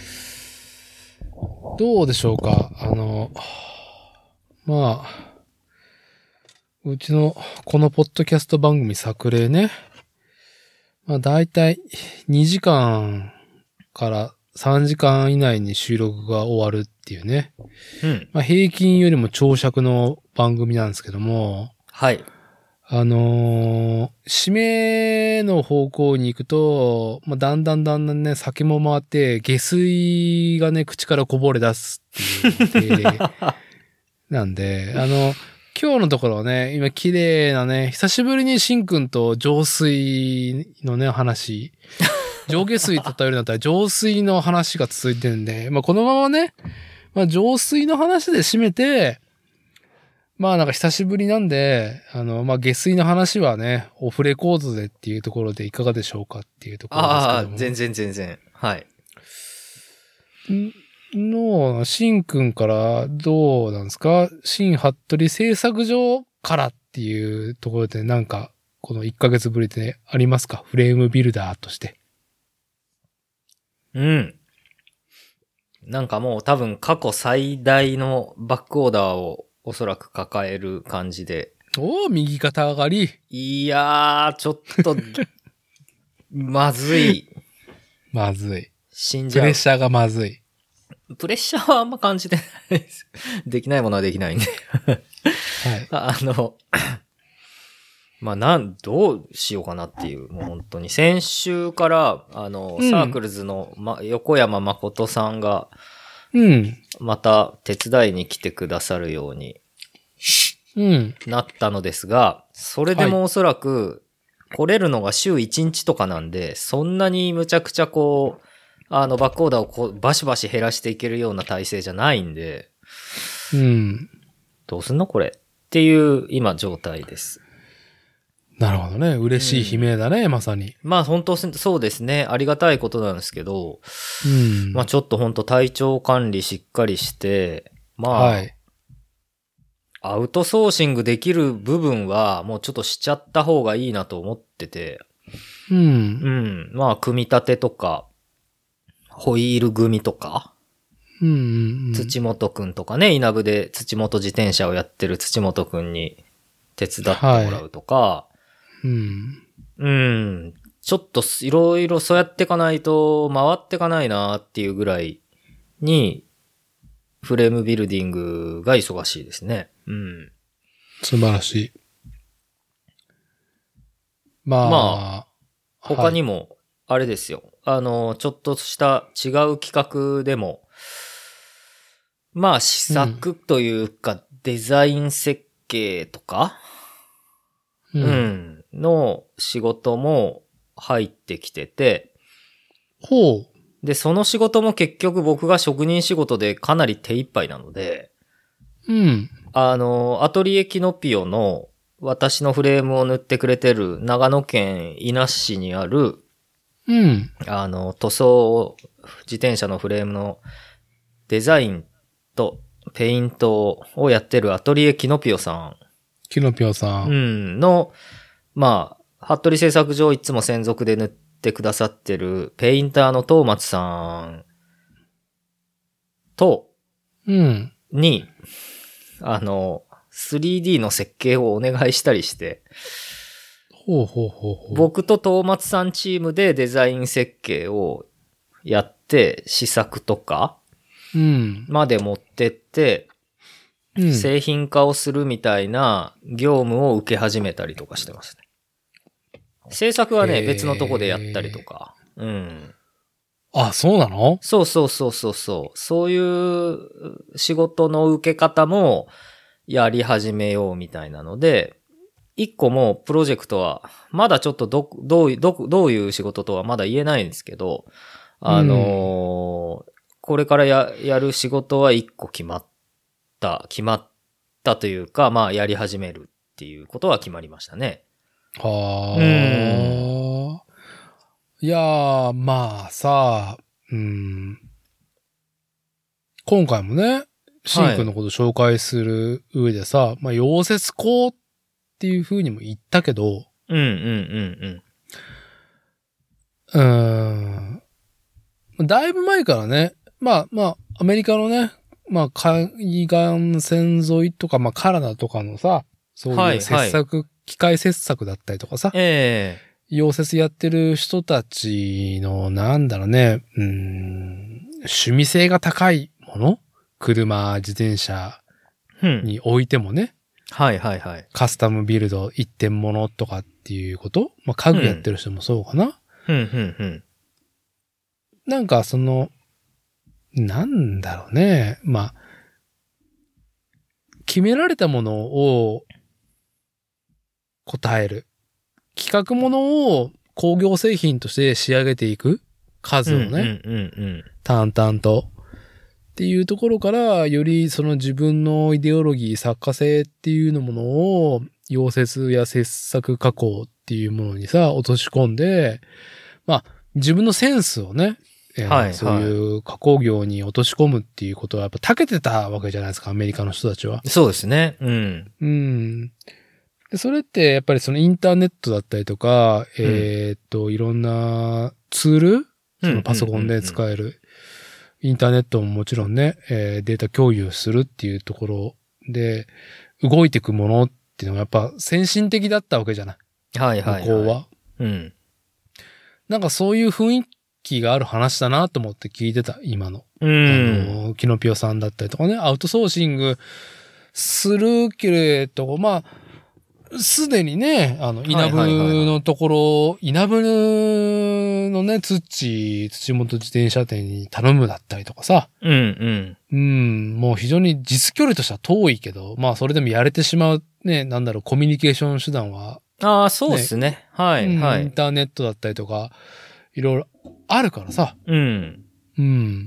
どうでしょうか？あの、まあ、うちのこのポッドキャスト番組作例ね。まあだいたいにじかんからさんじかん以内に収録が終わるっていうね。 うん。 まあ平均よりも長尺の番組なんですけども。 はい。 あのー、締めの方向に行くと、まあ、だんだんだんだんね、酒も回って、下水がね、口からこぼれ出すっていうので、なんで、あの、今日のところはね、今綺麗なね、久しぶりにしんくんと浄水のね、話、上下水とったよりだったら浄水の話が続いてるんで、まあ、このままね、まあ、浄水の話で締めて、まあなんか久しぶりなんで、あの、まあ下水の話はね、オフレコードでっていうところでいかがでしょうかっていうところですけども。 ああ、全然全然。はい。 の、しんくんからどうなんですか？新服部製作所からっていうところでなんか、このいっかげつぶりでありますか？フレームビルダーとして。 うん。なんかもう多分過去最大のバックオーダーをおそらく抱える感じで。 おー、右肩上がり。 いやー、ちょっと、まずい。 まずい。 死んじゃう。 プレッシャーがまずい。 プレッシャーはあんま感じてないです。できないものはできないんで。 はい。 あの、まあ、なん、どうしようかなっていう、もう本当に。先週から、あの、 うん、 サークルズの、ま、横山誠さんが、 うん。 また手伝いに来てくださるようにうん。 なったのですが、それでもおそらく来れるのが週いちにちとかなんで、そんなにむちゃくちゃこう、あのバックオーダーをこうバシバシ減らしていけるような体制じゃないんで、 うん。 どうすんのこれっていう今状態です。 なるほどね。嬉しい悲鳴だね、うん、まさに。 まあ本当そうですね。ありがたいことなんですけど、 うん、 まあちょっと本当体調管理しっかりして、まあ、はい、アウトソーシングできる部分はもうちょっとしちゃった方がいいなと思ってて、 うん。 うん。まあ組み立てとか、ホイール組みとか、 うんうんうん、 土本くんとかね、稲部で土本自転車をやってる土本くんに手伝ってもらうとか、はいうん。 うん。ちょっといろいろそうやっていかないと回っていかないなっていうぐらいにフレームビルディングが忙しいですね。うん。 素晴らしい。まあ、まあ、 他にもあれですよ。はい、あの、ちょっとした違う企画でも、まあ試作というか、うん、デザイン設計とか、うん、うんの仕事も入ってきてて。 ほう。 で、その仕事も結局僕が職人仕事でかなり手一杯なので。 うん。 あの、アトリエキノピオの私のフレームを塗ってくれてる長野県伊那市にある。 うん。 あの、塗装、自転車のフレームのデザインとペイントをやってるアトリエキノピオさん。 キノピオさん。 うん。の、まあ、服部製作所いつも専属で塗ってくださってるペインターの東松さんと、 うん。 に、あの、スリーディー の設計をお願いしたりして、 ほうほうほうほう。 僕と東松さんチームでデザイン設計をやって、試作とか、 うん。 まで持ってって、うん、製品化をするみたいな業務を受け始めたりとかしてますね。制作はね、別のとこでやったりとか。うん。 あ、そうなの？ そうそうそうそうそう。そういう仕事の受け方もやり始めようみたいなので、一個もプロジェクトは、まだちょっとど、どう、ど、どういう仕事とはまだ言えないんですけど、あのーうん、これからや、やる仕事は一個決まった、決まったというか、まあやり始めるっていうことは決まりましたね。 はあ。いやー、まあさ、うん。今回もね、シンくんのこと紹介する上でさ、はい、まあ溶接工っていう風にも言ったけど、 うんうんうんうん。うーん。だいぶ前からね、まあまあ、アメリカのね、まあ海岸線沿いとか、まあカナダとかのさ、そういう切削、はいはい、機械切削だったりとかさ、 ええー。 溶接やってる人たちの、なんだろうね、うーん、趣味性が高いもの？車、自転車においてもね。 はいはいはい。 カスタムビルド一点物とかっていうこと、まあ、家具やってる人もそうかな。 うん、うん、うん。 なんかその、なんだろうね。まあ、決められたものを答える。企画ものを工業製品として仕上げていく数をね、 うん、うん、うん。 淡々と。っていうところから、よりその自分のイデオロギー、作家性っていうのものを、溶接や切削加工っていうものにさ、落とし込んで、まあ、自分のセンスをね、えーはい、 そういう加工業に落とし込むっていうことはやっぱ長けてたわけじゃないですか、アメリカの人たちは。 そうですね。うん。 うん。で、それってやっぱりそのインターネットだったりとか、えーっと、いろんなツール、そのパソコンで使える、インターネットももちろんね、えーデータ共有するっていうところで、動いていくものっていうのがやっぱ先進的だったわけじゃない。 はいはいはい。 向こうは。 うん。 なんかそういう雰囲気がある話だなと思って聞いてた、今の。 うん。 あの、キノピオさんだったりとかね、アウトソーシングするけれど、まあ、すでにね、あの、稲部のところ、稲部のね、土、土本自転車店に頼むだったりとかさ。 うんうん。 うん、もう非常に実距離としては遠いけど、まあそれでもやれてしまうね、なんだろう、コミュニケーション手段は、 ああ、そうですね。はい、 うんはい。 インターネットだったりとか、いろいろあるからさ。 うん。 うん。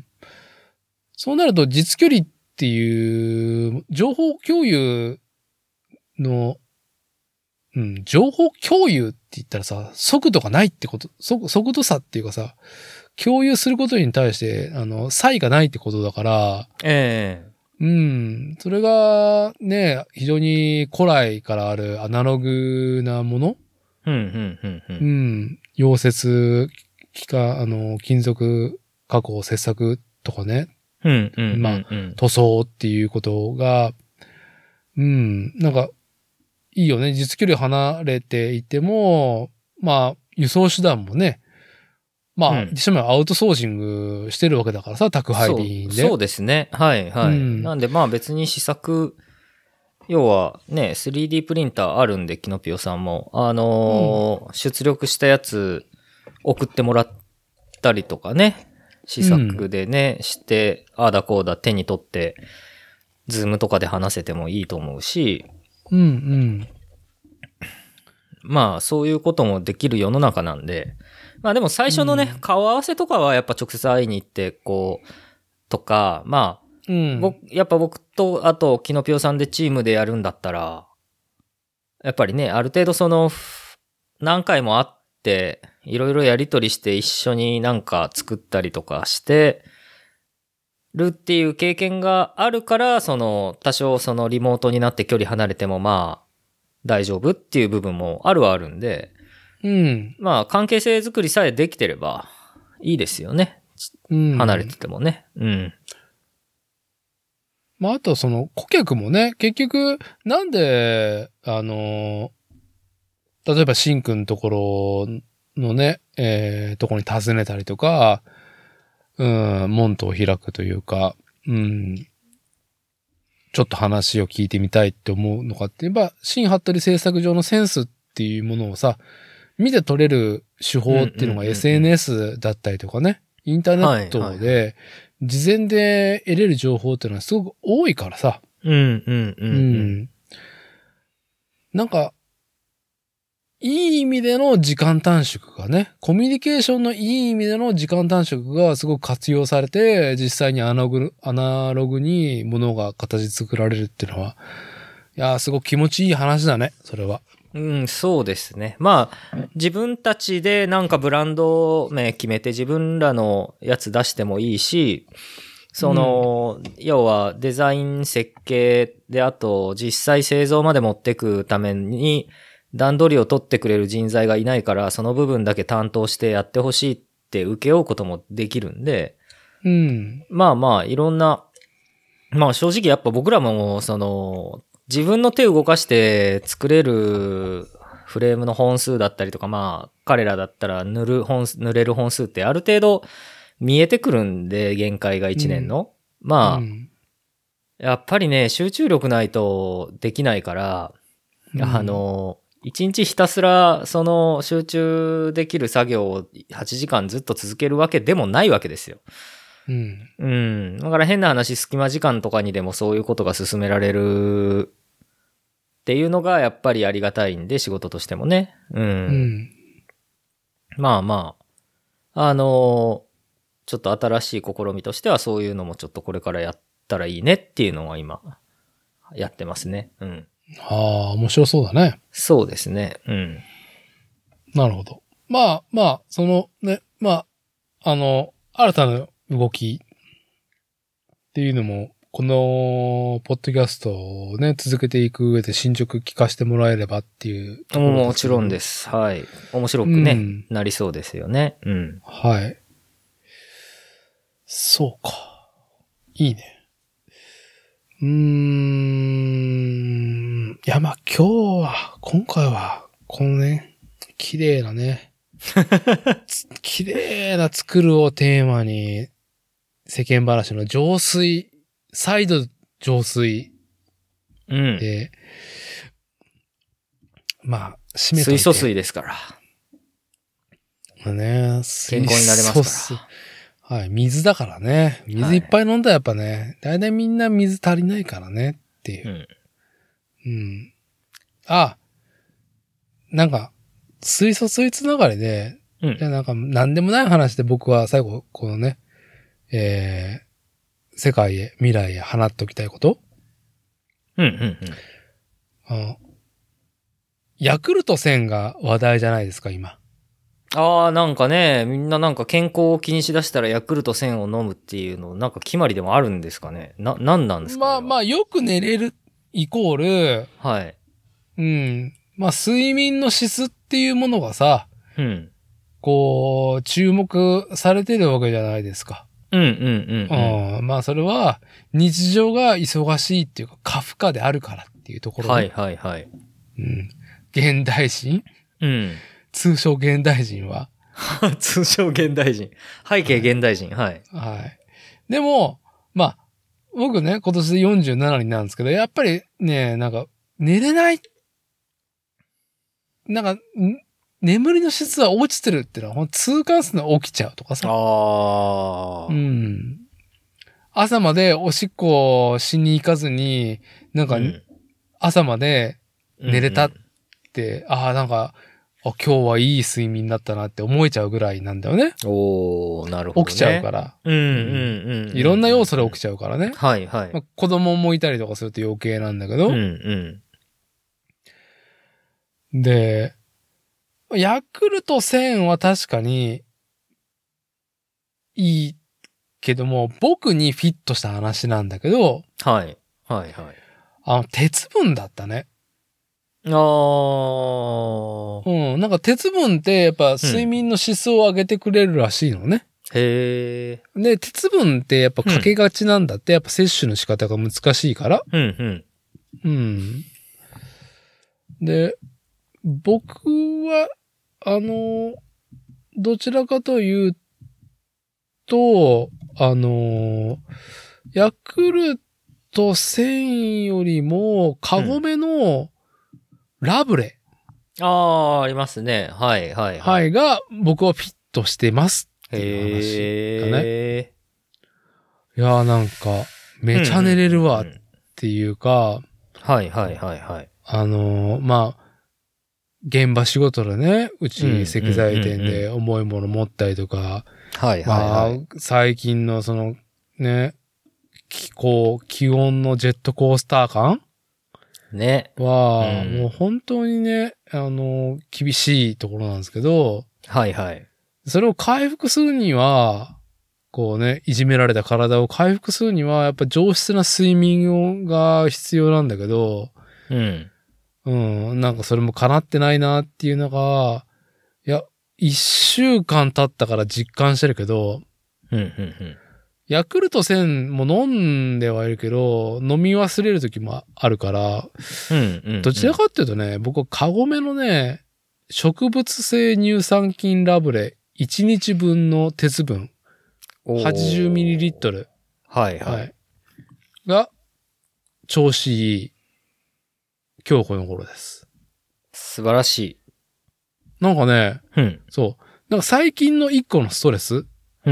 そうなると実距離っていう、情報共有の、うん、情報共有って言ったらさ、速度がないってこと、速速度差っていうかさ、共有することに対して、あの、差異がないってことだから、 ええうん、それがね、非常に古来からあるアナログなもの、 うん、うん、うん、う。 うんん、溶接、機械、あの、金属加工、切削とかね、 うん、うん、 まあうん。 塗装っていうことが、うん、なんか、いいよね。実距離離れていても、まあ、輸送手段もね、まあ、 うん言ってしまえばアウトソーシングしてるわけだからさ、宅配便で。 そう、そうですね。はい、はい。 うんなんでまあ別に試作、要はね、スリーディー プリンターあるんで、キノピオさんも。あのー出力したやつ送ってもらったりとかね、試作でね、して、ああだこうだ手に取って、ズームとかで話せてもいいと思うし、 うん、うん。 まあそういうこともできる世の中なんで、まあでも最初のね、 うん顔合わせとかはやっぱ直接会いに行って、こう、とか、まあ、 うん。 僕、やっぱ僕と、あと、キノピオさんでチームでやるんだったら、やっぱりね、ある程度その、何回も会って、いろいろやりとりして一緒になんか作ったりとかしてるっていう経験があるから、その、多少そのリモートになって距離離れてもまあ、大丈夫っていう部分もあるはあるんで、 うん。 まあ、関係性作りさえできてればいいですよね。 うん。 離れててもね。うん。 まあ、あとその顧客もね、結局、なんで、あの、例えばシンくんのところのね、えー、ところに訪ねたりとか、うん、門戸を開くというか、うん、ちょっと話を聞いてみたいって思うのかって言えば、新服部製作上のセンスっていうものをさ、見て取れる手法っていうのが エスエヌエス だったりとかね、インターネットで、事前で得れる情報っていうのはすごく多いからさ。 うん、うん、うん。 うん。なんか、いい意味での時間短縮がね、コミュニケーションのいい意味での時間短縮がすごく活用されて、実際にアナログ、アナログに物が形作られるっていうのは、いやーすごく気持ちいい話だね、それは。 うん、そうですね。まあ、自分たちでなんかブランド名決めて自分らのやつ出してもいいし、その、うん、要はデザイン設計で、あと実際製造まで持ってくために段取りを取ってくれる人材がいないから、その部分だけ担当してやってほしいって請け負うこともできるんで、 うん、 まあまあ、いろんな、まあ正直やっぱ僕らも、その、自分の手を動かして作れるフレームの本数だったりとか、まあ、彼らだったら塗る本数、塗れる本数ってある程度見えてくるんで、限界がいちねんの。うん、まあ、うん、 やっぱりね、集中力ないとできないから、 うん、 あの、一日ひたすらその集中できる作業をはちじかんずっと続けるわけでもないわけですよ。 うん。 うん。だから変な話、隙間時間とかにでもそういうことが進められるっていうのがやっぱりありがたいんで、仕事としてもね。うん。 うん、 まあまあ、あの、ちょっと新しい試みとしてはそういうのもちょっとこれからやったらいいねっていうのは今、やってますね。うん。 ああ、面白そうだね。 そうですね。うん。 なるほど。まあまあ、そのね、まあ、あの、新たな動きっていうのも、このポッドキャストをね、続けていく上で進捗聞かせてもらえればっていうところです。 もちろんです。はい。面白くね、うん、なりそうですよね。うん。 はい。そうか。いいね。うーん。いや、まあ今日は、今回は、このね、綺麗なね、綺麗な作るをテーマに、世間話の浄水、再度浄水で、うん、まあ、締めといて。 水素水ですから。 まあね、 健康になれますから。 はい、水だからね。水いっぱい飲んだらやっぱね、だいたいみんな水足りないからねっていう。うん。うん、あ、なんか、水素水つながりで、うん、じゃあなんか何でもない話で僕は最後、このね、えー、世界へ、未来へ放っておきたいこと。 うんうんうん。 あ、ヤクルトせんが話題じゃないですか、今。 ああ、なんかね、みんななんか健康を気にしだしたらヤクルトせんを飲むっていうの、なんか決まりでもあるんですかね。な、なんなんですかね。 まあまあ、よく寝れるイコール、 はい。 うん。まあ、睡眠の質っていうものがさ、 うん。 こう、注目されてるわけじゃないですか。 うんうんうん、うん。 うん。まあ、それは、日常が忙しいっていうか、過負荷であるからっていうところ、ね。 はいはいはい。 うん。現代人うん。 通称現代人は通称現代人。背景現代人。はい。 はい。でも、まあ、僕ね、今年でよんじゅうななになるんですけど、やっぱりね、なんか、寝れない。なんか、眠りの質は落ちてるっていうのは、ほんと痛感するのは起きちゃうとかさ。 ああ。 うん。朝までおしっこしに行かずに、なんか、朝まで寝れたって、うんうん、ああ、なんか、あ、今日はいい睡眠だったなって思えちゃうぐらいなんだよね。 おー、なるほど、ね。 起きちゃうから。 うんうんうん、うん。 いろんな要素で起きちゃうからね。 はいはい。 まあ、子供もいたりとかすると余計なんだけど。 うんうん。 で、ヤクルトせんは確かにいいけども、僕にフィットした話なんだけど。 はい。はいはい。 あの、鉄分だったね。 ああ。 うん。なんか鉄分ってやっぱ睡眠の質を上げてくれるらしいのね。 うん、へえ。 で、鉄分ってやっぱかけがちなんだって、うん、やっぱ摂取の仕方が難しいから。 うんうん。 うん。で、僕は、あの、どちらかというと、あの、ヤクルトせんよりも、カゴメのラブレ。 うん、ああ、ありますね。はいはい、 はい。はい、が、僕はフィットしてますっていう話だね。 へいやーなんか、めちゃ寝れるわっていうか、 はいはいはいはい。 あのー、まあ、現場仕事でね、うち石材店で重いもの持ったりとか、 はいはいはい。 まあ、最近のその、ね、気候、気温のジェットコースター感ね。 は、うん、もう本当にね、あの、厳しいところなんですけど、 はいはい。 それを回復するには、こうね、いじめられた体を回復するには、やっぱ上質な睡眠が必要なんだけど、 うん。 うん、なんかそれも叶ってないなっていうのが、いや、一週間経ったから実感してるけど、 うん、うん、うん。 ヤクルトせんも飲んではいるけど、飲み忘れる時もあるから、 うん、うん。 どちらかっていうとね、僕はカゴメのね、植物性乳酸菌ラブレいちにちぶんの鉄分、はちじゅうミリリットル。 はいはい。はい、 が、 調子いい今日この頃です。 素晴らしい。 なんかね、 うん。 そう。なんか最近の一個のストレスうんうん。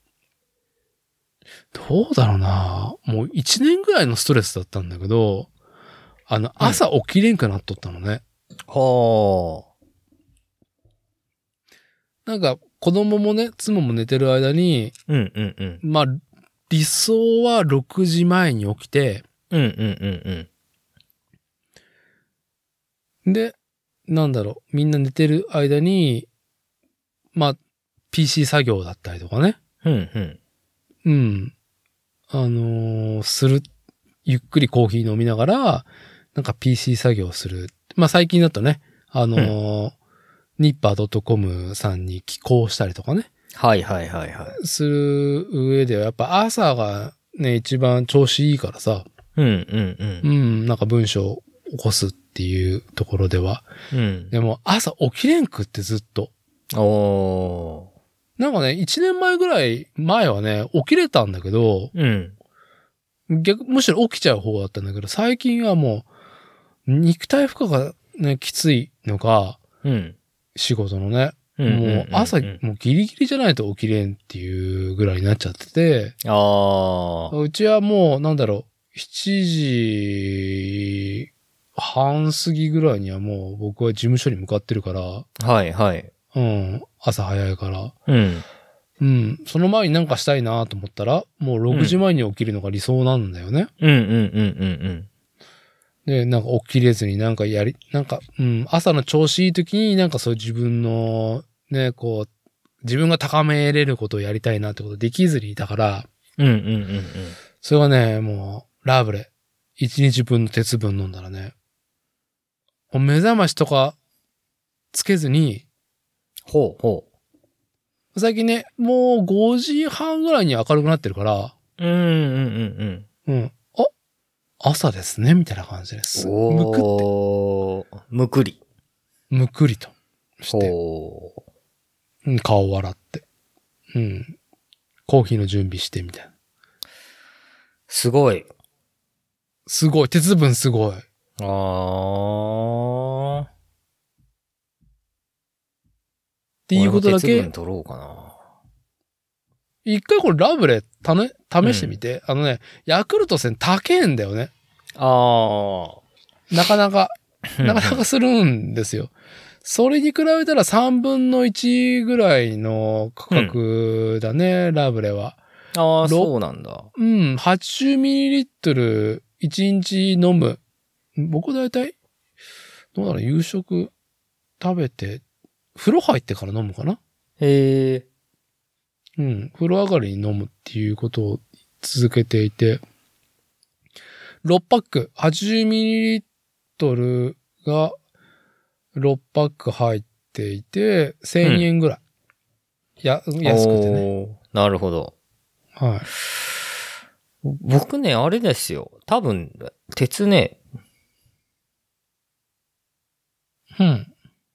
どうだろうな。もう一年ぐらいのストレスだったんだけど、あの、朝起きれんくなっとったのね。 はあ。 なんか、子供もね、妻も寝てる間に、 うんうんうん。 まあ、理想はろくじまえに起きて、 うんうんうんうん。で、なんだろう、みんな寝てる間に、まあ、ピーシー 作業だったりとかね。 うん。うんうん。あのー、する。ゆっくりコーヒー飲みながら、なんか ピーシー 作業する。まあ最近だとね、あのー、ニッパー .com さんに寄稿したりとかね。 はいはいはいはい。 する上ではやっぱ朝がね、一番調子いいからさ。 うんうんうん。 うん、なんか文章を起こすっていうところでは。 うん。 でも朝起きれんくってずっと。 おー。 なんかね、一年前ぐらい前はね、起きれたんだけど、 うん。 逆、むしろ起きちゃう方だったんだけど、最近はもう、肉体負荷がね、きついのか、 うん。 仕事のね、 うんうんうんうんもう朝、もうギリギリじゃないと起きれんっていうぐらいになっちゃってて、 ああ。 うちはもう、なんだろう、しちじはん過ぎぐらいにはもう僕は事務所に向かってるから、 はいはい。 うん、朝早いから、 うん。 うん、その前になんかしたいなと思ったら、もうろくじまえに起きるのが理想なんだよね。 うんうんうんうんうん。 で、なんか起きれずになんかやり、なんか、うん、朝の調子いい時になんかそういう自分の、ね、こう、自分が高めれることをやりたいなってことできずにいたから、 うんうんうんうん。 それがね、もう、ラブレ。一日分の鉄分飲んだらね、もう目覚ましとかつけずに、 ほうほ最近ね、もうごじはんぐらいに明るくなってるから、 う。うんうんうんうん。 うん。あ、朝ですね、みたいな感じです。むくって。 おー。むくり。 むくりとして、 ほう。 うん、顔を洗って、うん。コーヒーの準備してみたいな。 すごい。 すごい。鉄分すごい。 あー。 っていうことだけ俺も鉄分、取ろうかな。 一回これラブレたね、試してみて。うん、あのね、ヤクルト戦高えんだよね。 あー。 なかなか、なかなかするんですよ。それに比べたらさんぶんのいちぐらいの価格だね、うん、ラブレは。 ああ、そうなんだ。 うん、はちじゅうミリリットルいちにち飲む。僕だいたい、どうだろう、夕食食べて、風呂入ってから飲むかな。 へえ。 うん、風呂上がりに飲むっていうことを続けていて、ろっパック、はちじゅうミリリットルがろっパック入っていて、せんえんぐらい。うん、や、安くてね。 なるほど。 はい。 僕ね、あれですよ。多分、鉄ね。 うん。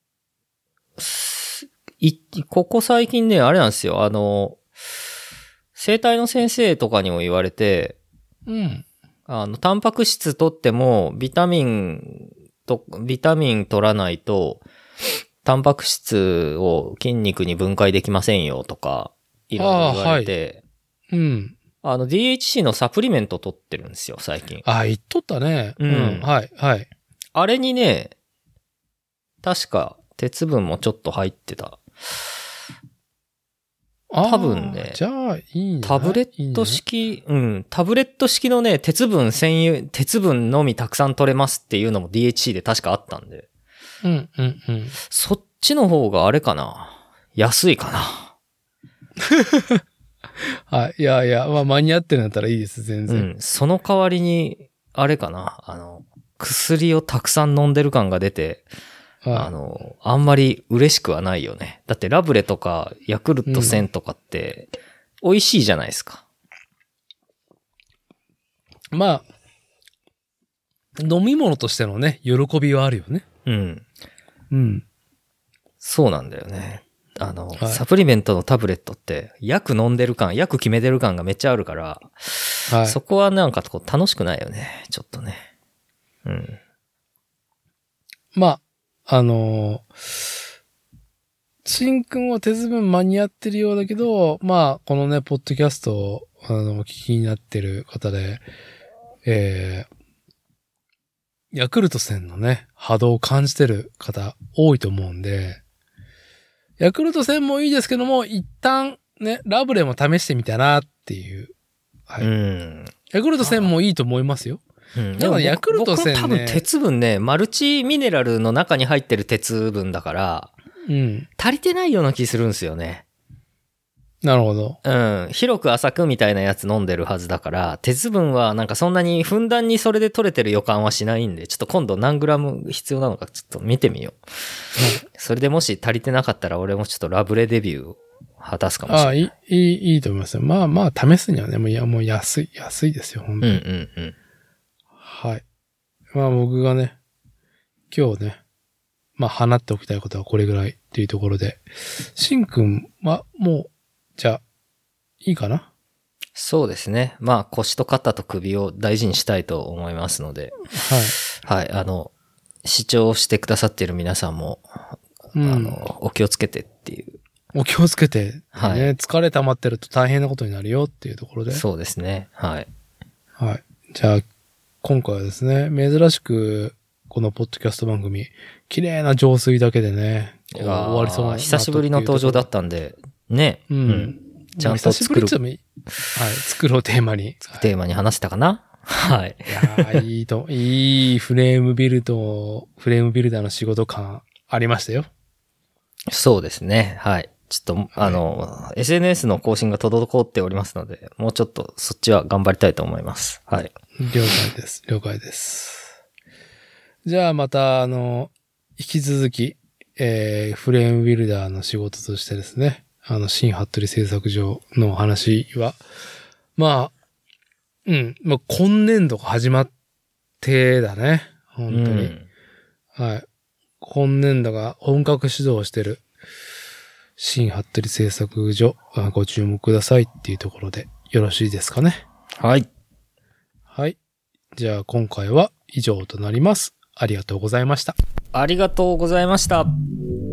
い、ここ最近ね、あれなんですよ。あの、生体の先生とかにも言われて、 うん。 あの、タンパク質取っても、ビタミンと、ビタミン取らないと、タンパク質を筋肉に分解できませんよとか、いろいろ言われて、 はい、うん。 あの ディーエイチシー のサプリメント取ってるんですよ、最近。 あ、言っとったね。 うん。うん、 はい、はい。 あれにね、確か鉄分もちょっと入ってた。多分ね。 じゃあ、いいね。 タブレット式、うん。タブレット式のね、鉄分専用、鉄分のみたくさん取れますっていうのも ディーエイチシー で確かあったんで。 うん、うん、うん。 そっちの方があれかな。安いかな。 はい。いやいや、まあ間に合ってるんだったらいいです、全然。 うん。その代わりに、あれかな。あの、薬をたくさん飲んでる感が出て、はい、あの、あんまり嬉しくはないよね。だってラブレとかヤクルトせんとかって美味しいじゃないですか。 うん、まあ、飲み物としてのね、喜びはあるよね。 うん。 うん。 そうなんだよね。 あの、 はいサプリメントのタブレットって、薬飲んでる感、薬決めてる感がめっちゃあるから、 はい。 そこはなんかこう楽しくないよね。ちょっとね。うん。 まあ、あのー、しんくんは鉄分間に合ってるようだけど、まあ、このね、ポッドキャストを、あの、お聞きになってる方で、えー、ヤクルトせんのね、波動を感じてる方多いと思うんで、ヤクルトせんもいいですけども、一旦ね、ラブレも試してみたなっていう。はい。 うん。 ヤクルトせんもいいと思いますよ。 うん、 でもヤクルトせんね、 僕も多分鉄分ね、マルチミネラルの中に入ってる鉄分だから、 うん。 足りてないような気するんですよね。 なるほど。 うん。広く浅くみたいなやつ飲んでるはずだから、鉄分はなんかそんなにふんだんにそれで取れてる予感はしないんで、ちょっと今度何グラム必要なのかちょっと見てみよう。それでもし足りてなかったら俺もちょっとラブレデビューを果たすかもしれない。 ああ、いい、いい、いいと思いますよ。まあまあ、試すにはね、もういや、もう安い、安いですよ、本当に。 うんうんうん。 はい。まあ僕がね、今日ね、まあ放っておきたいことはこれぐらいっていうところで、しんくんはもう、じゃあ、いいかな？ そうですね。まあ腰と肩と首を大事にしたいと思いますので、 はい。 はい。あの、視聴してくださっている皆さんも、 うん、 あの、お気をつけてっていう。 お気をつけて、ね、 はい。 疲れ溜まってると大変なことになるよっていうところで。 そうですね。はい。 はい。じゃあ、今回はですね、珍しく、このポッドキャスト番組、綺麗な浄水だけでね、終わりそうな。 久しぶりの登場だったんで、ね。 うん。うん、 ちゃんと作る。 はい。作ろうテーマに。 テーマに話せたかな？はい。 いやー、いいと、いいフレームビルド、フレームビルダーの仕事感ありましたよ。 そうですね。はい。ちょっと、はい、あの、エスエヌエス の更新が滞っておりますので、もうちょっとそっちは頑張りたいと思います。はい。 了解です。了解です。じゃあまた、あの、引き続き、えー、フレームビルダーの仕事としてですね、あの、新服部製作所の話は、まあ、うん、まあ、今年度が始まってだね。本当に。うん、はい。今年度が本格始動してる新服部製作所、ご注目くださいっていうところでよろしいですかね。 はい。 はい。じゃあ今回は以上となります。ありがとうございました。 ありがとうございました。